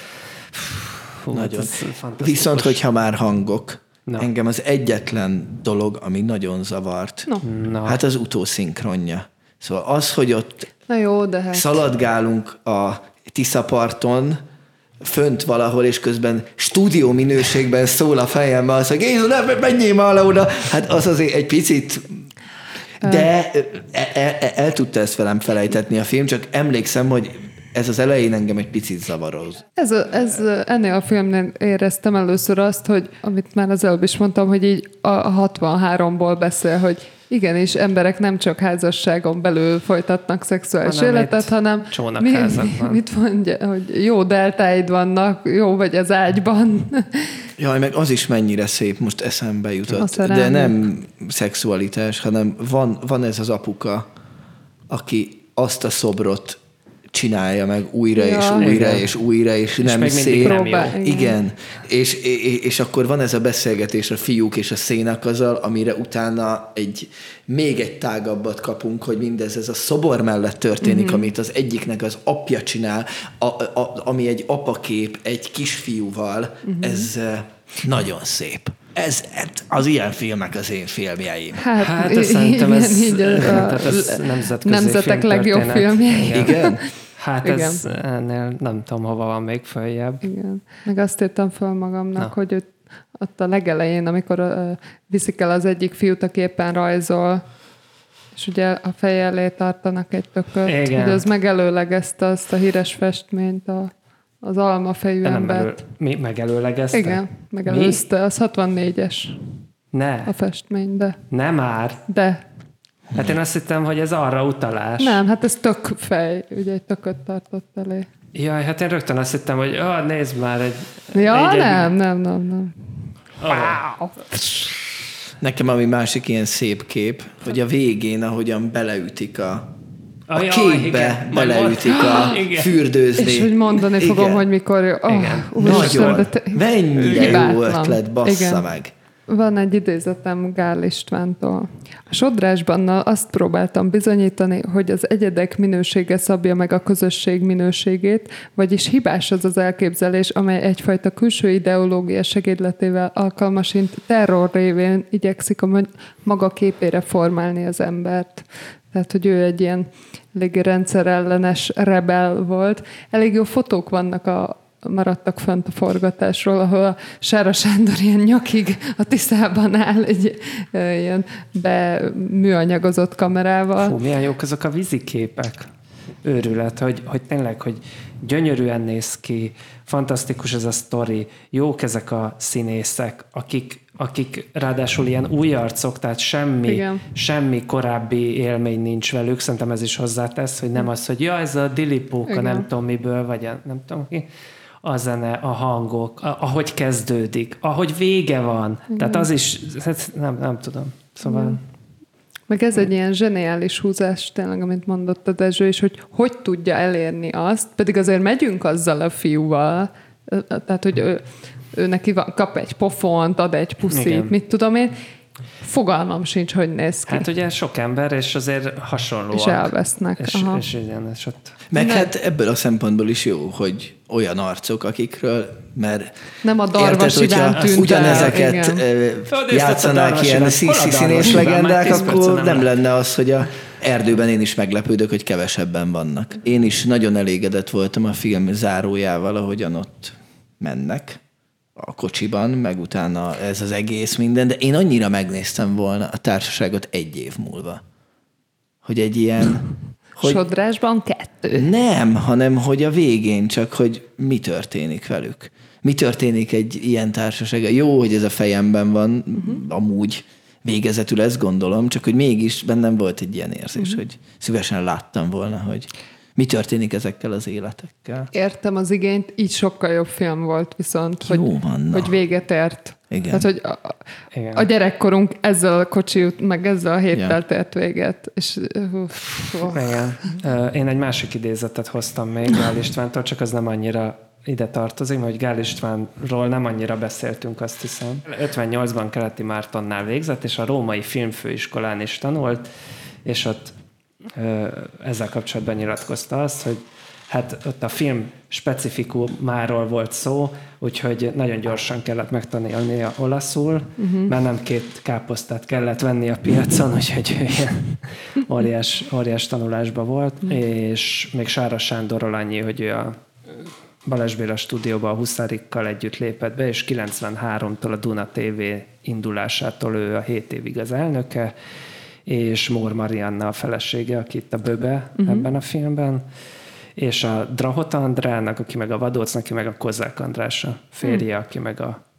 Hú, nagyon. Viszont, hogyha már hangok, no. engem az egyetlen dolog, ami nagyon zavart, no. No. hát az utószinkronja. Szóval az, hogy ott Na jó, de hát. szaladgálunk a Tiszaparton, fönt valahol, és közben stúdió minőségben szól a fejembe, az, hogy Géza, ne menjél már oda. Hát az azért egy picit... De el, el, el tudta ezt velem felejtetni a film, csak emlékszem, hogy ez az elején engem egy picit zavaroz. Ez, a, ez ennél a filmnél éreztem először azt, hogy amit már az előbb is mondtam, hogy így a hatvanháromból beszél, hogy igenis, emberek nem csak házasságon belül folytatnak szexuális hanem életet, hanem mi, mi, mit mondja, hogy jó deltáid vannak, jó vagy az ágyban. Jaj, meg az is mennyire szép, most eszembe jutott. De nem szexualitás, hanem van, van ez az apuka, aki azt a szobrot csinálja meg újra ja. és újra Igen. és újra, és, és nem még mindig szép. nem jó. Próbál, igen. Igen, és, és, és akkor van ez a beszélgetés a fiúk és a szénakazal, amire utána egy még egy tágabbat kapunk, hogy mindez ez a szobor mellett történik, mm-hmm. amit az egyiknek az apja csinál, a, a, ami egy apakép egy kisfiúval, mm-hmm. ez nagyon szép. Ez, az ilyen filmek az én filmjeim. Hát, Hát azt szerintem ez, így a, tehát ez nemzetközi nemzetek legjobb filmtörténet. filmje. Igen? Hát Igen. ez ennél nem tudom, hova van még följebb. Igen. Meg azt írtam föl magamnak, Na. hogy ott, ott a legelején, amikor uh, viszik el az egyik fiút, aki éppen rajzol, és ugye a feje elé tartanak egy tököt, Igen. hogy az megelőlegezte azt a híres festményt, a, az almafejű De nem embert. elő, mi megelőlegezte? Igen, megelőzte. Az hatvannégyes Ne, a festmény, de... ne már. De. Hát én azt hittem, hogy ez arra utalás. Nem, hát ez tök fej, ugye egy tököt tartott elé. Jaj, hát én rögtön azt hittem, hogy ah, nézd már egy... Ja, egy, nem, nem, nem, nem. Oh. Nekem ami másik ilyen szép kép, hogy a végén, ahogyan beleütik a, a Ah, jaj, képbe, igen. beleütik a Igen. fürdőzni. És hogy mondani Igen. fogom, hogy mikor... Oh, Igen. úristen, Nagyon. de te- Mennyire jó hibátlan. ötlet, bassza Igen. meg. Van egy idézetem Gál Istvántól. A sodrásban azt próbáltam bizonyítani, hogy az egyedek minősége szabja meg a közösség minőségét, vagyis hibás az az elképzelés, amely egyfajta külső ideológia segédletével alkalmasint terror révén igyekszik a maga képére formálni az embert. Tehát, hogy ő egy ilyen elég rendszerellenes rebel volt. Elég jó fotók vannak a maradtak fönt a forgatásról, ahol a Sára Sándor ilyen nyakig a Tiszában áll egy e, ilyen beműanyagozott kamerával. Fú, milyen jók azok a víziképek. Őrület, hogy, hogy tényleg, hogy gyönyörűen néz ki, fantasztikus ez a sztori, jók ezek a színészek, akik, akik ráadásul ilyen új arcok, tehát semmi, semmi korábbi élmény nincs velük, szerintem ez is hozzátesz, hogy nem az, hogy ja, ez a Dilipóka, nem tudom miből, vagy a, nem tudom ki, a zene, a hangok, a, ahogy kezdődik, ahogy vége van. Igen. Tehát az is, hát nem, nem tudom. Szóval... Igen. Meg ez egy ilyen zseniális húzás, tényleg, amit mondott a Dezső is, hogy hogy tudja elérni azt, pedig azért megyünk azzal a fiúval, tehát, hogy ő, ő neki van, kap egy pofont, ad egy puszit, igen. Mit tudom én, fogalmam sincs, hogy néz ki. Hát ugye sok ember, és azért hasonlóak. És elvesznek. És, Aha. és, igen, és ott... Meg Ne. hát ebből a szempontból is jó, hogy olyan arcok, akikről, mert nem a Darvas Iván tűnt ugyanezeket el, játszanák ilyen színész legendák, akkor nem lenne az, hogy a erdőben én is meglepődök, hogy kevesebben vannak. Én is nagyon elégedett voltam a film zárójával, ahogyan ott mennek a kocsiban, meg utána ez az egész minden, de én annyira megnéztem volna a társaságot egy év múlva. Hogy egy ilyen... Hogy Sodrásban kettő. Nem, hanem hogy a végén csak, hogy mi történik velük. Mi történik egy ilyen társasággal. Jó, hogy ez a fejemben van, uh-huh. amúgy végezetül ezt gondolom, csak hogy mégis bennem volt egy ilyen érzés, uh-huh. hogy szívesen láttam volna, hogy mi történik ezekkel az életekkel. Értem az igényt, így sokkal jobb film volt viszont, Jó hogy, van, hogy véget ért. Igen. Tehát, hogy a, a gyerekkorunk ezzel a kocsi, meg ezzel a héttel ja. tért véget. És, uh, uh. Igen. Én egy másik idézetet hoztam még Gál Istvántól, csak az nem annyira ide tartozik, mert hogy Gál Istvánról nem annyira beszéltünk, azt hiszem. ötvennyolcban Keleti Mártonnál végzett, és a Római Filmfőiskolán is tanult, és ott ezzel kapcsolatban nyilatkozta azt, hogy hát ott a film specifikumáról volt szó, úgyhogy nagyon gyorsan kellett megtanulnia olaszul, uh-huh. mert nem két káposztát kellett venni a piacon, úgyhogy ilyen óriás, óriás tanulásban volt, uh-huh. és még Sára Sándorról annyi, hogy ő a Balázs Béla stúdióban a Huszárikkal együtt lépett be, és kilencvenháromtól a Duna té vé indulásától ő a hét évig az elnöke, és Mór Marianna a felesége, aki itt a Böbe uh-huh. ebben a filmben, és a Drahota Andrának, aki meg a Vadóc, aki meg a Kozák András a férje, hmm. aki meg a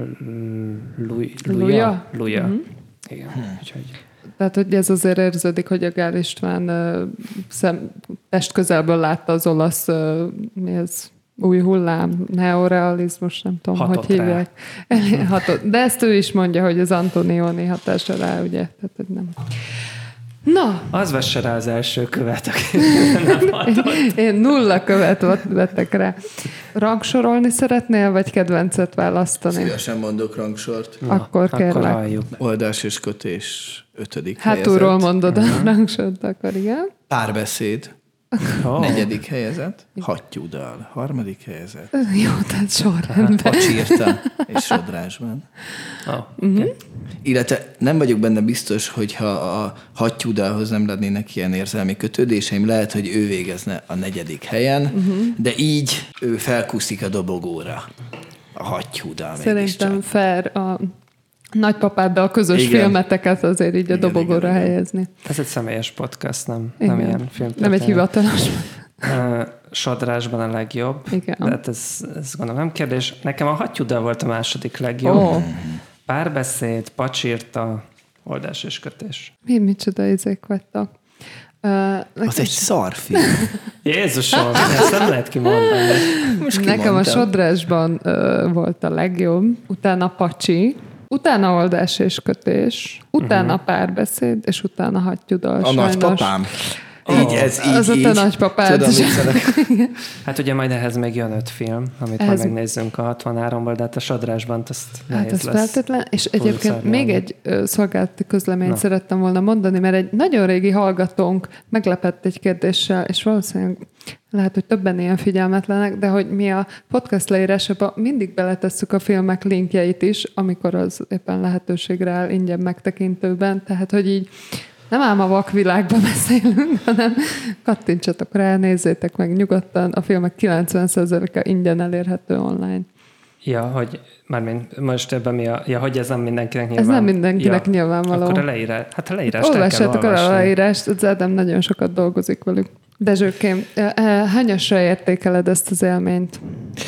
Luja. Luja. Hmm. Igen. Hmm. Úgyhogy... Tehát, hogy ez azért érződik, hogy a Gál István uh, szem, test közelből látta az olasz, uh, mi ez, új hullám, neorealizmus, nem tudom, hatott hogy hívják. Hatott. De ezt ő is mondja, hogy az Antonioni hatása rá, ugye? Tehát, hogy nem... Na, Az vesse rá az első követ, aki nem hallott. én nulla követ vettek rá. Rangsorolni szeretnél, vagy kedvencet választani? Szívesen mondok rangsort. Na, Akkor kérlek. Akkor halljuk. Oldás és kötés ötödik Hátulról helyezett. mondod a rangsort, akkor igen. Párbeszéd Oh. negyedik helyezett. Hattyúdal harmadik helyezett. Jó, tehát sorrendben. Pacsírta és sodrásban. Oh, okay. Illetve nem vagyok benne biztos, hogy ha a hattyúdalhoz nem lennének ilyen érzelmi kötődéseim, lehet, hogy ő végezne a negyedik helyen, uh-huh. de így ő felkúszik a dobogóra. A hattyúdal Szerintem fair a nagypapáddal közös Igen. filmeteket azért így a Igen, dobogóra igen, igen. helyezni. Ez egy személyes podcast, nem, Igen. nem ilyen film. Nem egy hivatalos. Uh, Sodrásban a legjobb. Igen. De hát ez, ez gondolom nem kérdés. Nekem a hattyúddal volt a második legjobb. Ó. Párbeszéd, pacsírta, oldás és kötés. Mi micsoda izék vagytok. Uh, Az egy szarfilm. Jézusom, ezt nem lehet kimondani. Most Nekem a kimondtam. sodrásban uh, volt a legjobb, utána pacsi, utána oldás és kötés, utána uh-huh. párbeszéd, és utána hattyúdal. A sajnos. nagypapám. Így, ez így, Az a így. te nagypapád. Tudom, mit szeretek. Hát ugye majd ehhez még jön öt film, amit Ez- majd megnézzünk a hatvanháromból, de hát a sodrásban azt Hát nehéz ez lesz. feltétlen, és egyébként túlszárnyalni. még egy ö, szolgálati közleményt Na. szerettem volna mondani, mert egy nagyon régi hallgatónk meglepett egy kérdéssel, és valószínűleg lehet, hogy többen ilyen figyelmetlenek, de hogy mi a podcast leírásába mindig beletesszük a filmek linkjeit is, amikor az éppen lehetőségre áll ingyen megtekintőben, tehát hogy így nem ám a vakvilágban beszélünk, hanem kattintsatok rá, nézzétek meg nyugodtan, a filmek kilencven százaléka ingyen elérhető online. Ja, hogy mármint most ebben mi a... Ja, hogy ez nem mindenkinek nyilván... Ez nem mindenkinek ja, nyilvánvaló. Akkor a leírás... Hát a leírást el kell Olvassátok el a olvasni. leírást, az Ádám nagyon sokat dolgozik velük. Dezsőkém, eh, eh, hányasra értékeled ezt az élményt?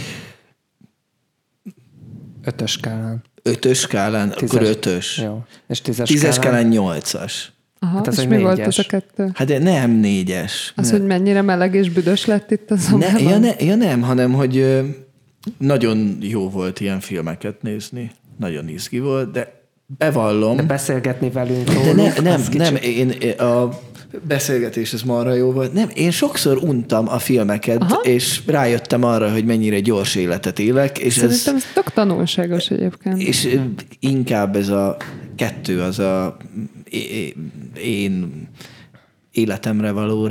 Ötös skálán. Ötös skálán, Tízes. akkor ötös. Jó. És tízes, Tízes skálán? skálán nyolcas. Aha, Hát ez és egy mi volt négyes. ez a kettő? Hát de nem négyes. Az, Ne- hogy mennyire meleg és büdös lett itt a Ne, szobában? ja, ne, ja nem, hanem, hogy ö, nagyon jó volt ilyen filmeket nézni. Nagyon izgi volt, de bevallom. De beszélgetni velünk De róluk, ne, nem, az kicsit- nem, én a beszélgetés ez marra jó volt. Nem, én sokszor untam a filmeket, Aha. és rájöttem arra, hogy mennyire gyors életet élek, és ez, Szerintem ez tök tanulságos egyébként. és ö, inkább ez a kettő, az a é- é- én életemre való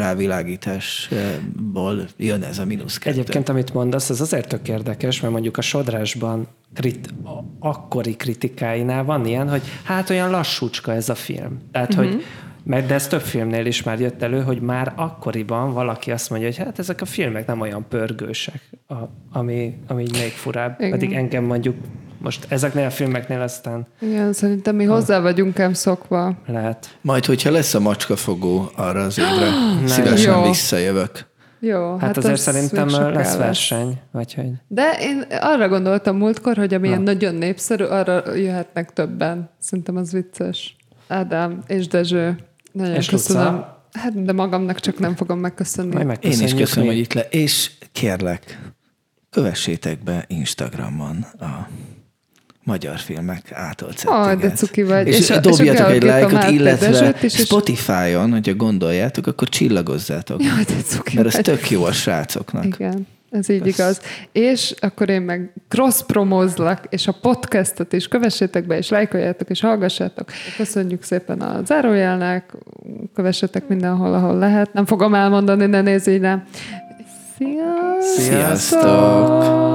rávilágításból jön ez a mínusz kettő. Egyébként, amit mondasz, ez azért tök érdekes, mert mondjuk a sodrásban krit, a, akkori kritikáinál van ilyen, hogy hát olyan lassúcska ez a film. Tehát, uh-huh. hogy mert de ez több filmnél is már jött elő, hogy már akkoriban valaki azt mondja, hogy hát ezek a filmek nem olyan pörgősek, a, ami, ami így még furább. Igen. Pedig engem mondjuk most ezeknél a filmeknél aztán Igen, szerintem mi hozzá vagyunk ám szokva. lehet. Majd, hogyha lesz a macskafogó arra az évre, szívesen Jó. visszajövök. Jó, Hát, hát azért az szerintem még soká lesz lesz. verseny. Vagy hogy... De én arra gondoltam múltkor, hogy amilyen Na. nagyon népszerű, arra jöhetnek többen. Szerintem az vicces. Ádám és Dezső. Nagyon És köszönöm. Luca? Hát, de magamnak csak nem fogom megköszönni. Majd Én megköszönjük is köszönöm, mi. hogy itt le. És kérlek, kövessétek be Instagramon a magyar filmek átolt Aj, de szettinget. cuki vagy. És, És a- és dobjatok és a egy Georgét, a lájkot, Máté illetve Dezsőt is, és- Spotify-on, hogyha gondoljátok, akkor csillagozzátok. Jaj, de cuki Mert ez vagy. tök jó a srácoknak. Igen, ez így igaz. És akkor én meg cross-promózlak, és a podcastot is kövessétek be, és lájkoljátok, és hallgassátok. Köszönjük szépen a zárójelnek, kövessetek mindenhol, ahol lehet. Nem fogom elmondani, ne nézz így rám. Sziasztok! Sziasztok!